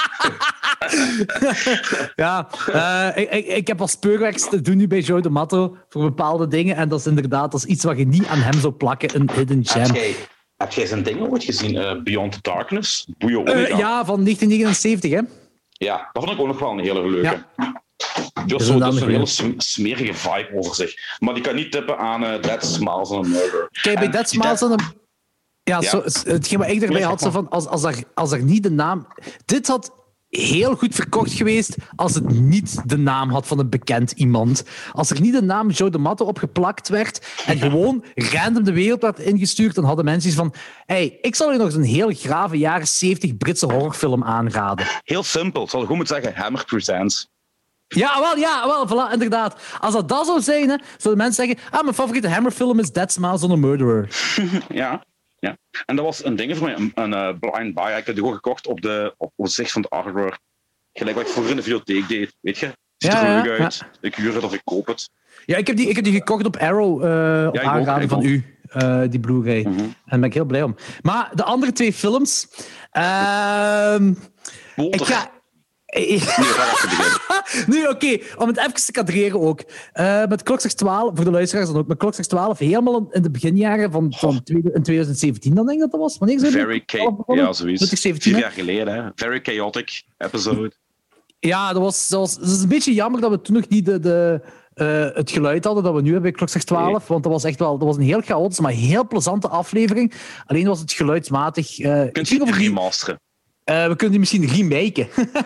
Ja, eh, ik, ik, ik heb als speurwerks te doen nu bij Joe D'Amato voor bepaalde dingen. En dat is inderdaad dat is iets wat je niet aan hem zou plakken, een hidden Heb gem. jij, heb jij zijn ding ooit gezien? eh, Beyond the Darkness? Boeio Eh, Omega. ja, van negentien negenenzeventig, hè? Ja, dat vond ik ook nog wel een hele leuke. Die had is zo, een dus een andere hele sm- smerige vibe over zich. Maar die kan niet tippen aan uh, Dead Smiles on a Murder. Kijk, bij En Dead die Smiles Dead- on a... Ja, Ja. Zo, hetgeen wat ik erbij Ja, had, zo maar- van, als, als, er, als er niet de naam... Dit had heel goed verkocht geweest als het niet de naam had van een bekend iemand. Als er niet de naam Joe D'Amato op geplakt werd en gewoon random de wereld werd ingestuurd, dan hadden mensen iets van hey, ik zal je nog eens een heel grave jaren zeventig Britse horrorfilm aanraden. Heel simpel. Ik zal goed moeten zeggen, Hammer Presents. Ja, wel, ja, wel, voilà, inderdaad. Als dat dat zou zijn, hè, zouden mensen zeggen ah, mijn favoriete Hammerfilm is Dead Smiles on a Murderer. Ja. Ja. En dat was een ding voor mij, een, een uh, blind buy. Ik heb die gewoon gekocht op de op, op het zicht van de artwork. Gelijk wat ik vroeger in de videotheek deed, weet je? Ziet Ja, er ja, leuk ja. uit. Ik huur het of ik koop het. Ja, ik heb die, ik heb die gekocht op Arrow, eh op Ja, ik ook, aanraden ik van ook. u, eh, die Blu-ray. Mhm. En daar ben ik heel blij om. Maar de andere twee films... ehm Boter. ik ga... Nee, dat was te beginnen. Nu, oké, om het even te kadreren ook. Eh, met Klokslag twaalf, voor de luisteraars dan ook, met Klokslag twaalf helemaal in de beginjaren van, van tweede- in twintig zeventien, dan denk ik dat dat was. Wanneer zijn we Very met cha- twaalf begonnen? ja, zoiets. twintig zeventien, Vier hè? jaar geleden, hè. Very chaotic episode. Ja, dat was, dat was, het is een beetje jammer dat we toen nog niet de, de, eh, het geluid hadden dat we nu hebben bij Klokslag twaalf. Nee. Want dat was echt wel dat was een heel chaotische, maar heel plezante aflevering. Alleen was het geluidsmatig. eh, ik Kunt ging je over die- remasteren? eh, we kunnen die misschien remaken.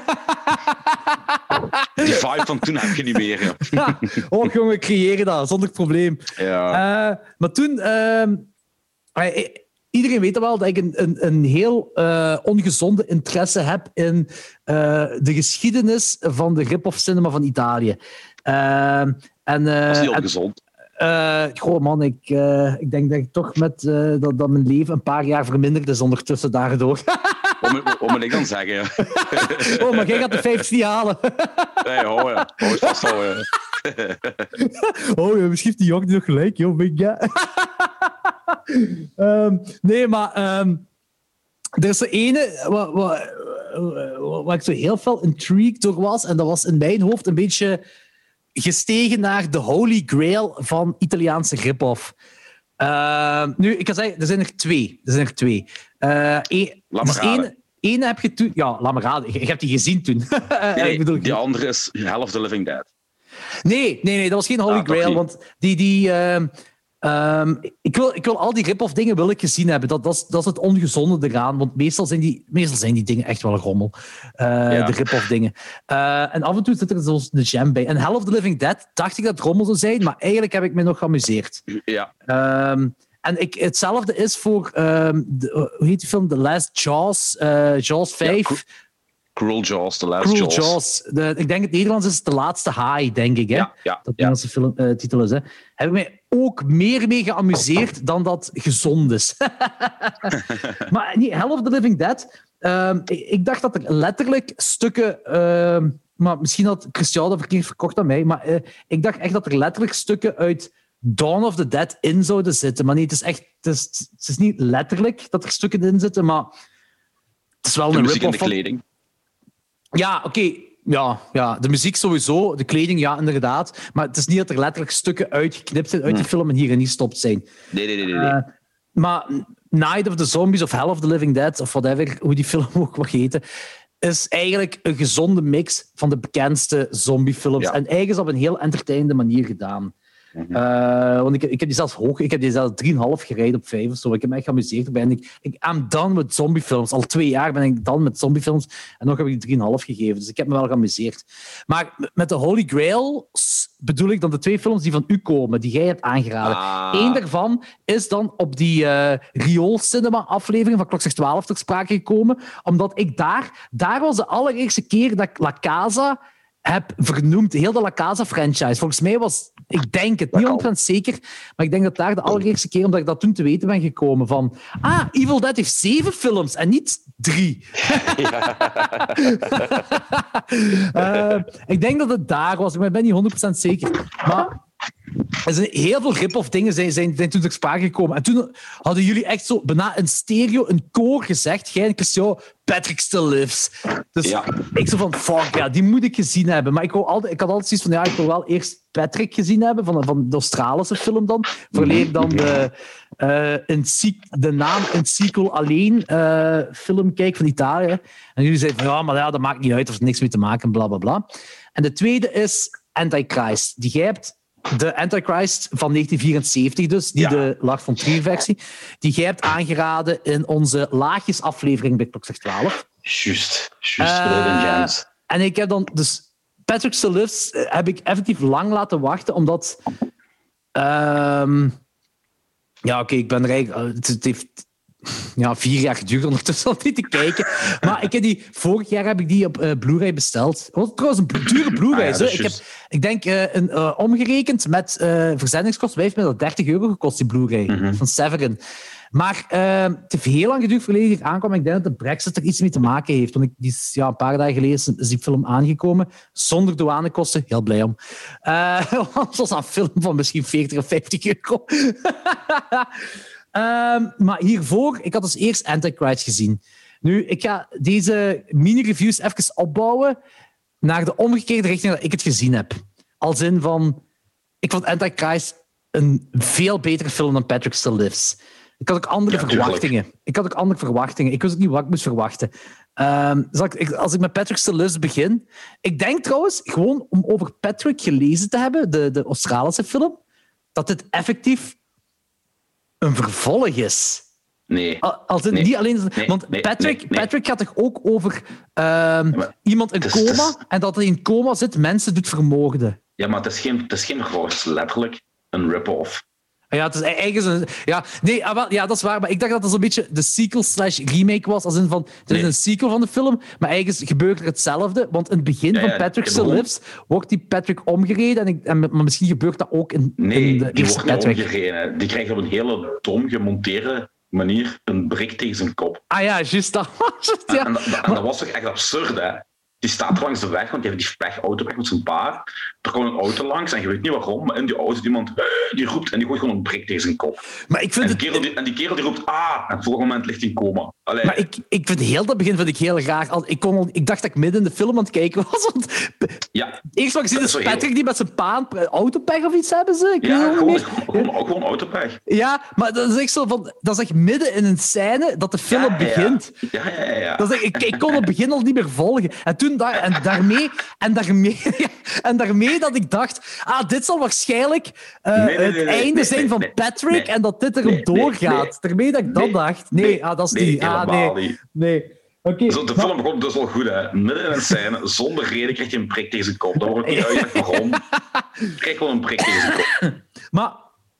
Die vibe van toen heb je niet meer. hè. Ja. Oh, jongen, we creëren dat zonder probleem. Ja. Eh, maar toen... ehm, eh, iedereen weet wel dat ik een, een, een heel eh, ongezonde interesse heb in eh, de geschiedenis van de rip-off cinema van Italië. Ehm, en, eh, dat is heel en- gezond. eh, goh, man, ik, eh, ik denk dat ik toch met eh, dat, dat mijn leven een paar jaar verminderd is ondertussen daardoor. Wat moet, wat moet ik dan zeggen? Ja. Oh, maar jij gaat de vijftig niet halen. Nee, oh ja. Oh, is vast al, ja. Oh, ja, misschien heeft die jongen nog gelijk, joh, Big ja. Ehm, nee, maar ehm, er is zo ene wat, wat, wat, wat ik zo heel veel intrigued door was, en dat was in mijn hoofd een beetje gestegen naar de holy grail van Italiaanse rip-off. Ehm, nu, ik kan zeggen, er zijn er twee. Er zijn er twee. Eh één- Laat maar dus raden. één- één heb je toen... Ja, laat me raden. Je, je hebt die gezien toen. Nee, nee, ik bedoel, die andere is Hell of the Living Dead. Nee, nee, nee, dat was geen Holy Ah, toch Grail. niet. Want die. die ehm, ehm, ik, wil, ik wil al die rip-off dingen wil ik gezien hebben. Dat, dat, is, dat is het ongezonde eraan. Want meestal zijn die, meestal zijn die dingen echt wel rommel. Eh, Ja. De rip-off dingen. Eh, en af en toe zit er zo'n de gem bij. En Hell of the Living Dead dacht ik dat het rommel zou zijn. Maar eigenlijk heb ik me nog geamuseerd. Ja. Ehm, en ik, hetzelfde is voor. ehm, de, hoe heet die film? The Last Jaws. eh, Jaws vijf. Cru- Cruel Jaws, The Last Cruel Jaws. Jaws. De, ik denk het Nederlands is De Laatste Haai, denk ik. Hè? Ja, ja, Dat ja. Nederlandse film, eh, titel is. Hè. Heb ik mij ook meer mee geamuseerd dan dat gezond is. Maar niet Hell of the Living Dead. Ehm, ik, ik dacht dat er letterlijk stukken... ehm, maar misschien had Christian dat verkeerd verkocht aan mij. Maar eh, ik dacht echt dat er letterlijk stukken uit Dawn of the Dead in zouden zitten. Maar nee, het is echt... Het is, het is niet letterlijk dat er stukken in zitten, maar... Het is wel De een muziek en rip-off de van- kleding. ja, oké. Ja, ja, de muziek sowieso, de kleding, ja, inderdaad. Maar het is niet dat er letterlijk stukken uitgeknipt zijn uit die film en hierin gestopt zijn. Nee, nee, nee. nee, nee. Eh, maar Night of the Zombies of Hell of the Living Dead, of whatever, hoe die film ook mag heten, is eigenlijk een gezonde mix van de bekendste zombiefilms. Ja. En eigenlijk is op een heel entertainende manier gedaan. Mm-hmm. Uh, want ik, ik heb die zelfs hoog, ik heb die zelfs drie komma vijf gereden op vijf of zo. Ik heb me echt geamuseerd erbij. En ik, ik, I'm done met zombiefilms. Al twee jaar ben ik done met zombiefilms. En nog heb ik die drie komma vijf gegeven. Dus ik heb me wel geamuseerd. Maar met de Holy Grail bedoel ik dan de twee films die van u komen, die jij hebt aangeraden. Ah. Eén daarvan is dan op die uh, rioolcinema-aflevering van Klokslag twaalf ter sprake gekomen. Omdat ik daar... Daar was de allereerste keer dat ik La Casa heb vernoemd. Heel de La Casa-franchise. Volgens mij was... Ik denk het, niet honderd procent zeker, maar ik denk dat daar de allereerste keer, omdat ik dat toen te weten ben gekomen, van ah, Evil Dead heeft zeven films en niet drie. uh, ik denk dat het daar was, maar ik ben niet honderd procent zeker. Maar er zijn heel veel rip-off dingen zijn, zijn, zijn toen ter sprake gekomen. En toen hadden jullie echt zo bijna een stereo, een koor gezegd, jij en Christian, Patrick Still Lives. Dus ja. Ik zo van, fuck, ja, die moet ik gezien hebben. Maar ik, wou altijd, ik had altijd zoiets van, ja, ik wil wel eerst Patrick gezien hebben, van, van de Australische film dan. Vooraleer dan de, uh, een, de naam een sequel alleen uh, film kijk van Italië. En jullie zeiden van, ja, maar ja, dat maakt niet uit, er heeft niks mee te maken, bla bla bla. En de tweede is Antichrist, die jij hebt. De Antichrist van negentien vierenzeventig dus, die ja. de Lars von Trier-versie, die jij hebt aangeraden in onze laagjes-aflevering bij Klokslag twaalf. Juist, juist. Uh, en ik heb dan... Dus Patrick Still Lives heb ik effectief lang laten wachten, omdat... Um, ja, oké, okay, ik ben er eigenlijk... Het, het heeft... Ja, vier jaar geduurd ondertussen om die te kijken. Maar ik heb die, vorig jaar heb ik die op uh, Blu-ray besteld. Het was trouwens een dure Blu-ray. Ah, ja, ik, heb, ik denk, uh, een, uh, omgerekend met uh, verzendingskosten, heeft mij dat dertig euro gekost, die Blu-ray. Mm-hmm. Van Severin. Maar uh, het heeft heel lang geduurd voordat ik aankwam. Ik denk dat de Brexit er iets mee te maken heeft. Want ik, die is, ja, een paar dagen geleden is die film aangekomen. Zonder douanekosten. Heel blij om. Uh, het was een film van misschien veertig of vijftig euro. Um, maar hiervoor, ik had dus eerst Antichrist gezien. Nu, ik ga deze mini-reviews even opbouwen naar de omgekeerde richting dat ik het gezien heb. Als in van... Ik vond Antichrist een veel betere film dan Patrick Still Lives. Ik had ook andere ja, verwachtingen. Tuurlijk. Ik had ook andere verwachtingen. Ik wist ook niet wat ik moest verwachten. Um, zal ik, als ik met Patrick Still Lives begin... Ik denk trouwens, gewoon om over Patrick gelezen te hebben, de, de Australische film, dat dit effectief een vervolg is. Nee. Als het nee. niet alleen... Nee. Want nee. Patrick, nee. Nee. Patrick gaat toch ook over um, ja, iemand in is, coma is... en dat hij in coma zit, mensen doet vermoorden. Ja, maar het is geen, het is geen vervolg. Het is letterlijk een rip-off. Ja, het is eigenlijk een... Ja, nee, ja, dat is waar. Maar ik dacht dat het zo'n beetje de sequel slash remake was. Als in van... Het is nee. een sequel van de film, maar eigenlijk gebeurt er hetzelfde. Want in het begin ja, ja, van Patrick Still Lives wordt die Patrick omgereden. En, ik, en maar misschien gebeurt dat ook in, nee, in de die eerste wordt Patrick. niet omgereden. Die krijgt op een hele dom gemonteerde manier een brik tegen zijn kop. Ah ja, juist dat was het, ja. En, en, en dat was toch echt absurd, hè? Die staat langs de weg, want die heeft die auto weg met zijn pa. Er komt een auto langs en je weet niet waarom, maar in die auto iemand die roept en die gooit gewoon een brik tegen zijn kop. Maar ik vind en, die het... kerel die, en die kerel die roept ah, en het volgende moment ligt hij in coma. Allee. Maar ik, ik vind heel dat begin vind ik heel graag. Ik, kon, ik dacht dat ik midden in de film aan het kijken was. Want ja, eerst wat ik zie is Patrick heel... die met zijn pa een autopech of iets hebben ze. Ik ja, weet gewoon, niet gewoon, gewoon, gewoon autopech. Ja, maar dat is echt zo van, dat is echt midden in een scène dat de film ja, begint. Ja, ja, ja. ja. Dat is echt, ik, ik kon het begin al niet meer volgen. En toen daar, en daarmee, en daarmee, en daarmee dat ik dacht, ah, dit zal waarschijnlijk uh, nee, nee, nee, het nee, einde nee, zijn nee, van nee, Patrick nee, en dat dit erop nee, doorgaat. Nee, nee, daarmee dat ik dat nee, dacht. Nee, nee, ah, dat is nee, niet. Ah, nee, niet. nee. Okay, Zo, de film begon dus wel goed, hè. Midden in een scène, zonder reden krijg je een prik tegen zijn kop. Dan wordt niet uitgelegd waarom. Je krijgt gewoon een prik tegen zijn kop. Maar...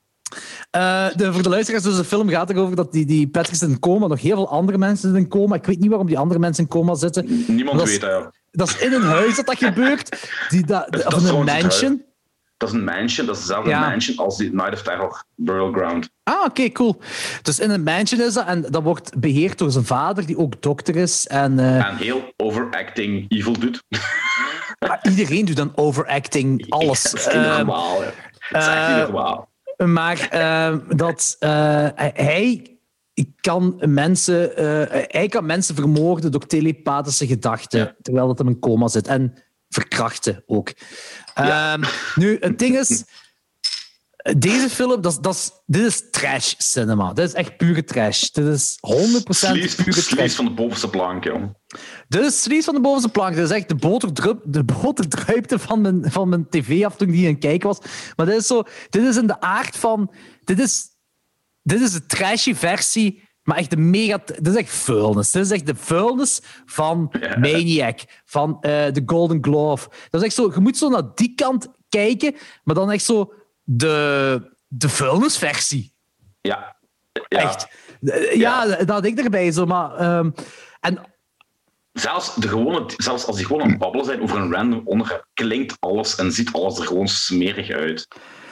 Uh, de, voor de luisteraars, dus de film gaat erover dat die, die Patrick zit in coma, nog heel veel andere mensen zitten in coma. Ik weet niet waarom die andere mensen in coma zitten. Niemand dat weet dat, ja. Dat is in een huis dat dat gebeurt. Die, da, de, dat of in een mansion. Dat is een mansion, dat is dezelfde ja. mansion als die Night of Terror Burial Ground. Ah, oké, okay, cool. Dus in een mansion is dat en dat wordt beheerd door zijn vader, die ook dokter is. En, uh... en heel overacting evil doet. Maar iedereen doet dan overacting, alles. Ja, dat is niet normaal, hè. Dat is echt niet normaal. Maar uh, dat uh, hij kan mensen, uh, hij kan mensen vermoorden door telepathische gedachten, ja. terwijl dat hem in coma zit. En verkrachten ook. Ja. Uh, nu, het ding is... Deze film, dat, dat is, dit is trash cinema. Dit is echt pure trash. Dit is honderd procent Slees, pure trash. slees van de bovenste plank, joh. Dit is slees van de bovenste plank. Dit is echt de boterdrup, de boterdruipte van mijn, van mijn tv af toen die aan het kijken was. Maar dit is zo... Dit is in de aard van... Dit is, dit is de trashy versie, maar echt de mega... Dit is echt vuilnis. Dit is echt de vuilnis van Ja. Maniac, van uh, The Golden Glove. Dat is echt zo... Je moet zo naar die kant kijken, maar dan echt zo de, de vuilnisversie. Ja. ja. Echt. Ja, ja, dat had ik erbij. Zo, maar, um, en Zelfs, de gewone, zelfs als die gewoon aan het babbelen zijn over een random onderwerp, klinkt alles en ziet alles er gewoon smerig uit.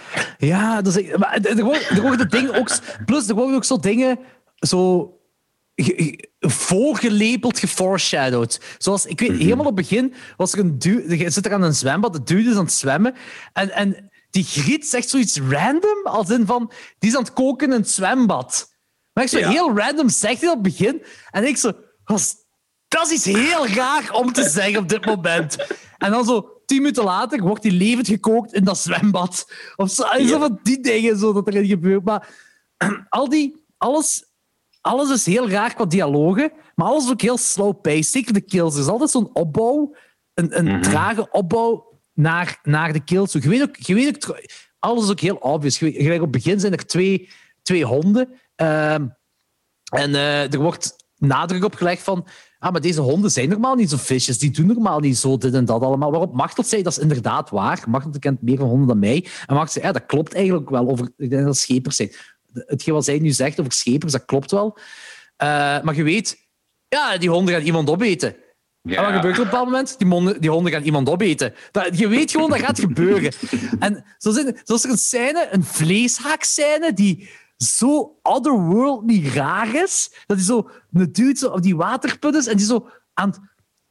ja, dat is, maar er worden, er worden dingen ook... Plus, er worden ook zo dingen zo ge- ge- voorgelepeld, geforeshadowed. Zoals, ik weet, Mhm. helemaal op het begin was er een dude... Je zit er aan een zwembad, de dude is aan het zwemmen. En, en die Griet zegt zoiets random, als in van... Die is aan het koken in het zwembad. Maar ik zo Ja. heel random zegt hij op het begin. En ik zo... Was, dat is iets heel raar om te zeggen op dit moment. En dan zo... Tien minuten later wordt hij levend gekookt in dat zwembad. Of zo, zo Ja. van die dingen zo dat erin gebeurt. Maar al die, alles, alles is heel raar qua dialogen, maar alles is ook heel slow-paced. Zeker de kills. Er is altijd zo'n opbouw, een, een Mhm. trage opbouw naar, naar de kills. Je weet ook, je weet ook, tro- alles is ook heel obvious. Je weet- Gelijk op het begin zijn er twee, twee honden. ehm, en eh, er wordt nadruk op gelegd van... Ah, maar deze honden zijn normaal niet zo visjes. Die doen normaal niet zo dit en dat allemaal. Waarop Machteld zei, dat is inderdaad waar. Machteld kent meer van honden dan mij. En Machteld zei, ja, dat klopt eigenlijk wel. Over, ik denk dat schepers zijn. Hetgeen wat zij nu zegt over schepers, dat klopt wel. Uh, maar je weet, ja, die honden gaan iemand opeten. Ja. En wat gebeurt er op een bepaald moment? Die, monden, die honden gaan iemand opeten. Dat, je weet gewoon, dat gaat gebeuren. En zo, zijn, zo is er een scène, een vleeshaakscène, die zo otherworldly raar is, dat hij zo een dude zo op die waterput is en die zo aan het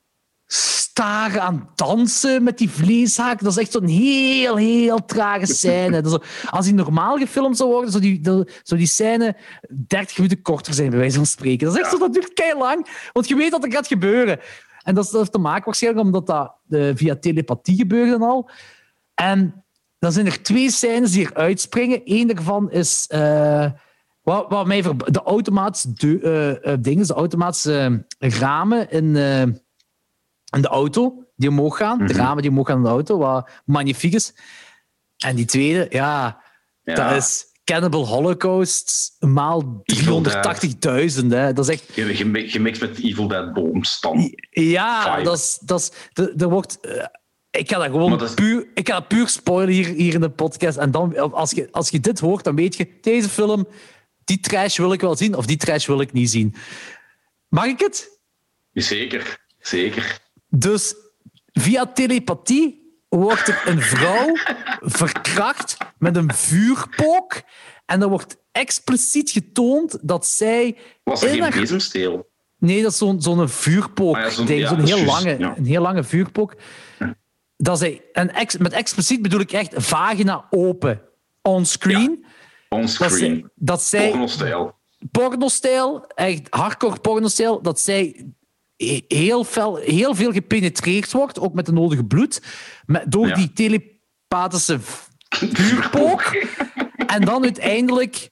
staren, aan het dansen met die vleeshaak. Dat is echt zo'n heel, heel trage scène. Dat is zo, als die normaal gefilmd zou worden, zou die, zou die scène dertig minuten korter zijn, bij wijze van spreken. Dat is echt zo, dat duurt keilang, want je weet dat er gaat gebeuren. En dat heeft te maken waarschijnlijk omdat dat uh, via telepathie gebeurde en al. En dan zijn er twee scènes die eruit springen. Eén daarvan is... Uh, wat, wat mij ver... De automatische de, uh, uh, dingen, de automatische uh, ramen in, uh, in de auto die omhoog gaan. Mm-hmm. De ramen die omhoog gaan in de auto, wat magnifiek is. En die tweede, ja, ja. dat is Cannibal Holocaust maal driehonderdtachtigduizend. Dat is echt... Gemixt met Evil Dead boomstand. Ja, dat is... Dat is er wordt... Uh, Ik ga dat gewoon dat is... puur, ik ga dat puur spoilen hier, hier in de podcast. En dan, als je, als je dit hoort, dan weet je, deze film, die trash wil ik wel zien, of die trash wil ik niet zien. Mag ik het? Zeker, zeker. Dus via telepathie wordt er een vrouw verkracht met een vuurpook. En dan wordt expliciet getoond dat zij... Was er geen haar... bezemsteel? Nee, dat is zo'n, zo'n vuurpook. Ah, ja, zo'n, ja, zo'n heel, just, lange, ja. een heel lange vuurpook. Ja. Dat zij, en ex, met expliciet bedoel ik echt vagina open. On-screen. Ja, on-screen. Dat, dat zij... Porno-stijl. Porno-stijl, echt hardcore porno-stijl, dat zij heel, fel, heel veel gepenetreerd wordt, ook met de nodige bloed, met, door ja. die telepathische vuurpook. En dan uiteindelijk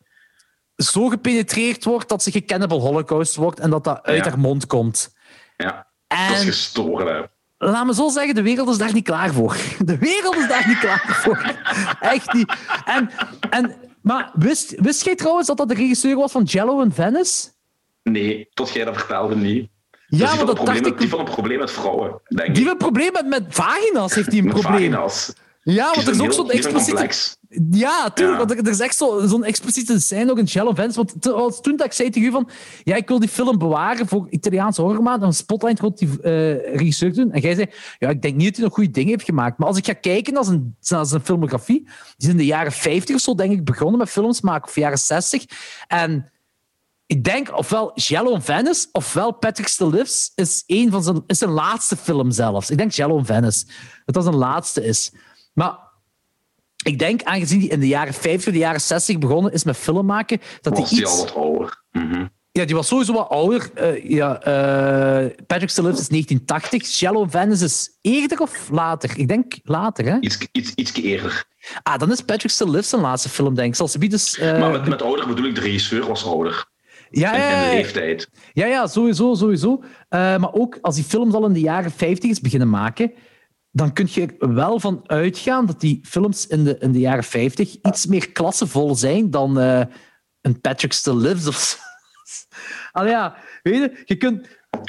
zo gepenetreerd wordt dat ze gecannibal holocaust wordt en dat dat uit ja. haar mond komt. Ja, en, dat is gestoren, hè. Laat me zo zeggen, de wereld is daar niet klaar voor. De wereld is daar niet klaar voor. Echt niet. En, en, maar wist, wist jij trouwens dat dat de regisseur was van Jello in Venice? Nee, tot jij dat vertelde niet. Ja, dus maar dat dacht met, ik... Die van een probleem met vrouwen, denk ik. Die heeft een probleem met, met vagina's, heeft hij een met probleem. Vagina's. Ja, want er is ook zo'n expliciete... Ja, tuurlijk, ja. want er is echt zo, zo'n expliciete scène ook in Jello Venice. Want te, toen dat ik zei tegen u van, ja, ik wil die film bewaren voor Italiaanse horrormaand, en Spotlight wil die uh, regisseur doen. En jij zei, ja, ik denk niet dat hij nog goede dingen heeft gemaakt. Maar als ik ga kijken naar zijn, naar zijn filmografie, die is in de jaren vijftig of zo, denk ik, begonnen met films maken, of jaren zestig. En ik denk, ofwel Jello Venice, ofwel Patrick Still Lives, is, een van zijn, is zijn laatste film zelfs. Ik denk Jello Venice, dat dat zijn laatste is. Maar ik denk, aangezien hij in de jaren vijftig, de jaren zestig begonnen is met film maken, dat was hij iets... iets... al wat ouder. Mm-hmm. Ja, die was sowieso wat ouder. Uh, ja, uh, Patrick Stilllips is negentien tachtig. Shallow Venice is eerder of later? Ik denk later, hè? Iets, iets, ietsje eerder. Ah, dan is Patrick Stilllips zijn laatste film, denk ik. Zal ze dus, uh... Maar met, met ouder bedoel ik, de regisseur was ouder. Ja, ja, ja. In, in de leeftijd. Ja, ja, sowieso, sowieso. Uh, maar ook als die films al in de jaren vijftig is beginnen maken, dan kun je er wel van uitgaan dat die films in de, in de jaren vijftig iets meer klassevol zijn dan uh, een Patrick Stilllips of zo. Allee, ja, weet je, je kunt...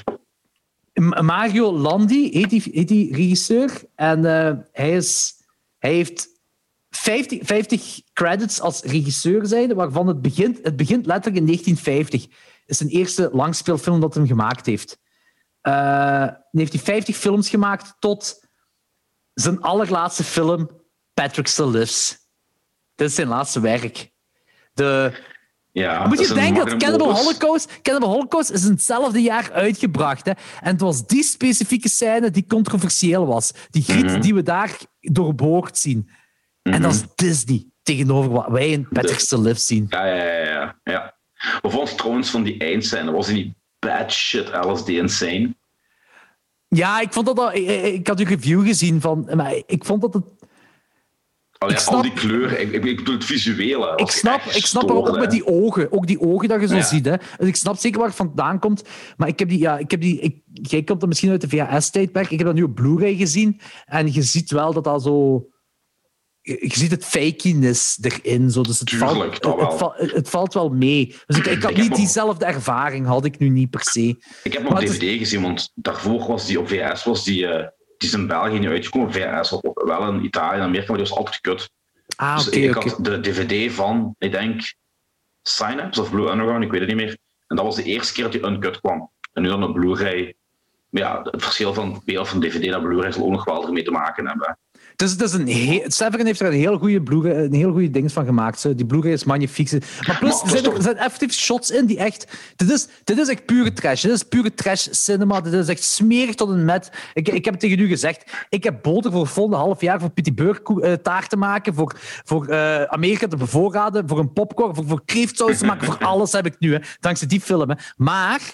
Mario Landi heet die, heet die regisseur. En uh, hij, is, hij heeft vijftig, vijftig credits als regisseur zijn, waarvan het begint, het begint letterlijk in negentien vijftig. Het is zijn eerste langspeelfilm dat hij gemaakt heeft. Uh, dan heeft hij vijftig films gemaakt tot zijn allerlaatste film, Patrick Stilllips. Dit is zijn laatste werk. De... Ja, moet je denken dat Cannibal Holocaust, Cannibal Holocaust is in hetzelfde jaar uitgebracht. Hè? En het was die specifieke scène die controversieel was. Die giet mm-hmm. die we daar doorboord zien. Mm-hmm. En dat is Disney tegenover wat wij in Patrick Stilllips zien. Ja, ja, ja. ja, ja. Wat vond je trouwens van die eindscène? Was die niet bad shit L S D insane? Ja, ik vond dat... Al, ik, ik had uw review gezien van... Maar ik vond dat het... Oh ja, snap, al die kleuren, ik, ik, ik bedoel het visuele. Ik snap, ik snap stoorde, ook met die ogen. Ook die ogen dat je zo ja. ziet. Hè. Dus ik snap zeker waar het vandaan komt. Maar ik heb die... Ja, ik heb die ik, jij komt er misschien uit de V H S-tijdperk. Ik heb dat nu op Blu-ray gezien. En je ziet wel dat dat zo... Je ziet het fakiness erin. Zo. Dus het, Tuurlijk, valt, het, het, het, het valt wel mee. Dus ik, ik had ik niet diezelfde op, ervaring, had ik nu niet per se. Ik heb hem op D V D is... gezien, want daarvoor was die op V H S... Was die, uh, die is in België niet uitgekomen op V H S. Wel in Italië en Amerika, maar die was altijd kut. Ah, dus okay, ik okay. had de D V D van, ik denk, Synapse of Blue Underground, ik weet het niet meer. En dat was de eerste keer dat die uncut kwam. En nu dan op Blu-ray. Maar ja, het verschil van het beeld van D V D naar Blu-ray zal ook nog wel ermee te maken hebben. Dus, dus een he- Severin heeft er een heel goede Blu-ray, een heel goede ding van gemaakt. Zo. Die Blu-ray is magnifiek. Maar plus, maar, er, zijn, toch... er zijn effectief shots in die echt... Dit is, dit is echt pure trash. Dit is pure trash cinema. Dit is echt smerig tot een met. Ik, ik heb het tegen u gezegd. Ik heb boter voor het volgende half jaar voor Pitty Burg uh, taart te maken, voor, voor uh, Amerika te bevoorraden, voor een popcorn, voor, voor kreeftsaus te maken. Voor alles heb ik nu, hè, dankzij die film. Hè. Maar...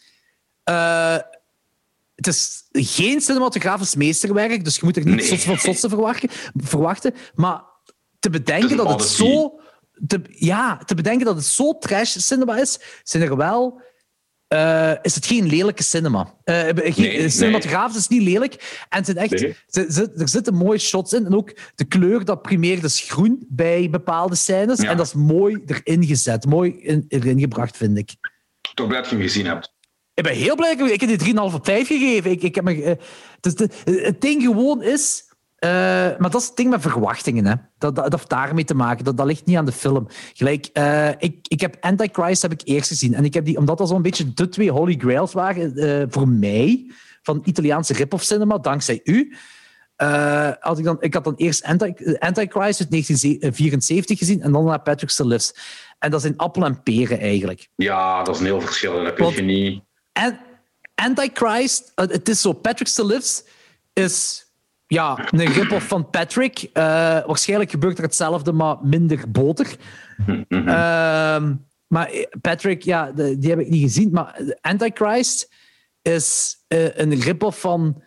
Uh, Het is geen cinematografisch meesterwerk, dus je moet er niet nee. zotse van zotse verwachten, verwachten. Maar te bedenken het dat het zo... Te, ja, te bedenken dat het zo trash cinema is, zijn er wel... Uh, is het geen lelijke cinema. Uh, geen, nee, cinematografisch nee. is niet lelijk. En het zijn echt, nee. z- z- er zitten mooie shots in. En ook de kleur dat primeert is groen bij bepaalde scènes. Ja. En dat is mooi erin gezet. Mooi in, erin gebracht, vind ik. Toch blij dat je hem gezien hebt. Ik ben heel blij. Ik heb die drie komma vijf op vijf gegeven. Ik, ik heb me, uh, dus de, het ding gewoon is... Uh, maar dat is het ding met verwachtingen. Hè. Dat, dat, dat heeft daarmee te maken. Dat, dat ligt niet aan de film. Gelijk, uh, ik, ik heb Antichrist heb ik eerst gezien. En ik heb die, omdat dat zo'n beetje de twee Holy Grails waren uh, voor mij, van Italiaanse rip-off cinema, dankzij u... Uh, had ik, dan, ik had dan eerst Anti, Antichrist uit negentien vierenzeventig gezien en dan naar Patrick Stilllips. En dat zijn appel en peren eigenlijk. Ja, dat is een heel verschil. Dat kun je niet... En Antichrist, het is zo, Patrick Stilllips is ja, een rip-off van Patrick. Uh, waarschijnlijk gebeurt er hetzelfde, maar minder boter. Mm-hmm. Uh, maar Patrick, ja, de, die heb ik niet gezien. Maar Antichrist is uh, een rip-off van...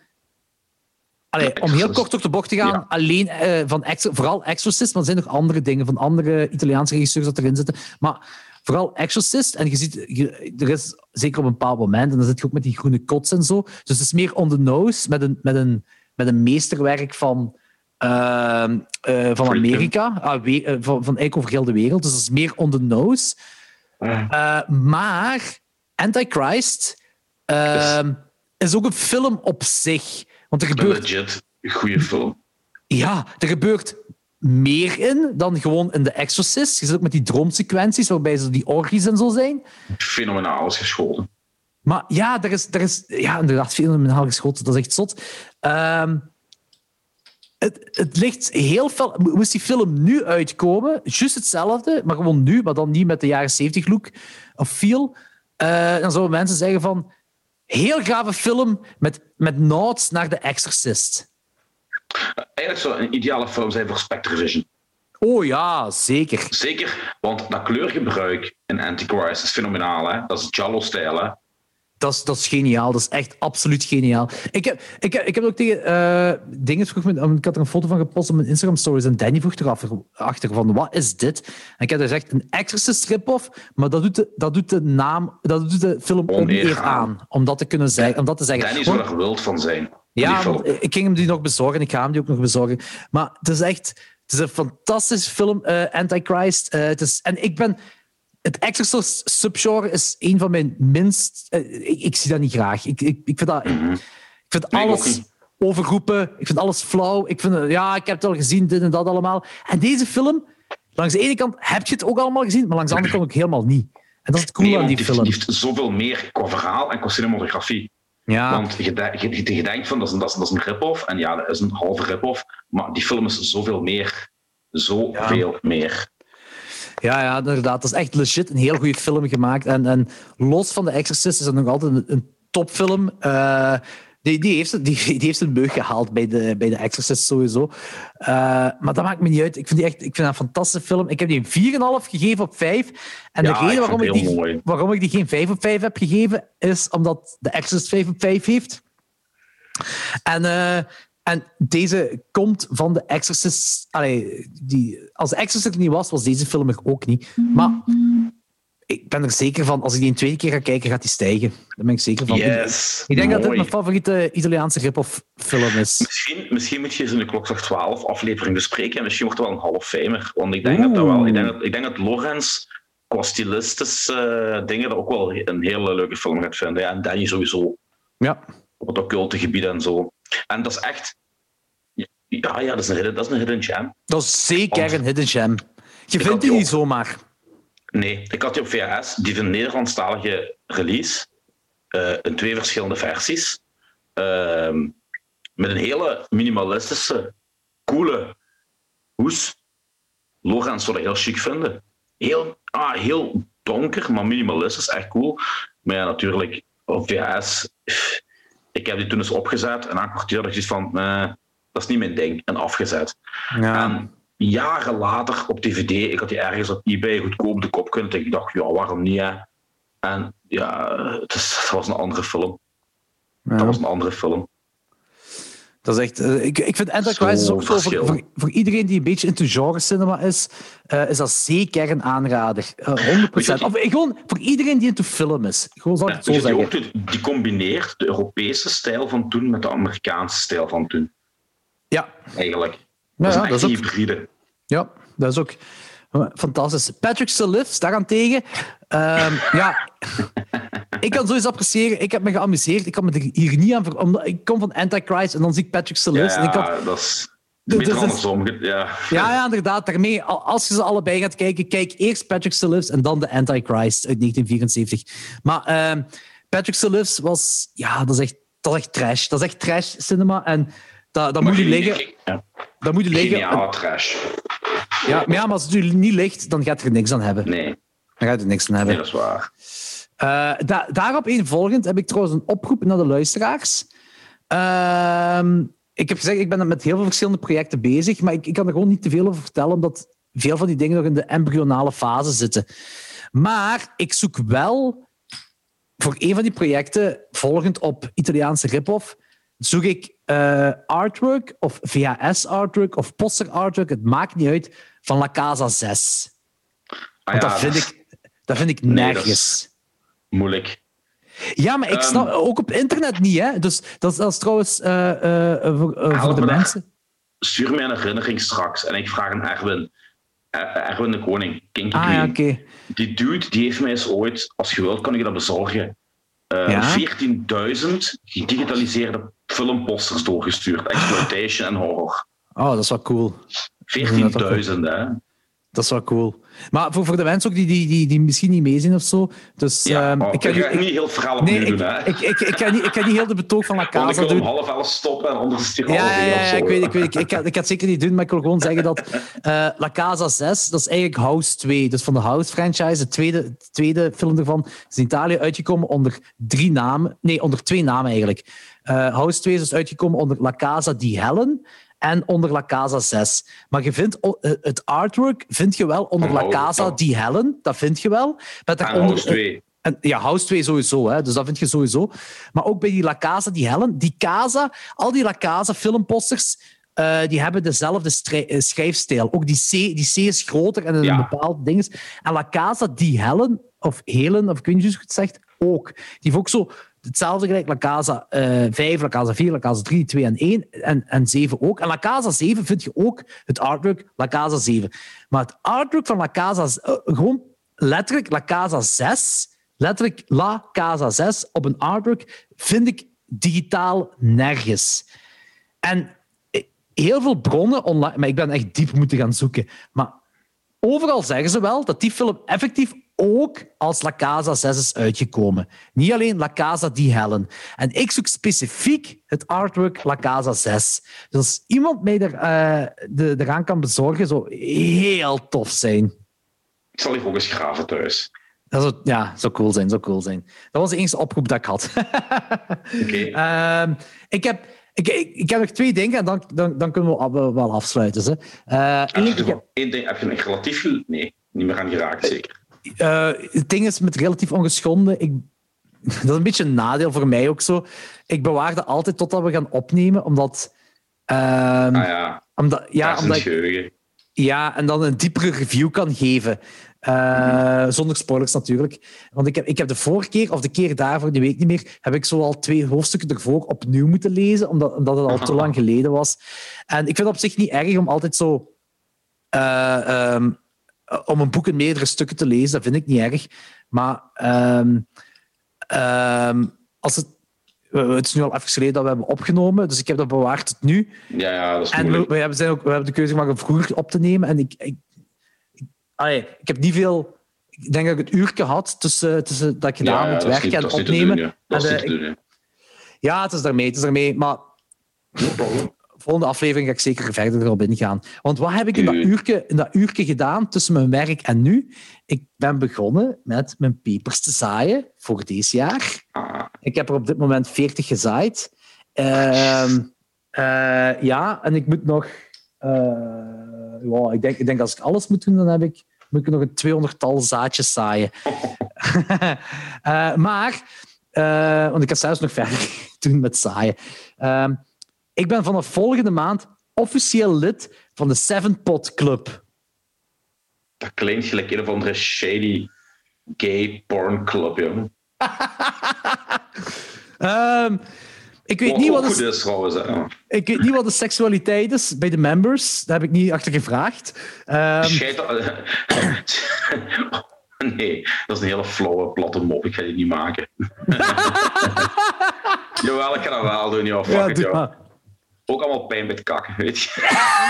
Allee, om heel kort door de bocht te gaan, ja. alleen uh, van exo- vooral Exorcist, maar er zijn nog andere dingen van andere Italiaanse regisseurs dat erin zitten. Maar vooral Exorcist, en je ziet, je, er is zeker op een bepaald moment, en dan zit je ook met die groene kots en zo. Dus het is meer on the nose, met een, met een, met een meesterwerk van, uh, uh, van Amerika, uh, we, uh, van, van eigenlijk over heel de wereld. Dus dat is meer on the nose. Uh, maar Antichrist uh, is... is ook een film op zich. Want er gebeurt... Legit, een goede film. Ja, er gebeurt meer in dan gewoon in The Exorcist. Je zit ook met die droomsequenties, waarbij ze die orgies en zo zijn. Fenomenaal is geschoten. Maar ja, er is, er is ja, inderdaad fenomenaal geschoten. Dat is echt zot. Um, het, het ligt heel veel... Moest die film nu uitkomen, juist hetzelfde, maar gewoon nu, maar dan niet met de jaren zeventig look of feel, uh, dan zouden mensen zeggen van... Heel gave film met, met nods naar The Exorcist. Eigenlijk zou een ideale film zijn voor Spectre Vision. Oh ja, zeker. Zeker, want dat kleurgebruik in Antichrist is fenomenaal. Hè? Dat is Giallo-stijl. Hè? Dat is, dat is geniaal. Dat is echt absoluut geniaal. Ik heb, ik heb, ik heb ook tegen uh, dingen vroeg me, ik had er een foto van gepost op mijn Instagram stories en Danny vroeg erachter achter van wat is dit? En ik heb gezegd een Exorcist strip-off, maar dat doet de, dat doet de naam, dat doet de film oneer aan. aan om dat te kunnen zeggen. Om dat te zeggen. Danny zou er wild van zijn. Ja, want ik ging hem die nog bezorgen. Ik ga hem die ook nog bezorgen. Maar het is echt, het is een fantastische film, uh, Antichrist. Uh, het is, en ik ben. Het Exorcist subgenre is een van mijn minst... Uh, ik, ik zie dat niet graag. Ik, ik, ik vind, dat, mm-hmm. ik vind alles nee, overroepen. Ik vind alles flauw. Ik vind, ja, ik heb het al gezien, dit en dat allemaal. En deze film, langs de ene kant heb je het ook allemaal gezien, maar langs de andere kant ook helemaal niet. En dat is het coole nee, aan die die film. Die heeft zoveel meer qua verhaal en qua cinematografie. Ja. Want je, je, je denkt van, dat is, een, dat, is, dat is een rip-off. En ja, dat is een halve rip-off. Maar die film is zoveel meer. Zoveel ja. meer. Ja, ja, inderdaad. Dat is echt legit een heel goede film gemaakt. En, en los van The Exorcist is het nog altijd een, een topfilm. Uh, die, die, heeft, die, die heeft een beug gehaald bij de, bij The Exorcist sowieso. Uh, maar dat maakt me niet uit. Ik vind, die echt, ik vind dat een fantastische film. Ik heb die een vier komma vijf gegeven op vijf. En ja, de reden waarom ik, die, waarom ik die geen vijf op vijf heb gegeven, is omdat The Exorcist vijf op vijf heeft. En... Uh, En deze komt van de Exorcist. Allee, die, als de Exorcist er niet was, was deze film er ook niet. Maar ik ben er zeker van, als ik die een tweede keer ga kijken, gaat die stijgen. Daar ben ik zeker van. Yes, ik denk mooi. dat dit mijn favoriete Italiaanse rip-off film is. Misschien, misschien moet je eens in de Klokslag twaalf aflevering bespreken en misschien wordt het wel een half famer. Want ik denk, dat, dat, wel, ik denk, dat, ik denk dat Lorenz qua stilistische uh, dingen dat ook wel een hele leuke film gaat vinden. Ja, en Danny sowieso. Ja. Op het occulte gebied en zo. En dat is echt... Ja, ja dat, is een hidden, dat is een hidden gem. Dat is zeker Want, een hidden gem. Je vindt die niet zomaar. Nee, ik had die op V H S, die van Nederlandstalige release, uh, in twee verschillende versies, uh, met een hele minimalistische, coole hoes. Lorenz zou dat heel chic vinden. Heel, ah, heel donker, maar minimalistisch, echt cool. Maar ja, natuurlijk, op V H S... Ik heb die toen eens opgezet en na een kwartier dacht ik van, uh, dat is niet mijn ding, en afgezet. Ja. En jaren later op D V D, ik had die ergens op eBay goedkoop de kop kunnen, en ik dacht, ja, waarom niet? Hè? En ja, het, is, het was een andere film. Ja. Dat was een andere film. Dat is echt... Uh, ik, ik vind Antichrist is ook zo... Voor, voor, voor iedereen die een beetje into genre cinema is, uh, is dat zeker een aanrader. Uh, honderd procent. Of gewoon voor iedereen die into film is. Gewoon zal ik het ja, zo zeggen. Ook, die combineert de Europese stijl van toen met de Amerikaanse stijl van toen. Ja. Eigenlijk. Dat ja, is ja, echt een hybride. Ja, dat is ook... Fantastisch. Patrick Selifs, daarentegen. Um, ja, ik kan zoiets appreciëren. Ik heb me geamuseerd. Ik kan me er hier niet aan ver... Omdat ik kom van Antichrist en dan zie ik Patrick Selifs. Ja, en ik had... dat is... Beetje dus, andersom. Ja. ja, ja, inderdaad. Daarmee, als je ze allebei gaat kijken, kijk eerst Patrick Selifs en dan de Antichrist uit negentien vierenzeventig. Maar um, Patrick Selifs was... Ja, dat is echt, dat is echt trash. Dat is echt trash cinema. En dat, dat moet je liggen... Ja. Dat moet je liggen... Geniale trash. Ja, maar, ja, maar als het u niet ligt, dan gaat er niks aan hebben. Nee. Dan gaat er niks aan hebben. Nee, dat is waar. Uh, da- daarop eenvolgend heb ik trouwens een oproep naar de luisteraars. Uh, ik heb gezegd, ik ben met heel veel verschillende projecten bezig, maar ik, ik kan er gewoon niet te veel over vertellen, omdat veel van die dingen nog in de embryonale fase zitten. Maar ik zoek wel voor een van die projecten, volgend op Italiaanse rip-off, zoek ik uh, artwork of V H S-artwork of poster-artwork, het maakt niet uit, van La Casa zes. Ah, Want ja, dat, vind dat is... ik, dat vind ik nergens. Nee, moeilijk. Ja, maar ik snap um, ook op internet niet, hè. Dus dat is, dat is trouwens uh, uh, voor, uh, voor de mensen. Stuur mij een herinnering straks en ik vraag aan Erwin. Erwin de Koning, Kinky ah, Queen. Ja, okay. Die dude die heeft mij eens ooit, als je wilt, kan ik je dat bezorgen. Uh, ja? veertienduizend gedigitaliseerde filmposters doorgestuurd. Exploitation en horror. Oh, dat is wel cool. veertienduizend, hè. Dat is wel cool. Maar voor, voor de mensen ook die, die, die, die misschien niet meezien of zo. Dus, ja, um, oh, ik kan niet, ik, niet heel het verhaal opnieuw nee, doen. Ik, hè. ik, ik, ik, kan niet, ik kan niet heel de betoog van La Casa doen. Ik wil om half elf stoppen en anders is het ja, half ja, ja, één of zo. Ik weet, ik, weet, ik, ik, ik, ik ga het zeker niet doen, maar ik wil gewoon zeggen dat uh, La Casa zes, dat is eigenlijk House twee. Dus van de House-franchise, de tweede, de tweede film ervan, is in Italië uitgekomen onder drie namen. Nee, onder twee namen eigenlijk. Uh, House twee is dus uitgekomen onder La Casa di Helen. en onder La Casa zes. Maar je vindt, het artwork vind je wel onder La Casa di Helen. Dat vind je wel. Met en onder, House twee. En, ja, House twee sowieso, hè, dus dat vind je sowieso. Maar ook bij die La Casa di Helen. Die Casa, al die La Casa filmposters... Uh, die hebben dezelfde strij- schrijfstijl. Ook die C, die C is groter en een ja. bepaald ding. En La Casa di Helen, of Helen, of ik weet niet hoe je het zegt, ook. Die heeft ook zo hetzelfde gelijk La Casa uh, vijf, La Casa vier, La Casa drie, twee en één en, en zeven ook. En La Casa zeven vind je ook het artwork La Casa zeven. Maar het artwork van La Casa... Uh, gewoon letterlijk La Casa zes, letterlijk La Casa zes op een artwork vind ik digitaal nergens. En... heel veel bronnen online, maar ik ben echt diep moeten gaan zoeken. Maar overal zeggen ze wel dat die film effectief ook als La Casa zes is uitgekomen. Niet alleen La Casa di Helen. En ik zoek specifiek het artwork La Casa zes. Dus als iemand mij er, uh, de, eraan kan bezorgen, zou heel tof zijn. Ik zal hier ook eens graven thuis. Dat zou, ja, zou cool zijn, zou cool zijn. Dat was de enige oproep dat ik had. Oké. Okay. Uh, ik heb... Ik, ik, ik heb nog twee dingen en dan, dan, dan kunnen we wel afsluiten. Hè. Uh, één, je, heb... één ding, heb je een relatief... Nee, niet meer aan geraakt, zeker. Uh, het ding is met relatief ongeschonden... Ik... Dat is een beetje een nadeel voor mij ook zo. Ik bewaarde altijd totdat we gaan opnemen, omdat... Uh, ah ja, omdat, ja, omdat ik, ja, en dan een diepere review kan geven. Uh, zonder spoilers natuurlijk. Want ik heb, ik heb de vorige keer, of de keer daarvoor, die weet ik niet meer, heb ik zo al twee hoofdstukken ervoor opnieuw moeten lezen, omdat, omdat het al te lang geleden was. En ik vind het op zich niet erg om altijd zo... Uh, um, om een boek in meerdere stukken te lezen, dat vind ik niet erg. Maar um, um, als het... Het is nu al even geleden dat we hebben opgenomen, dus ik heb dat bewaard tot nu. Ja, ja, dat is en we, we, hebben, zijn ook, we hebben de keuze gemaakt om vroeger op te nemen. En ik... ik Allee, ik heb niet veel... Ik denk dat ik het uurtje had tussen, tussen dat ik gedaan ja, moet ja, werken en opnemen. Doen, ja. Dat is niet te doen, ja. Ja, het is daarmee, het is daarmee. Maar de volgende aflevering ga ik zeker verder erop ingaan. Want wat heb ik in dat, uurtje, in dat uurtje gedaan tussen mijn werk en nu? Ik ben begonnen met mijn pepers te zaaien voor deze jaar. Ah. Ik heb er op dit moment veertig gezaaid. Uh, uh, ja, en ik moet nog... Uh, ja, ik, denk, ik denk als ik alles moet doen, dan heb ik, moet ik nog een tweehonderdtal zaadjes zaaien. uh, maar, uh, want ik ga zelfs nog verder doen met zaaien. Uh, ik ben vanaf volgende maand officieel lid van de Seven Pot Club. Dat klinkt gelijk een of andere shady gay porn club, jongen. um, Ik weet, oh, niet wat goed de, is, trouwens, hè. ik weet niet wat de seksualiteit is bij de members. Daar heb ik niet achter gevraagd. Um... Schijt... Nee, dat is een hele flauwe, platte mop. Ik ga die niet maken. Jawel, ik ga dat wel doen. Joh. Fuck ja, it, doe joh. maar. Ook allemaal pijn met kakken, weet je.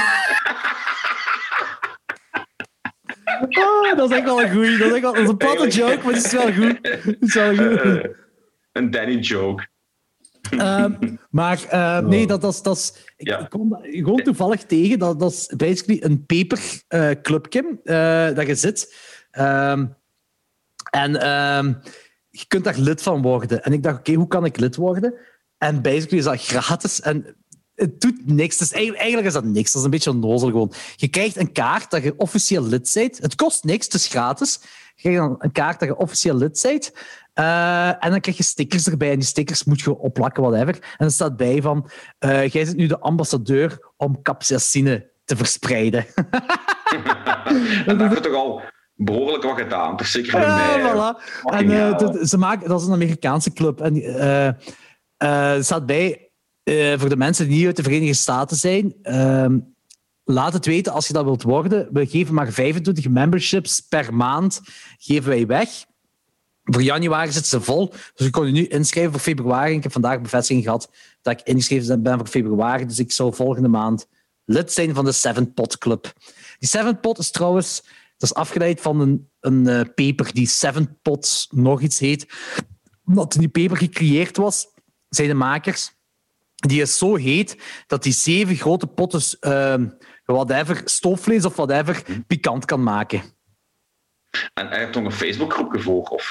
Oh, dat is echt wel een goeie. Dat is, echt wel, dat is een platte joke, maar het is wel goed. Het is wel goed. Uh, een Danny joke. Um, maar uh, nee, dat, dat is... Dat is ik, ja. ik kwam gewoon toevallig tegen. Dat, dat is basically een paperclubje uh, uh, dat je zit. Um, en um, je kunt daar lid van worden. En ik dacht, oké, okay, hoe kan ik lid worden? En basically is dat gratis. En het doet niks. Dus eigenlijk, eigenlijk is dat niks. Dat is een beetje onnozel gewoon. Je krijgt een kaart dat je officieel lid bent. Het kost niks, het is gratis. Je krijgt dan een kaart dat je officieel lid bent. Uh, en dan krijg je stickers erbij. En die stickers moet je opplakken, whatever. En er staat bij van... Uh, jij bent nu de ambassadeur om capsaicine te verspreiden. En dat heb je toch al behoorlijk wat gedaan. Toch zeker voor ja, mij. Voilà. En, uh, dat, ze maken, dat is een Amerikaanse club. En uh, uh, er staat bij... Uh, voor de mensen die niet uit de Verenigde Staten zijn... Uh, laat het weten als je dat wilt worden. We geven maar vijfentwintig memberships per maand geven wij weg. Voor januari zitten ze vol. Dus ik kon je nu inschrijven voor februari. Ik heb vandaag bevestiging gehad dat ik ingeschreven ben voor februari. Dus ik zou volgende maand lid zijn van de Seven Pot Club. Die Seven Pot is trouwens... Dat is afgeleid van een, een uh, paper die Seven Pots nog iets heet. Omdat die paper gecreëerd was, zijn de makers... Die is zo heet dat die zeven grote potten uh, whatever, stoofvlees of whatever pikant kan maken. En hij heeft toch een Facebookgroep gevolgd? Of?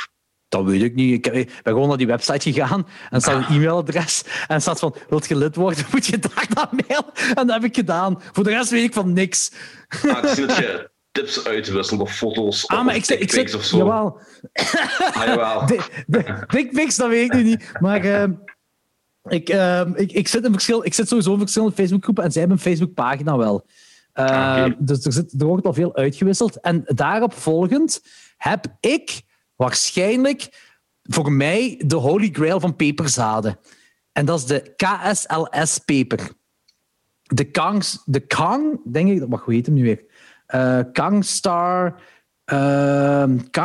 Dat weet ik niet. Ik ben gewoon naar die website gegaan en er staat een e-mailadres en er staat van, wilt je lid worden, moet je daar naar mailen. En dat heb ik gedaan. Voor de rest weet ik van niks. Ah, het is niet dat je tips uitwisselt of foto's ah, of, maar of ik zeg, ik zeg, of zo. Jawel. Ah, jawel. Dickpics, dat weet ik nu niet. Maar uh, ik, uh, ik, ik, zit in verschil, ik zit sowieso in verschillende Facebookgroepen en zij hebben een Facebookpagina wel. Uh, okay. Dus er, zit, er wordt al veel uitgewisseld. En daarop volgend heb ik waarschijnlijk voor mij de holy grail van peperzaden. En dat is de K S L S-peper. De Kangs... De Kang, denk ik... Wacht, hoe heet hem nu weer? Uh, Kangstar... Uh,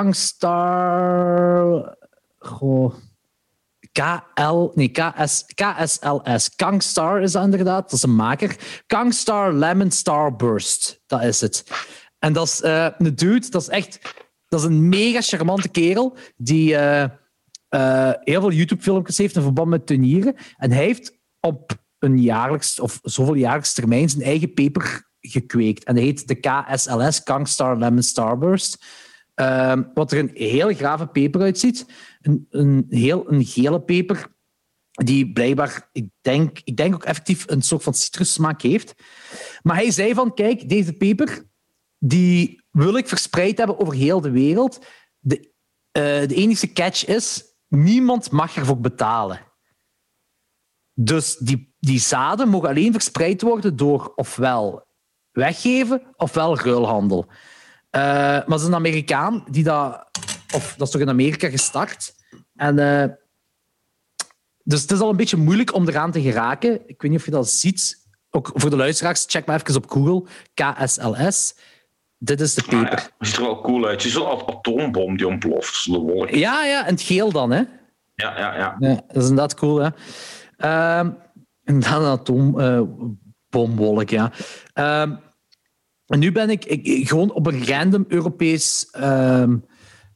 Kangstar... Goh... K L... Nee, K S, K S L S. Kangstar is dat inderdaad. Dat is een maker. Kangstar Lemon Starburst. Dat is het. En dat is uh, een dude... Dat is echt... Dat is een mega charmante kerel die uh, uh, heel veel YouTube-filmpjes heeft in verband met tuinieren. En hij heeft op een jaarlijks of zoveel jaarlijks termijn zijn eigen peper gekweekt. En dat heet de K S L S, Kangstar Lemon Starburst. Uh, wat er een heel grave peper uitziet. Een, een heel een gele peper die blijkbaar, ik denk, ik denk ook effectief een soort van citrussmaak heeft. Maar hij zei van, kijk, deze peper die wil ik verspreid hebben over heel de wereld. De, uh, de enige catch is, niemand mag ervoor betalen. Dus die, die zaden mogen alleen verspreid worden door ofwel weggeven ofwel ruilhandel. Uh, maar het is een Amerikaan die dat... Of dat is toch in Amerika gestart. En, uh, dus het is al een beetje moeilijk om eraan te geraken. Ik weet niet of je dat ziet. Ook voor de luisteraars, check maar even op Google. K S L S. Dit is de peper. Ah, ja. Het ziet er wel cool uit. Het is zo'n atoombom die ontploft. Zo'n wolk. Ja, ja, en het geel dan, hè? Ja, ja, ja. ja dat is inderdaad cool, hè? Um, en dan een atoombomwolk, uh, ja. Um, en nu ben ik, ik gewoon op een random Europees um,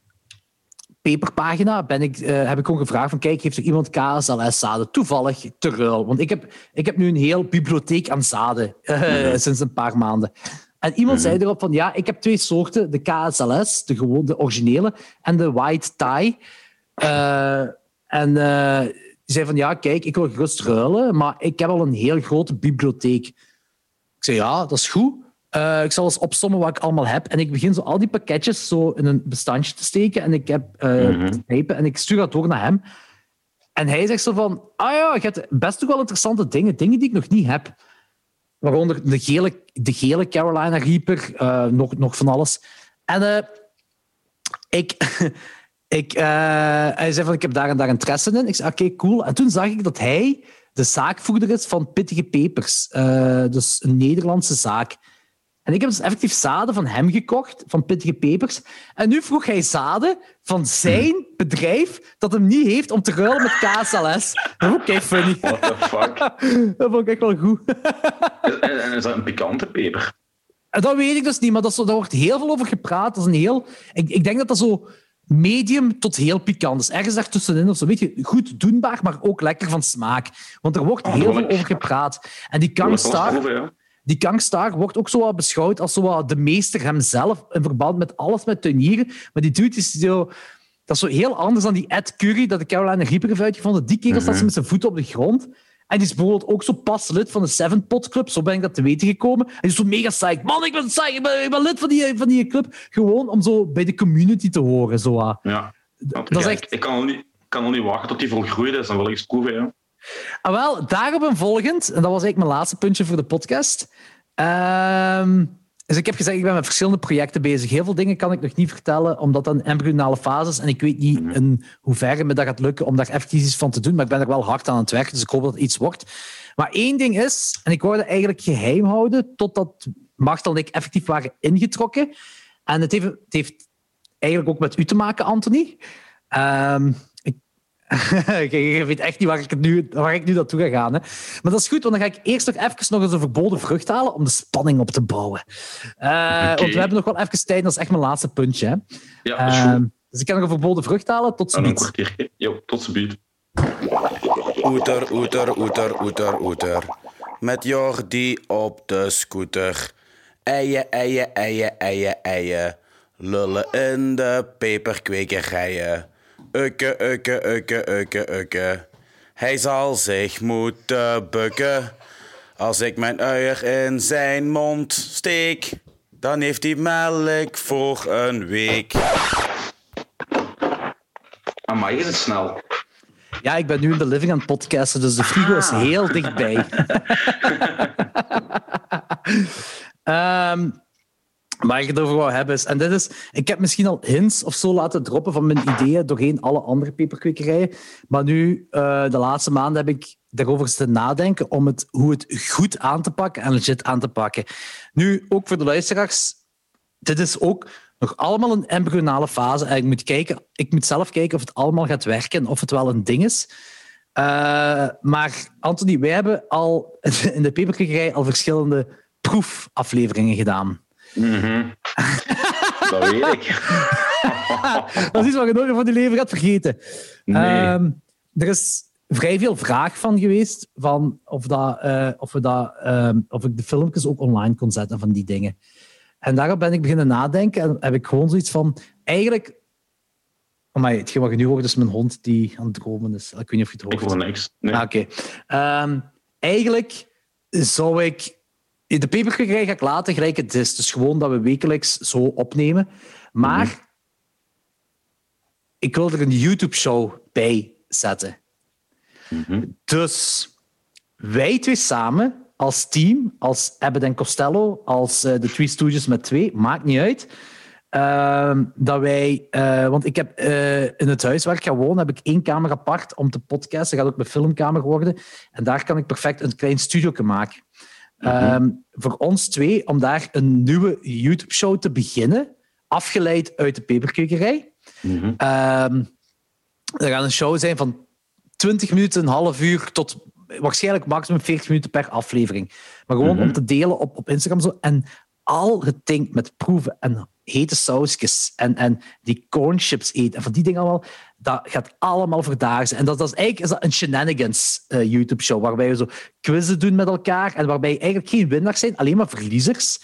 peperpagina ben ik, uh, heb ik gewoon gevraagd van kijk, heeft er iemand K S L S-zaden toevallig te ruil? Want ik heb, ik heb nu een heel bibliotheek aan zaden uh, mm-hmm. sinds een paar maanden. En iemand mm-hmm. zei erop van, ja, ik heb twee soorten. De K S L S, de, gewoon, de originele, en de White Thai. Uh, en uh, die zei van, ja, kijk, ik wil gerust ruilen, maar ik heb al een heel grote bibliotheek. Ik zei, ja, dat is goed. Uh, ik zal eens opsommen wat ik allemaal heb. En ik begin zo al die pakketjes zo in een bestandje te steken en ik heb uh, mm-hmm. te typen en ik stuur dat door naar hem. En hij zegt zo van, ah ja, je hebt best toch wel interessante dingen, dingen die ik nog niet heb. Waaronder de gele, de gele Carolina Reaper, uh, nog, nog van alles. En uh, ik... ik uh, hij zei van, ik heb daar en daar interesse in. Ik zei, oké, okay, cool. En toen zag ik dat hij de zaakvoerder is van Pittige Pepers. Uh, dus een Nederlandse zaak. En ik heb dus effectief zaden van hem gekocht, van Pittige Pepers. En nu vroeg hij zaden van zijn bedrijf dat hem niet heeft om te ruilen met K S L S. Dat vond ik echt funny. What the fuck? Dat vond ik echt wel goed. En, en is dat een pikante peper? Dat weet ik dus niet, maar dat is zo, daar wordt heel veel over gepraat. Dat is een heel... Ik, ik denk dat dat zo medium tot heel pikant is. Ergens daartussenin of zo. Weet je, goed doenbaar, maar ook lekker van smaak. Want er wordt heel veel over gepraat. En die Kangstar... Die Kangstar wordt ook zo wat beschouwd als zo wat de meester hemzelf in verband met alles met tuinieren. Maar die dude is zo... Dat is zo heel anders dan die Ed Curry dat de Carolina Reaper heeft uitgevonden. Die kerel staat mm-hmm. met zijn voeten op de grond. En die is bijvoorbeeld ook zo pas lid van de Seven Pot Club. Zo ben ik dat te weten gekomen. En die is zo mega psyched. Man, ik ben psyched. Ik ben, ik ben lid van die, van die club. Gewoon om zo bij de community te horen. Zo. Ja. Dat is echt... Ik kan nog niet, kan nog niet wachten tot die volgroeid is. Dan wil ik eens proeven, ja. Ah, wel, daarop een volgend. En dat was eigenlijk mijn laatste puntje voor de podcast. Um, dus ik heb gezegd, ik ben met verschillende projecten bezig. Heel veel dingen kan ik nog niet vertellen, omdat dat een embryonale fase is. En ik weet niet in hoeverre me dat gaat lukken om daar effectief iets van te doen. Maar ik ben er wel hard aan het werken, dus ik hoop dat het iets wordt. Maar één ding is, en ik wou dat eigenlijk geheim houden, totdat Martel en ik effectief waren ingetrokken. En het heeft, het heeft eigenlijk ook met u te maken, Anthony. Um, Je weet echt niet waar ik, het nu, waar ik nu naartoe ga gaan. Hè. Maar dat is goed, want dan ga ik eerst nog even nog eens een verboden vrucht halen om de spanning op te bouwen. Uh, okay. Want we hebben nog wel even tijd, dat is echt mijn laatste puntje. Hè. Ja, dat is goed. Uh, dus ik kan nog een verboden vrucht halen. Tot ziens. Een kwartiertje. Jo, tot ziens. Oeter, oeter, oeter, oeter, oeter. Met Jordi op de scooter. Eien, eien, eien, eien, eien. Lullen in de peperkwekerijen. Ukke, ukke, ukke, ukke, ukke. Hij zal zich moeten bukken. Als ik mijn uier in zijn mond steek, dan heeft hij melk voor een week. Amai, is het snel. Ja, ik ben nu in de living aan het podcasten, dus de frigo is heel dichtbij. um, waar ik het over wou hebben is... En dit is... Ik heb misschien al hints of zo laten droppen van mijn ideeën doorheen alle andere peperkwekerijen. Maar nu, uh, de laatste maanden, heb ik daarover zitten nadenken om het, hoe het goed aan te pakken en legit aan te pakken. Nu, ook voor de luisteraars, dit is ook nog allemaal een embryonale fase. En ik moet, kijken, ik moet zelf kijken of het allemaal gaat werken, of het wel een ding is. Uh, maar Anthony, wij hebben al in de peperkwekerij al verschillende proefafleveringen gedaan. Mm-hmm. Dat weet ik. Dat is iets wat je nooit meer van je leven gaat vergeten. Nee. Um, er is vrij veel vraag van geweest van of, dat, uh, of, we dat, um, of ik de filmpjes ook online kon zetten van die dingen. En daarop ben ik beginnen nadenken en heb ik gewoon zoiets van... Eigenlijk... Amai, hetgeen wat je nu hoort is mijn hond die aan het dromen is. Ik weet niet of je het hoort. Ik hoor niks. Nee. Ah, Oké. Okay. Um, eigenlijk zou ik... De peperkwekerij ga ik laten gelijk het is. Dus gewoon dat we wekelijks zo opnemen. Maar mm-hmm. ik wil er een YouTube-show bij zetten. Mm-hmm. Dus wij twee samen, als team, als Abbott en Costello, als uh, de Three Stooges met twee, maakt niet uit. Uh, dat wij... Uh, want ik heb uh, in het huis waar ik ga wonen, heb ik één kamer apart om te podcasten. Dat gaat ook mijn filmkamer worden. En daar kan ik perfect een klein studio maken. Mm-hmm. Um, voor ons twee, om daar een nieuwe YouTube-show te beginnen, afgeleid uit de peperkwekerij. Mm-hmm. Um, er gaat een show zijn van twintig minuten, een half uur, tot waarschijnlijk maximum veertig minuten per aflevering. Maar gewoon mm-hmm. om te delen op, op Instagram. Zo. En al het ding met proeven en hete sausjes en, en die corn chips eten en van die dingen allemaal, dat gaat allemaal voor daar zijn. En dat, dat is eigenlijk is dat een shenanigans uh, YouTube-show, waarbij we zo quizzen doen met elkaar en waarbij eigenlijk geen winnaars zijn, alleen maar verliezers.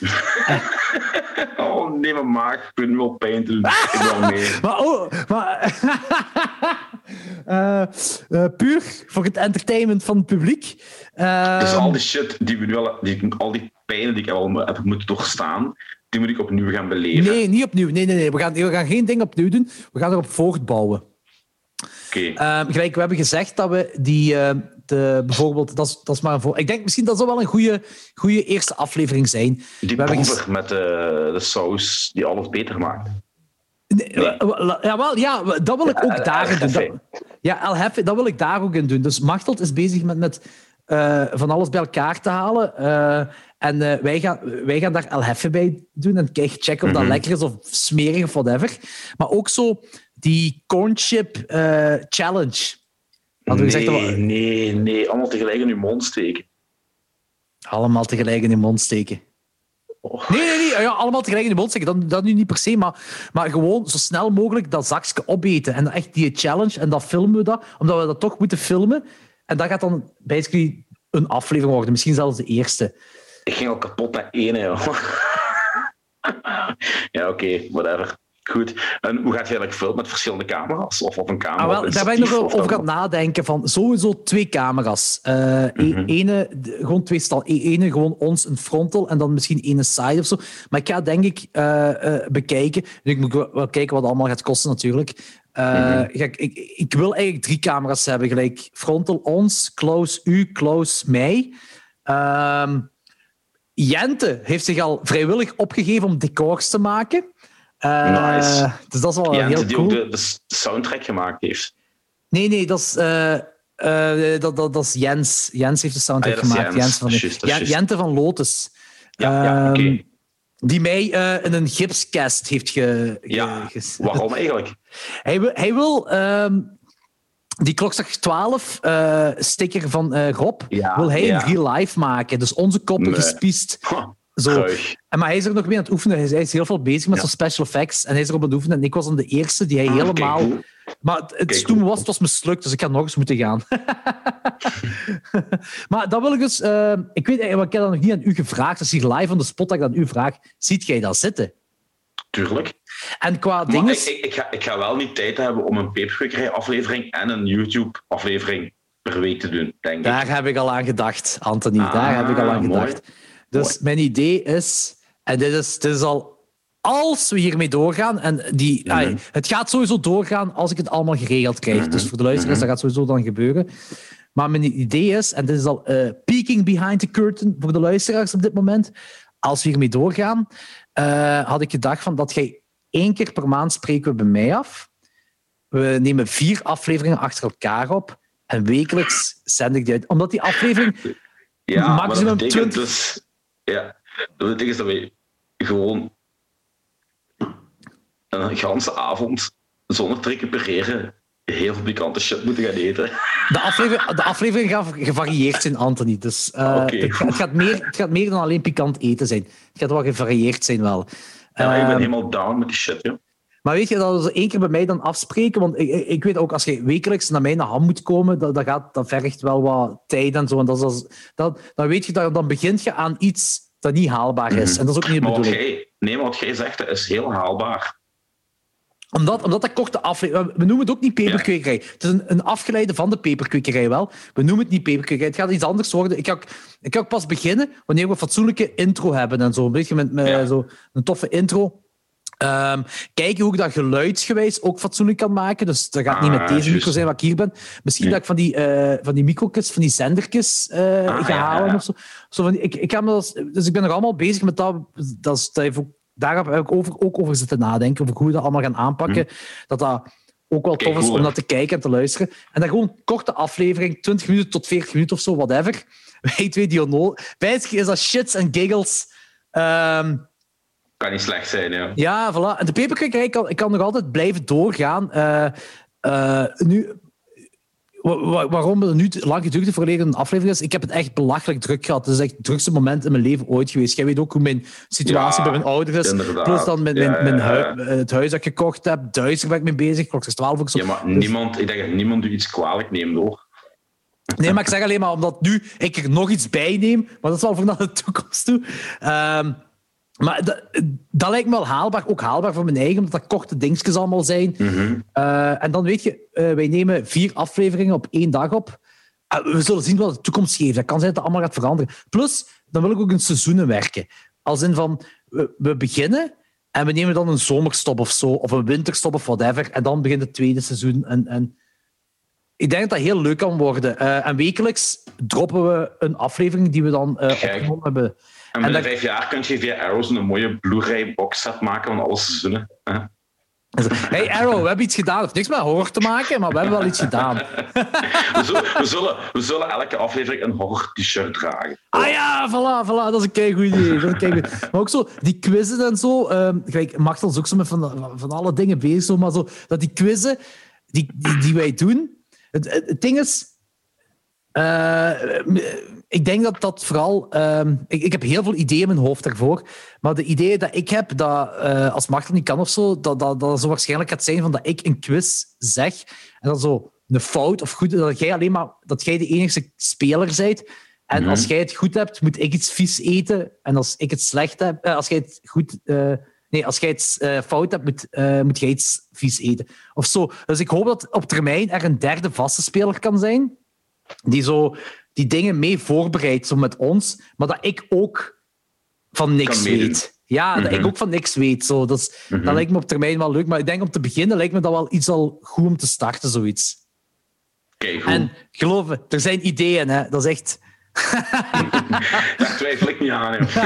Oh, nee, maar maak. Ik vind wel pijn te doen. Ik wil mee. Maar, oh, maar uh, uh, puur voor het entertainment van het publiek. Uh, dus al die shit, die we nu al, die, al die pijnen die ik al heb moeten doorstaan, die moet ik opnieuw gaan beleven. Nee, niet opnieuw. Nee, nee, nee. We gaan, we gaan geen ding opnieuw doen. We gaan erop voortbouwen. Oké. Okay. Uh, gelijk, we hebben gezegd dat we die... Uh, de, bijvoorbeeld, dat is, dat is maar een voor... Ik denk misschien dat zou wel een goede, goede eerste aflevering zijn. Die proever gez... met de, de saus die alles beter maakt. Nee, nee. Ja, wel, ja, dat wil ik ook ja, daarin doen. Dat, ja, El Hefe, dat wil ik daar ook in doen. Dus Machteld is bezig met, met uh, van alles bij elkaar te halen. Uh, en uh, wij, gaan, wij gaan daar El Hefe bij doen en checken of dat mm-hmm. lekker is of smerig of whatever. Maar ook zo die corn chip uh, challenge. Nee, gezegd, we... nee, nee. Allemaal tegelijk in je mond steken. Allemaal tegelijk in je mond steken. Oh. Nee, nee, nee. Ja, allemaal tegelijk in je mond steken. Dat, dat nu niet per se, maar, maar gewoon zo snel mogelijk dat zakje opeten. En echt die challenge. En dan filmen we dat, omdat we dat toch moeten filmen. En dat gaat dan basically een aflevering worden. Misschien zelfs de eerste. Ik ging al kapot naar één, joh. Ja, oké. Okay, whatever. Goed. En hoe gaat je eigenlijk filmen met verschillende camera's? Of op een camera? Ah, wel, daar ben ik nog over gaan nadenken. Van sowieso twee camera's. Uh, mm-hmm. Ene, gewoon twee stal. Ene gewoon ons, een frontal, en dan misschien ene side of zo. Maar ik ga denk ik uh, uh, bekijken. En ik moet wel kijken wat het allemaal gaat kosten natuurlijk. Uh, mm-hmm. ik, ik, ik wil eigenlijk drie camera's hebben. Gelijk frontal ons, close u, close mij. Uh, Jente heeft zich al vrijwillig opgegeven om decors te maken. Uh, nice. Dus dat is wel ja, heel die cool. ook de, de soundtrack gemaakt heeft. Nee, nee, dat is, uh, uh, dat, dat, dat is Jens. Jens heeft de soundtrack ah, ja, gemaakt. Jens. Jens van de, just, Jen, Jente van Lotus. Ja, uh, ja oké. Okay. Die mij uh, in een gipskast heeft ge... Ja, ge, ge waarom eigenlijk? Hij wil... Hij wil um, die Klokslag twaalf uh, sticker van uh, Rob ja, wil hij ja. in real life maken. Dus onze koppen nee. gespiest... Huh. Zo. En maar hij is er nog mee aan het oefenen. Hij is heel veel bezig met ja. zo'n special effects. En hij is erop aan het oefenen. En ik was dan de eerste die hij ah, helemaal... Cool. Maar het, het stoem was, het was mislukt, dus ik had nog eens moeten gaan. Maar dat wil ik dus... Uh, ik weet, ik heb dat nog niet aan u gevraagd. Dus hier live on the spot dat ik aan u vraag. Ziet jij dat zitten? Tuurlijk. En qua Maar dingen... ik, ik, ik, ga, ik ga wel niet tijd hebben om een Peperkwekerij-aflevering en een YouTube-aflevering per week te doen, denk ik. Daar heb ik al aan gedacht, Anthony. Ah, Daar heb ik al aan mooi. gedacht. Dus Mooi. mijn idee is... En dit is, dit is al... Als we hiermee doorgaan... En die, Mm-hmm. ai, het gaat sowieso doorgaan als ik het allemaal geregeld krijg. Mm-hmm. Dus voor de luisteraars, Mm-hmm. dat gaat sowieso dan gebeuren. Maar mijn idee is... En dit is al uh, peeking behind the curtain voor de luisteraars op dit moment. Als we hiermee doorgaan, uh, had ik gedacht van dat jij één keer per maand spreken we bij mij af. We nemen vier afleveringen achter elkaar op. En wekelijks zend ik die uit. Omdat die aflevering... Ja, maar maximum dat betekent twintig... dus... Ja, dat betekent dat we gewoon een ganse avond zonder te recupereren heel veel pikante shit moeten gaan eten. De aflevering, de aflevering gaat gevarieerd zijn, Anthony. Dus, uh, Okay. het, het, gaat meer, het gaat meer dan alleen pikant eten zijn. Het gaat wel gevarieerd zijn wel. Ja, ik ben Um, helemaal down met die shit, joh. Maar weet je, dat we één keer bij mij dan afspreken, want ik, ik weet ook, als je wekelijks naar mij naar Ham moet komen, dat, dat, gaat, dat vergt wel wat tijd en zo. En dat is als, dat, dan weet je, dat, dan begint je aan iets dat niet haalbaar is. Mm-hmm. En dat is ook niet de maar bedoeling. Wat jij, nee, maar wat jij zegt, dat is heel haalbaar. Omdat, omdat dat korte aflevering... We noemen het ook niet peperkwekerij. Ja. Het is een, een afgeleide van de peperkwekerij wel. We noemen het niet peperkwekerij. Het gaat iets anders worden. Ik ga, ik ga ook pas beginnen wanneer we een fatsoenlijke intro hebben en zo. Een beetje met, met ja. zo een toffe intro. Um, kijken hoe ik dat geluidsgewijs ook fatsoenlijk kan maken. Dus dat gaat ah, niet met deze micro zijn waar ik hier ben. Misschien nee. dat ik van die, uh, van die microkes, van die zendertjes uh, ah, ga halen ja, ja. of zo. zo van, ik, ik ga me dat, dus ik ben nog allemaal bezig met dat. dat, is, dat heeft ook, daar heb ik over, ook over zitten nadenken. Over hoe we dat allemaal gaan aanpakken. Hm. Dat dat ook wel tof is om naar te kijken en te luisteren. En dan gewoon een korte aflevering, twintig minuten tot veertig minuten of zo, whatever. Wij twee die onnozel. Bijzig is dat shits en giggles. Um, Kan niet slecht zijn, ja. Ja, voilà. En de peperkwekerij kan, ik kan nog altijd blijven doorgaan. Uh, uh, nu, wa- waarom het nu lang geduurd heeft voor een aflevering is, ik heb het echt belachelijk druk gehad. Het is echt het drukste moment in mijn leven ooit geweest. Jij weet ook hoe mijn situatie ja, bij mijn ouders is. Inderdaad. Plus dan met mijn, ja, mijn hui, ja. het huis dat ik gekocht heb. Duizer ben ik mee bezig. Klok is twaalf ook zo. Ja, maar dus... niemand, ik denk dat niemand u iets kwalijk neemt, hoor. Nee, maar ik zeg alleen maar omdat nu ik er nog iets bij neem. Maar dat is wel voor naar de toekomst toe. Um, Maar dat, dat lijkt me wel haalbaar. Ook haalbaar voor mijn eigen, omdat dat korte dingetjes allemaal zijn. Mm-hmm. Uh, en dan weet je, uh, wij nemen vier afleveringen op één dag op. Uh, we zullen zien wat de toekomst geeft. Dat kan zijn dat het allemaal gaat veranderen. Plus, dan wil ik ook in seizoenen werken. Als in van, we, we beginnen en we nemen dan een zomerstop of zo, of een winterstop of whatever. En dan begint het tweede seizoen. En, en ik denk dat dat heel leuk kan worden. Uh, en wekelijks droppen we een aflevering die we dan uh, opgenomen hebben. En binnen en dat... vijf jaar kun je via Arrow een mooie Blu-ray boxset maken van alle seizoenen. Huh? Hey Arrow, we hebben iets gedaan. Het heeft niks met horror te maken, maar we hebben wel iets gedaan. we, zullen, we, zullen, we zullen elke aflevering een horror-t-shirt dragen. Ah ja, voilà, voilà. Dat is een keigoed idee. Dat is een keigoed. Maar ook zo, die quizzen en zo. Um, gelijk, Machtel is ook zo met van, van alle dingen bezig, zo, maar zo, dat die quizzen die, die, die wij doen... Het, het, het ding is... Uh, ik denk dat dat vooral... Um, ik, ik heb heel veel ideeën in mijn hoofd daarvoor. Maar de ideeën dat ik heb, dat uh, als Machtel niet kan of zo, dat, dat, dat zo waarschijnlijk gaat zijn van dat ik een quiz zeg en dat zo een fout of goed... Dat jij alleen maar... Dat jij de enige speler bent. En mm-hmm. als jij het goed hebt, moet ik iets vies eten. En als ik het slecht heb... Uh, als jij het goed... Uh, nee, als jij het uh, fout hebt, moet, uh, moet jij iets vies eten. Of zo. Dus ik hoop dat op termijn er een derde vaste speler kan zijn die zo die dingen mee voorbereidt zo met ons, maar dat ik ook van niks weet. Ja, mm-hmm. dat ik ook van niks weet. Zo. Dat, is, mm-hmm. dat lijkt me op termijn wel leuk, maar ik denk om te beginnen lijkt me dat wel iets al goed om te starten, zoiets. Oké, goed. En geloof me, er zijn ideeën, hè. Dat is echt... Daar twijfel ik niet aan, joh.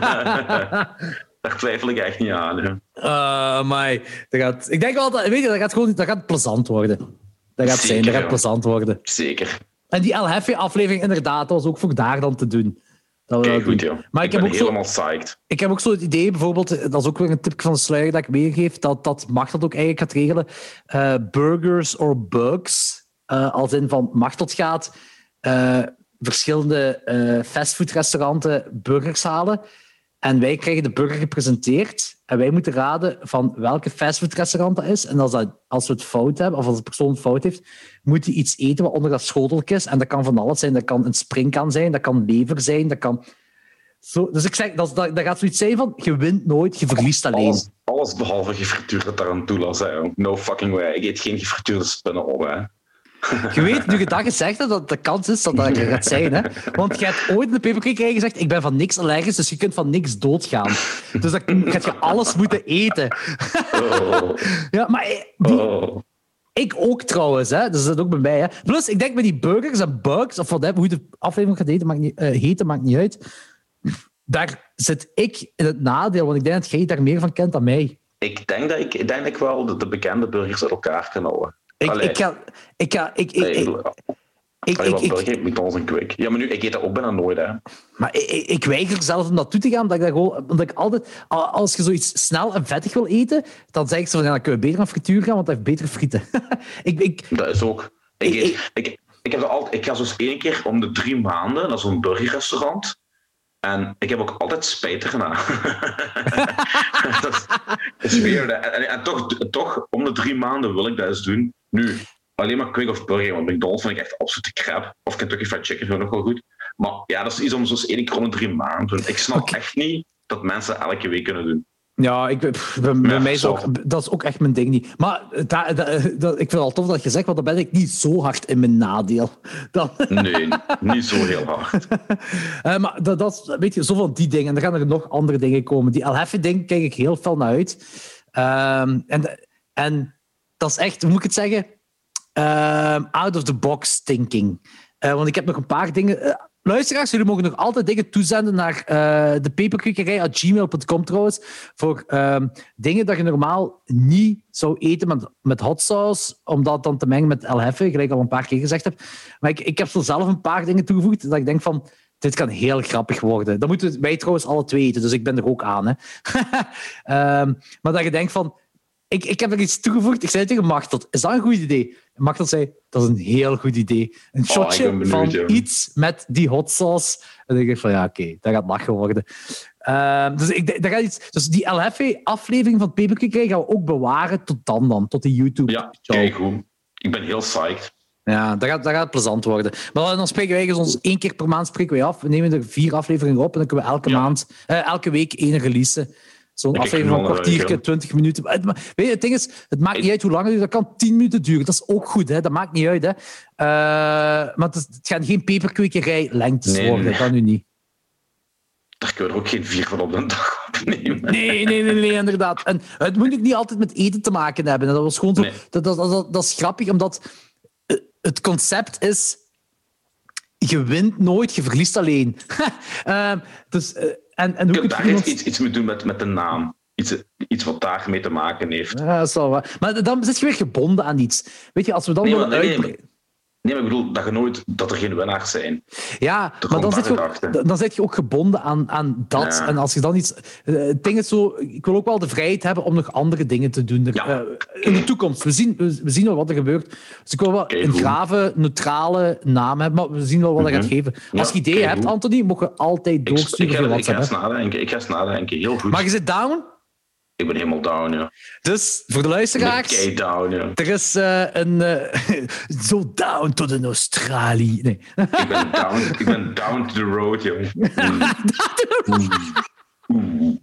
Daar twijfel ik echt niet aan, joh. Uh, maar dat gaat, ik denk wel dat, weet je, dat gaat gewoon dat gaat plezant worden. Dat gaat Zeker, zijn, dat gaat plezant worden. Zeker. En die El Jefe-aflevering, inderdaad, dat was ook voor daar dan te doen. Dat Kijk, goed, joh. Maar ik, ik ben heb ook helemaal zo, psyched. Ik heb ook zo het idee, bijvoorbeeld, dat is ook weer een tip van de sluier dat ik meegeef, dat, dat Machteld ook eigenlijk gaat regelen. Uh, burgers or bugs. Uh, als in van Machteld gaat uh, verschillende uh, fastfoodrestauranten burgers halen. En wij krijgen de burger gepresenteerd. En wij moeten raden van welke fastfoodrestaurant dat is. En als, dat, als we het fout hebben, of als de persoon het fout heeft, moet hij iets eten wat onder dat schoteltje is. En dat kan van alles zijn. Dat kan een springkaan zijn, dat kan lever zijn, dat kan Zo, dus ik zeg, dat, dat, dat gaat zoiets zijn van, je wint nooit, je verliest alleen. Alles, alles behalve gefrituurde tarantulas, hè. No fucking way. Ik eet geen gefrituurde spinnen op, hè. Je weet, nu je dat gezegd hebt, dat de kans is dat dat er gaat zijn. Hè? Want je hebt ooit in de peperkwekerij gezegd, ik ben van niks allergisch, dus je kunt van niks doodgaan. Dus dan gaat je alles moeten eten. Oh. Ja, maar die, Oh. ik ook trouwens, hè? Dus dat is ook bij mij. Hè? Plus, ik denk met die burgers en bugs, of wat, hoe de aflevering gaat heten, maakt niet, uh, heten, maakt niet uit. Daar zit ik in het nadeel, want ik denk dat jij daar meer van kent dan mij. Ik denk dat ik, ik, denk dat ik wel de, de bekende burgers uit elkaar kan houden. Ik, Allee. ik ga... Ik ga ik, ik, ik, ik, ik, Allee, wat ik, België, McDonald's en Quick. Ja, maar nu, ik eet dat ook bijna nooit, hè. maar ik, ik, ik weiger zelf om dat toe te gaan, omdat ik, dat gewoon, omdat ik altijd... Als je zoiets snel en vettig wil eten, dan zeg ik zo van, ja, dan kun je beter naar frituur gaan, want dat heeft betere frieten. ik, ik, Dat is ook... Ik, Ik- eet, ik, ik, heb dat altijd, ik ga zo eens één keer om de drie maanden naar zo'n burgerrestaurant. En ik heb ook altijd spijt erna. dat is, dat is weird. hè. En, en, en toch, toch, om de drie maanden wil ik dat eens doen. Nu, alleen maar Quick of Burger, want McDonald's vind ik echt absolute crap. Of Kentucky Fried Chicken vind ik ook wel goed. Maar ja, dat is iets om zo'n één keer om de drie maanden te doen. Ik snap Oké. echt niet dat mensen elke week kunnen doen. ja, ik, pff, bij, bij Ja, mij is zo. ook, dat is ook echt mijn ding niet. Maar da, da, dat, ik vind het al tof dat je zegt, want dan ben ik niet zo hard in mijn nadeel. Dan, Nee, niet zo heel hard. Uh, maar dat, dat is, weet je, zo van die dingen. En dan gaan er nog andere dingen komen. Die El Jefe-ding kijk ik heel fel naar uit. Um, en, en dat is echt, hoe moet ik het zeggen? Um, out of the box thinking. Uh, want ik heb nog een paar dingen... Uh, luisteraars, jullie mogen nog altijd dingen toezenden naar uh, de peperkwekerij at gmail dot com trouwens. Voor um, dingen dat je normaal niet zou eten met, met hot sauce, om dat dan te mengen met El Jefe, gelijk ik al een paar keer gezegd heb. Maar ik, ik heb zo zelf een paar dingen toegevoegd dat ik denk van... Dit kan heel grappig worden. Dat moeten wij trouwens alle twee eten, dus ik ben er ook aan. Hè. um, maar dat je denkt van... Ik, ik heb er iets toegevoegd. Ik zei tegen Machteld, is dat een goed idee? En Machteld zei, dat is een heel goed idee. Een shotje oh, benieuwd, van ja. iets met die hot sauce. En dan denk ik van, ja, oké, okay, dat gaat lachen worden. Um, dus, ik, dat gaat iets, dus die El Jefe-aflevering van Peperkwekerij gaan we ook bewaren tot dan dan, tot de YouTube. Ja, kijk goed. Ik ben heel psyched. Ja, dat gaat, dat gaat plezant worden. Maar dan spreken wij ons één keer per maand spreken wij af. We nemen er vier afleveringen op en dan kunnen we elke, Ja. maand, uh, elke week één releasen. Zo'n Ik aflevering van een knallen, kwartiertje, ja. twintig minuten. Weet je, het ding is, het maakt niet uit hoe lang het duurt. Dat kan tien minuten duren. Dat is ook goed, hè. Dat maakt niet uit. Hè. Uh, maar het, is, het gaan geen peperkwekerij-lengtes Nee, worden. nee. Dat nu niet. Daar kunnen we er ook geen vier van op de dag opnemen. Nee, nee, nee, nee, inderdaad. En het moet ook niet altijd met eten te maken hebben. Dat was gewoon zo... Nee. Dat, dat, dat, dat is grappig, omdat het concept is... Je wint nooit, je verliest alleen. uh, dus, uh, en, en hoe Je kunt het daar iemand... iets, iets mee doen met, met de naam. Iets, iets wat daarmee te maken heeft. Ja, dat is wel waar. Maar dan zit je weer gebonden aan iets. Weet je, als we dan Nee, willen maar, nee, nee, uitbreiden... Nee, maar ik bedoel dat, je nooit, dat er geen winnaars zijn. Ja, Toch maar dan gewoon zit, je gedachte. ook, dan zit je ook gebonden aan, aan dat. Ja. En als je dan iets... Uh, het ding is zo... Ik wil ook wel de vrijheid hebben om nog andere dingen te doen. Er, Ja. uh, in de toekomst. We zien, we, we zien wel wat er gebeurt. Dus ik wil wel Kijk, een goed. grave, neutrale naam hebben, maar we zien wel wat dat Mhm. gaat geven. Ja, Als je ideeën kijk, hebt, goed. Anthony, mag je altijd Ik, ik, doorsturen ga, via ik ga WhatsApp. eens hè. nadenken. Ik ga eens nadenken. Heel goed. Maar je zit down. Ik ben helemaal down, ja. Dus voor de Ik ben luisteraars... kei down, ja. Er is uh, een... Uh, zo down tot in Australië. Nee. Ik ben down, ik ben down to the road, joh. Mm.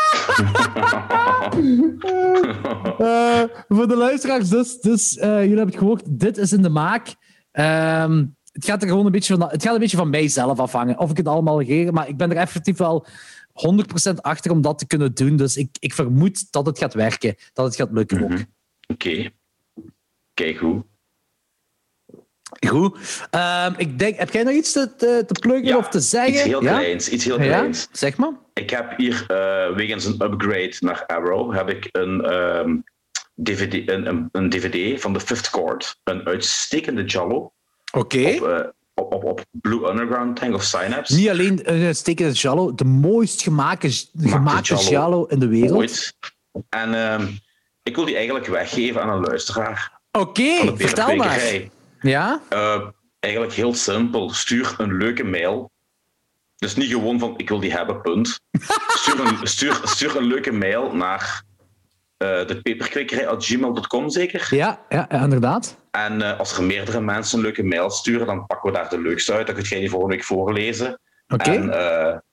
Uh, voor de luisteraars, dus, dus uh, jullie hebben het gehoord. Dit is in de maak. Um, het gaat er gewoon een beetje van, het gaat een beetje van mijzelf afhangen. Of ik het allemaal regeer, maar ik ben er effectief wel honderd procent achter om dat te kunnen doen. Dus ik, ik vermoed dat het gaat werken. Dat het gaat lukken ook. Oké. Okay. Kijk hoe. Goed. Um, ik denk, heb jij nog iets te, te, te pluggen Ja, of te zeggen? iets heel ja? kleins. Iets heel Ja? kleins. Zeg maar. Ik heb hier, uh, wegens een upgrade naar Arrow, heb ik een, um, D V D, een, een, een D V D van The Fifth Chord. Een uitstekende Jallo. Oké. Okay. Op, uh, op, op, op Blue Underground Tank of Synapse. Niet alleen een uitstekende Jallo, de mooist gemaakte, gemaakte Jallo Jallo in de wereld. Ooit. En um, ik wil die eigenlijk weggeven aan een luisteraar. Oké, okay, vertel maar. Ja? Uh, eigenlijk heel simpel. Stuur een leuke mail. Dus niet gewoon van, ik wil die hebben, punt. Stuur een, stuur, stuur een leuke mail naar uh, de peperkwekerij at gmail dot com, zeker? Ja, ja, ja inderdaad. En uh, als er meerdere mensen een leuke mail sturen, dan pakken we daar de leukste uit. Dan kun jij die volgende week voorlezen. Oké. Okay. En uh,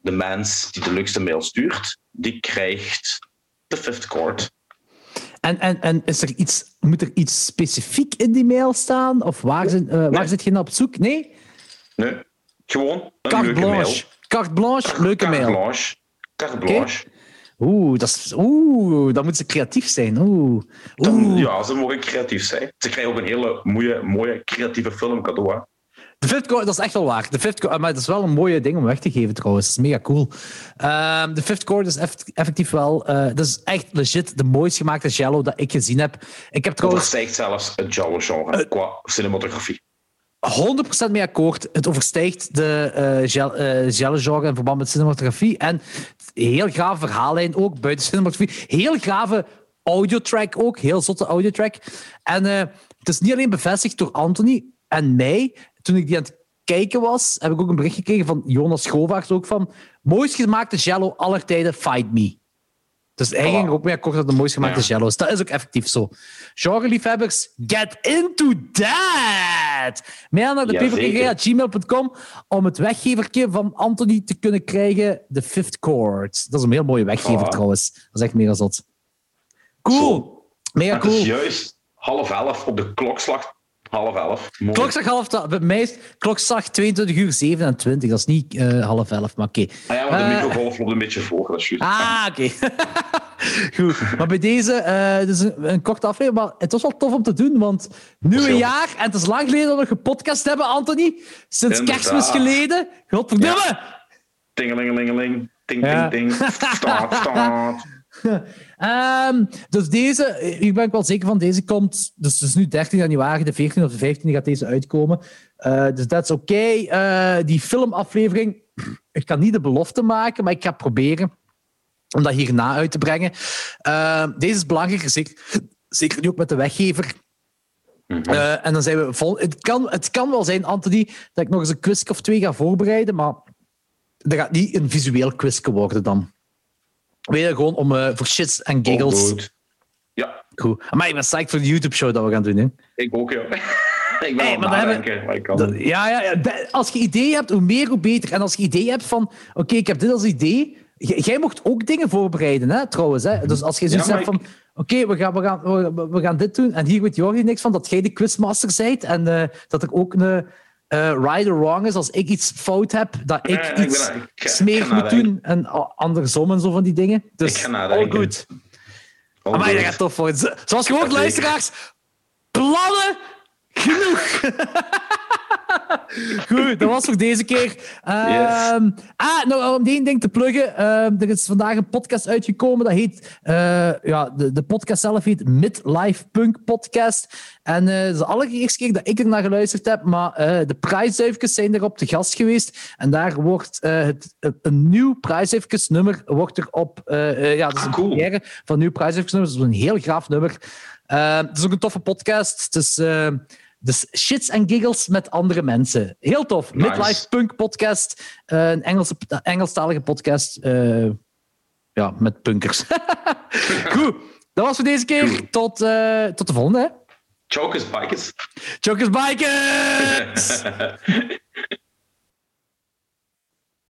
de mens die de leukste mail stuurt, die krijgt de fifth chord. En, en, en is er iets, moet er iets specifiek in die mail staan? Of waar, zit, uh, waar nee. zit je naar op zoek? Nee? Nee, gewoon een Carte leuke blanche. mail. Carte blanche, Carte, leuke carte mail. Blanche. Carte blanche. Okay. Oeh, dat is, oeh, dan moeten ze creatief zijn. Oeh. Dan, Oeh. ja, ze mogen creatief zijn. Ze krijgen ook een hele mooie, mooie creatieve film cadeau. Hè. De fifth chord, dat is echt wel waar. De fifth chord, maar dat is wel een mooie ding om weg te geven trouwens. Dat is mega cool. Um, de fifth chord is effectief wel... Uh, dat is echt legit de mooist gemaakte Jello dat ik gezien heb. Ik heb trouwens... Overstijgt zelfs het Jello-genre uh, qua cinematografie. honderd procent mee akkoord. Het overstijgt de uh, Jello-genre uh, in verband met cinematografie. En heel gave verhaallijn ook, buiten cinematografie. Heel gave audiotrack ook. Heel zotte audiotrack. En uh, het is niet alleen bevestigd door Anthony en mij. Toen ik die aan het kijken was, heb ik ook een bericht gekregen van Jonas Schovaert ook van mooist gemaakte Jello aller tijden, Fight Me. Dus hij ging er ook mee akkoord dat de mooist gemaakte ja. Jello is. Dat is ook effectief zo. Genre-liefhebbers, get into that! Mail naar de ja, paperkg at gmail dot com om het weggevertje van Anthony te kunnen krijgen, de fifth chord. Dat is een heel mooie weggever oh. trouwens. Dat is echt mega zot. Cool. Zo. Mega cool. Het is juist half elf op de klokslag. Half elf. Mooi. Klokslag half elf. Bij mij is klokslag tweeëntwintig uur zevenentwintig. Dat is niet uh, half elf, maar oké. Okay. Ah ja, maar de uh, microgolf loopt een beetje voor. Dat is juist. Ah, oké. Okay. Goed. Maar bij deze, uh, het is een, een korte aflevering, maar het was wel tof om te doen, want nieuwe jaar, en het is lang geleden dat we gepodcast hebben, Anthony. Sinds Inderdaad. Kerstmis geleden. Godverdomme! Ja. Tingelingelingeling. Ting, ja. ting, ting. Start, start. um, dus deze, ik ben wel zeker van, deze komt, dus het is nu dertien januari, de veertiende of de vijftiende gaat deze uitkomen. Uh, dus dat is oké. Okay. Uh, die filmaflevering, ik kan niet de belofte maken, maar ik ga proberen om dat hierna uit te brengen. Uh, deze is belangrijk, zeker, zeker nu ook met de weggever. Mm-hmm. Uh, en dan zijn we vol. Het kan, het kan wel zijn, Anthony, dat ik nog eens een quiz of twee ga voorbereiden, maar dat gaat niet een visueel quiz worden dan. Weet je, gewoon om uh, voor shits en giggles. Oh, goed. Ja. Goed. Maar ik ben psyched voor de YouTube-show dat we gaan doen. Hè. Ik ook, ja. Ik ben hey, aan het nadenken. Maar ik kan dat, ja, ja, ja. Als je ideeën hebt, hoe meer, hoe beter. En als je ideeën hebt van, oké, okay, ik heb dit als idee. J- jij mocht ook dingen voorbereiden, hè, trouwens. Hè. Dus als je zoiets ja, hebt van, ik... oké, okay, we, gaan, we, gaan, we, we gaan dit doen. En hier weet Jordi niks van, dat jij de quizmaster bent. En uh, dat er ook een... Uh, right or wrong is, als ik iets fout heb, dat ik nee, iets ik ben, ik, smerig moet doen en andersom en zo van die dingen. Dus, ik ga nadenken. all good. Maar dat gaat tof worden. Zoals gewoon, luisteraars, plannen genoeg. Goed, dat was voor deze keer. Um, yes. Ah, nou, om één ding te pluggen. Uh, er is vandaag een podcast uitgekomen. Dat heet... Uh, ja, de, de podcast zelf heet Midlife Punk Podcast. En uh, dat is de allereerste keer dat ik er naar geluisterd heb. Maar uh, de prijsduifjes zijn erop te gast geweest. En daar wordt uh, het, een nieuw prijsduifjesnummer wordt er op... Uh, uh, ja, dat is een cool. première van een nieuw prijsduifjesnummer. Dat is een heel gaaf nummer. Uh, het is ook een toffe podcast. Het is... Uh, Dus shits en giggles met andere mensen. Heel tof. Nice. Midlife Punk Podcast. Uh, een Engelse, Engelstalige podcast. Uh, ja, met punkers. Goed. Dat was voor deze keer. Tot, uh, tot de volgende. Hè. Chokers Bikers. Chokers Bikers!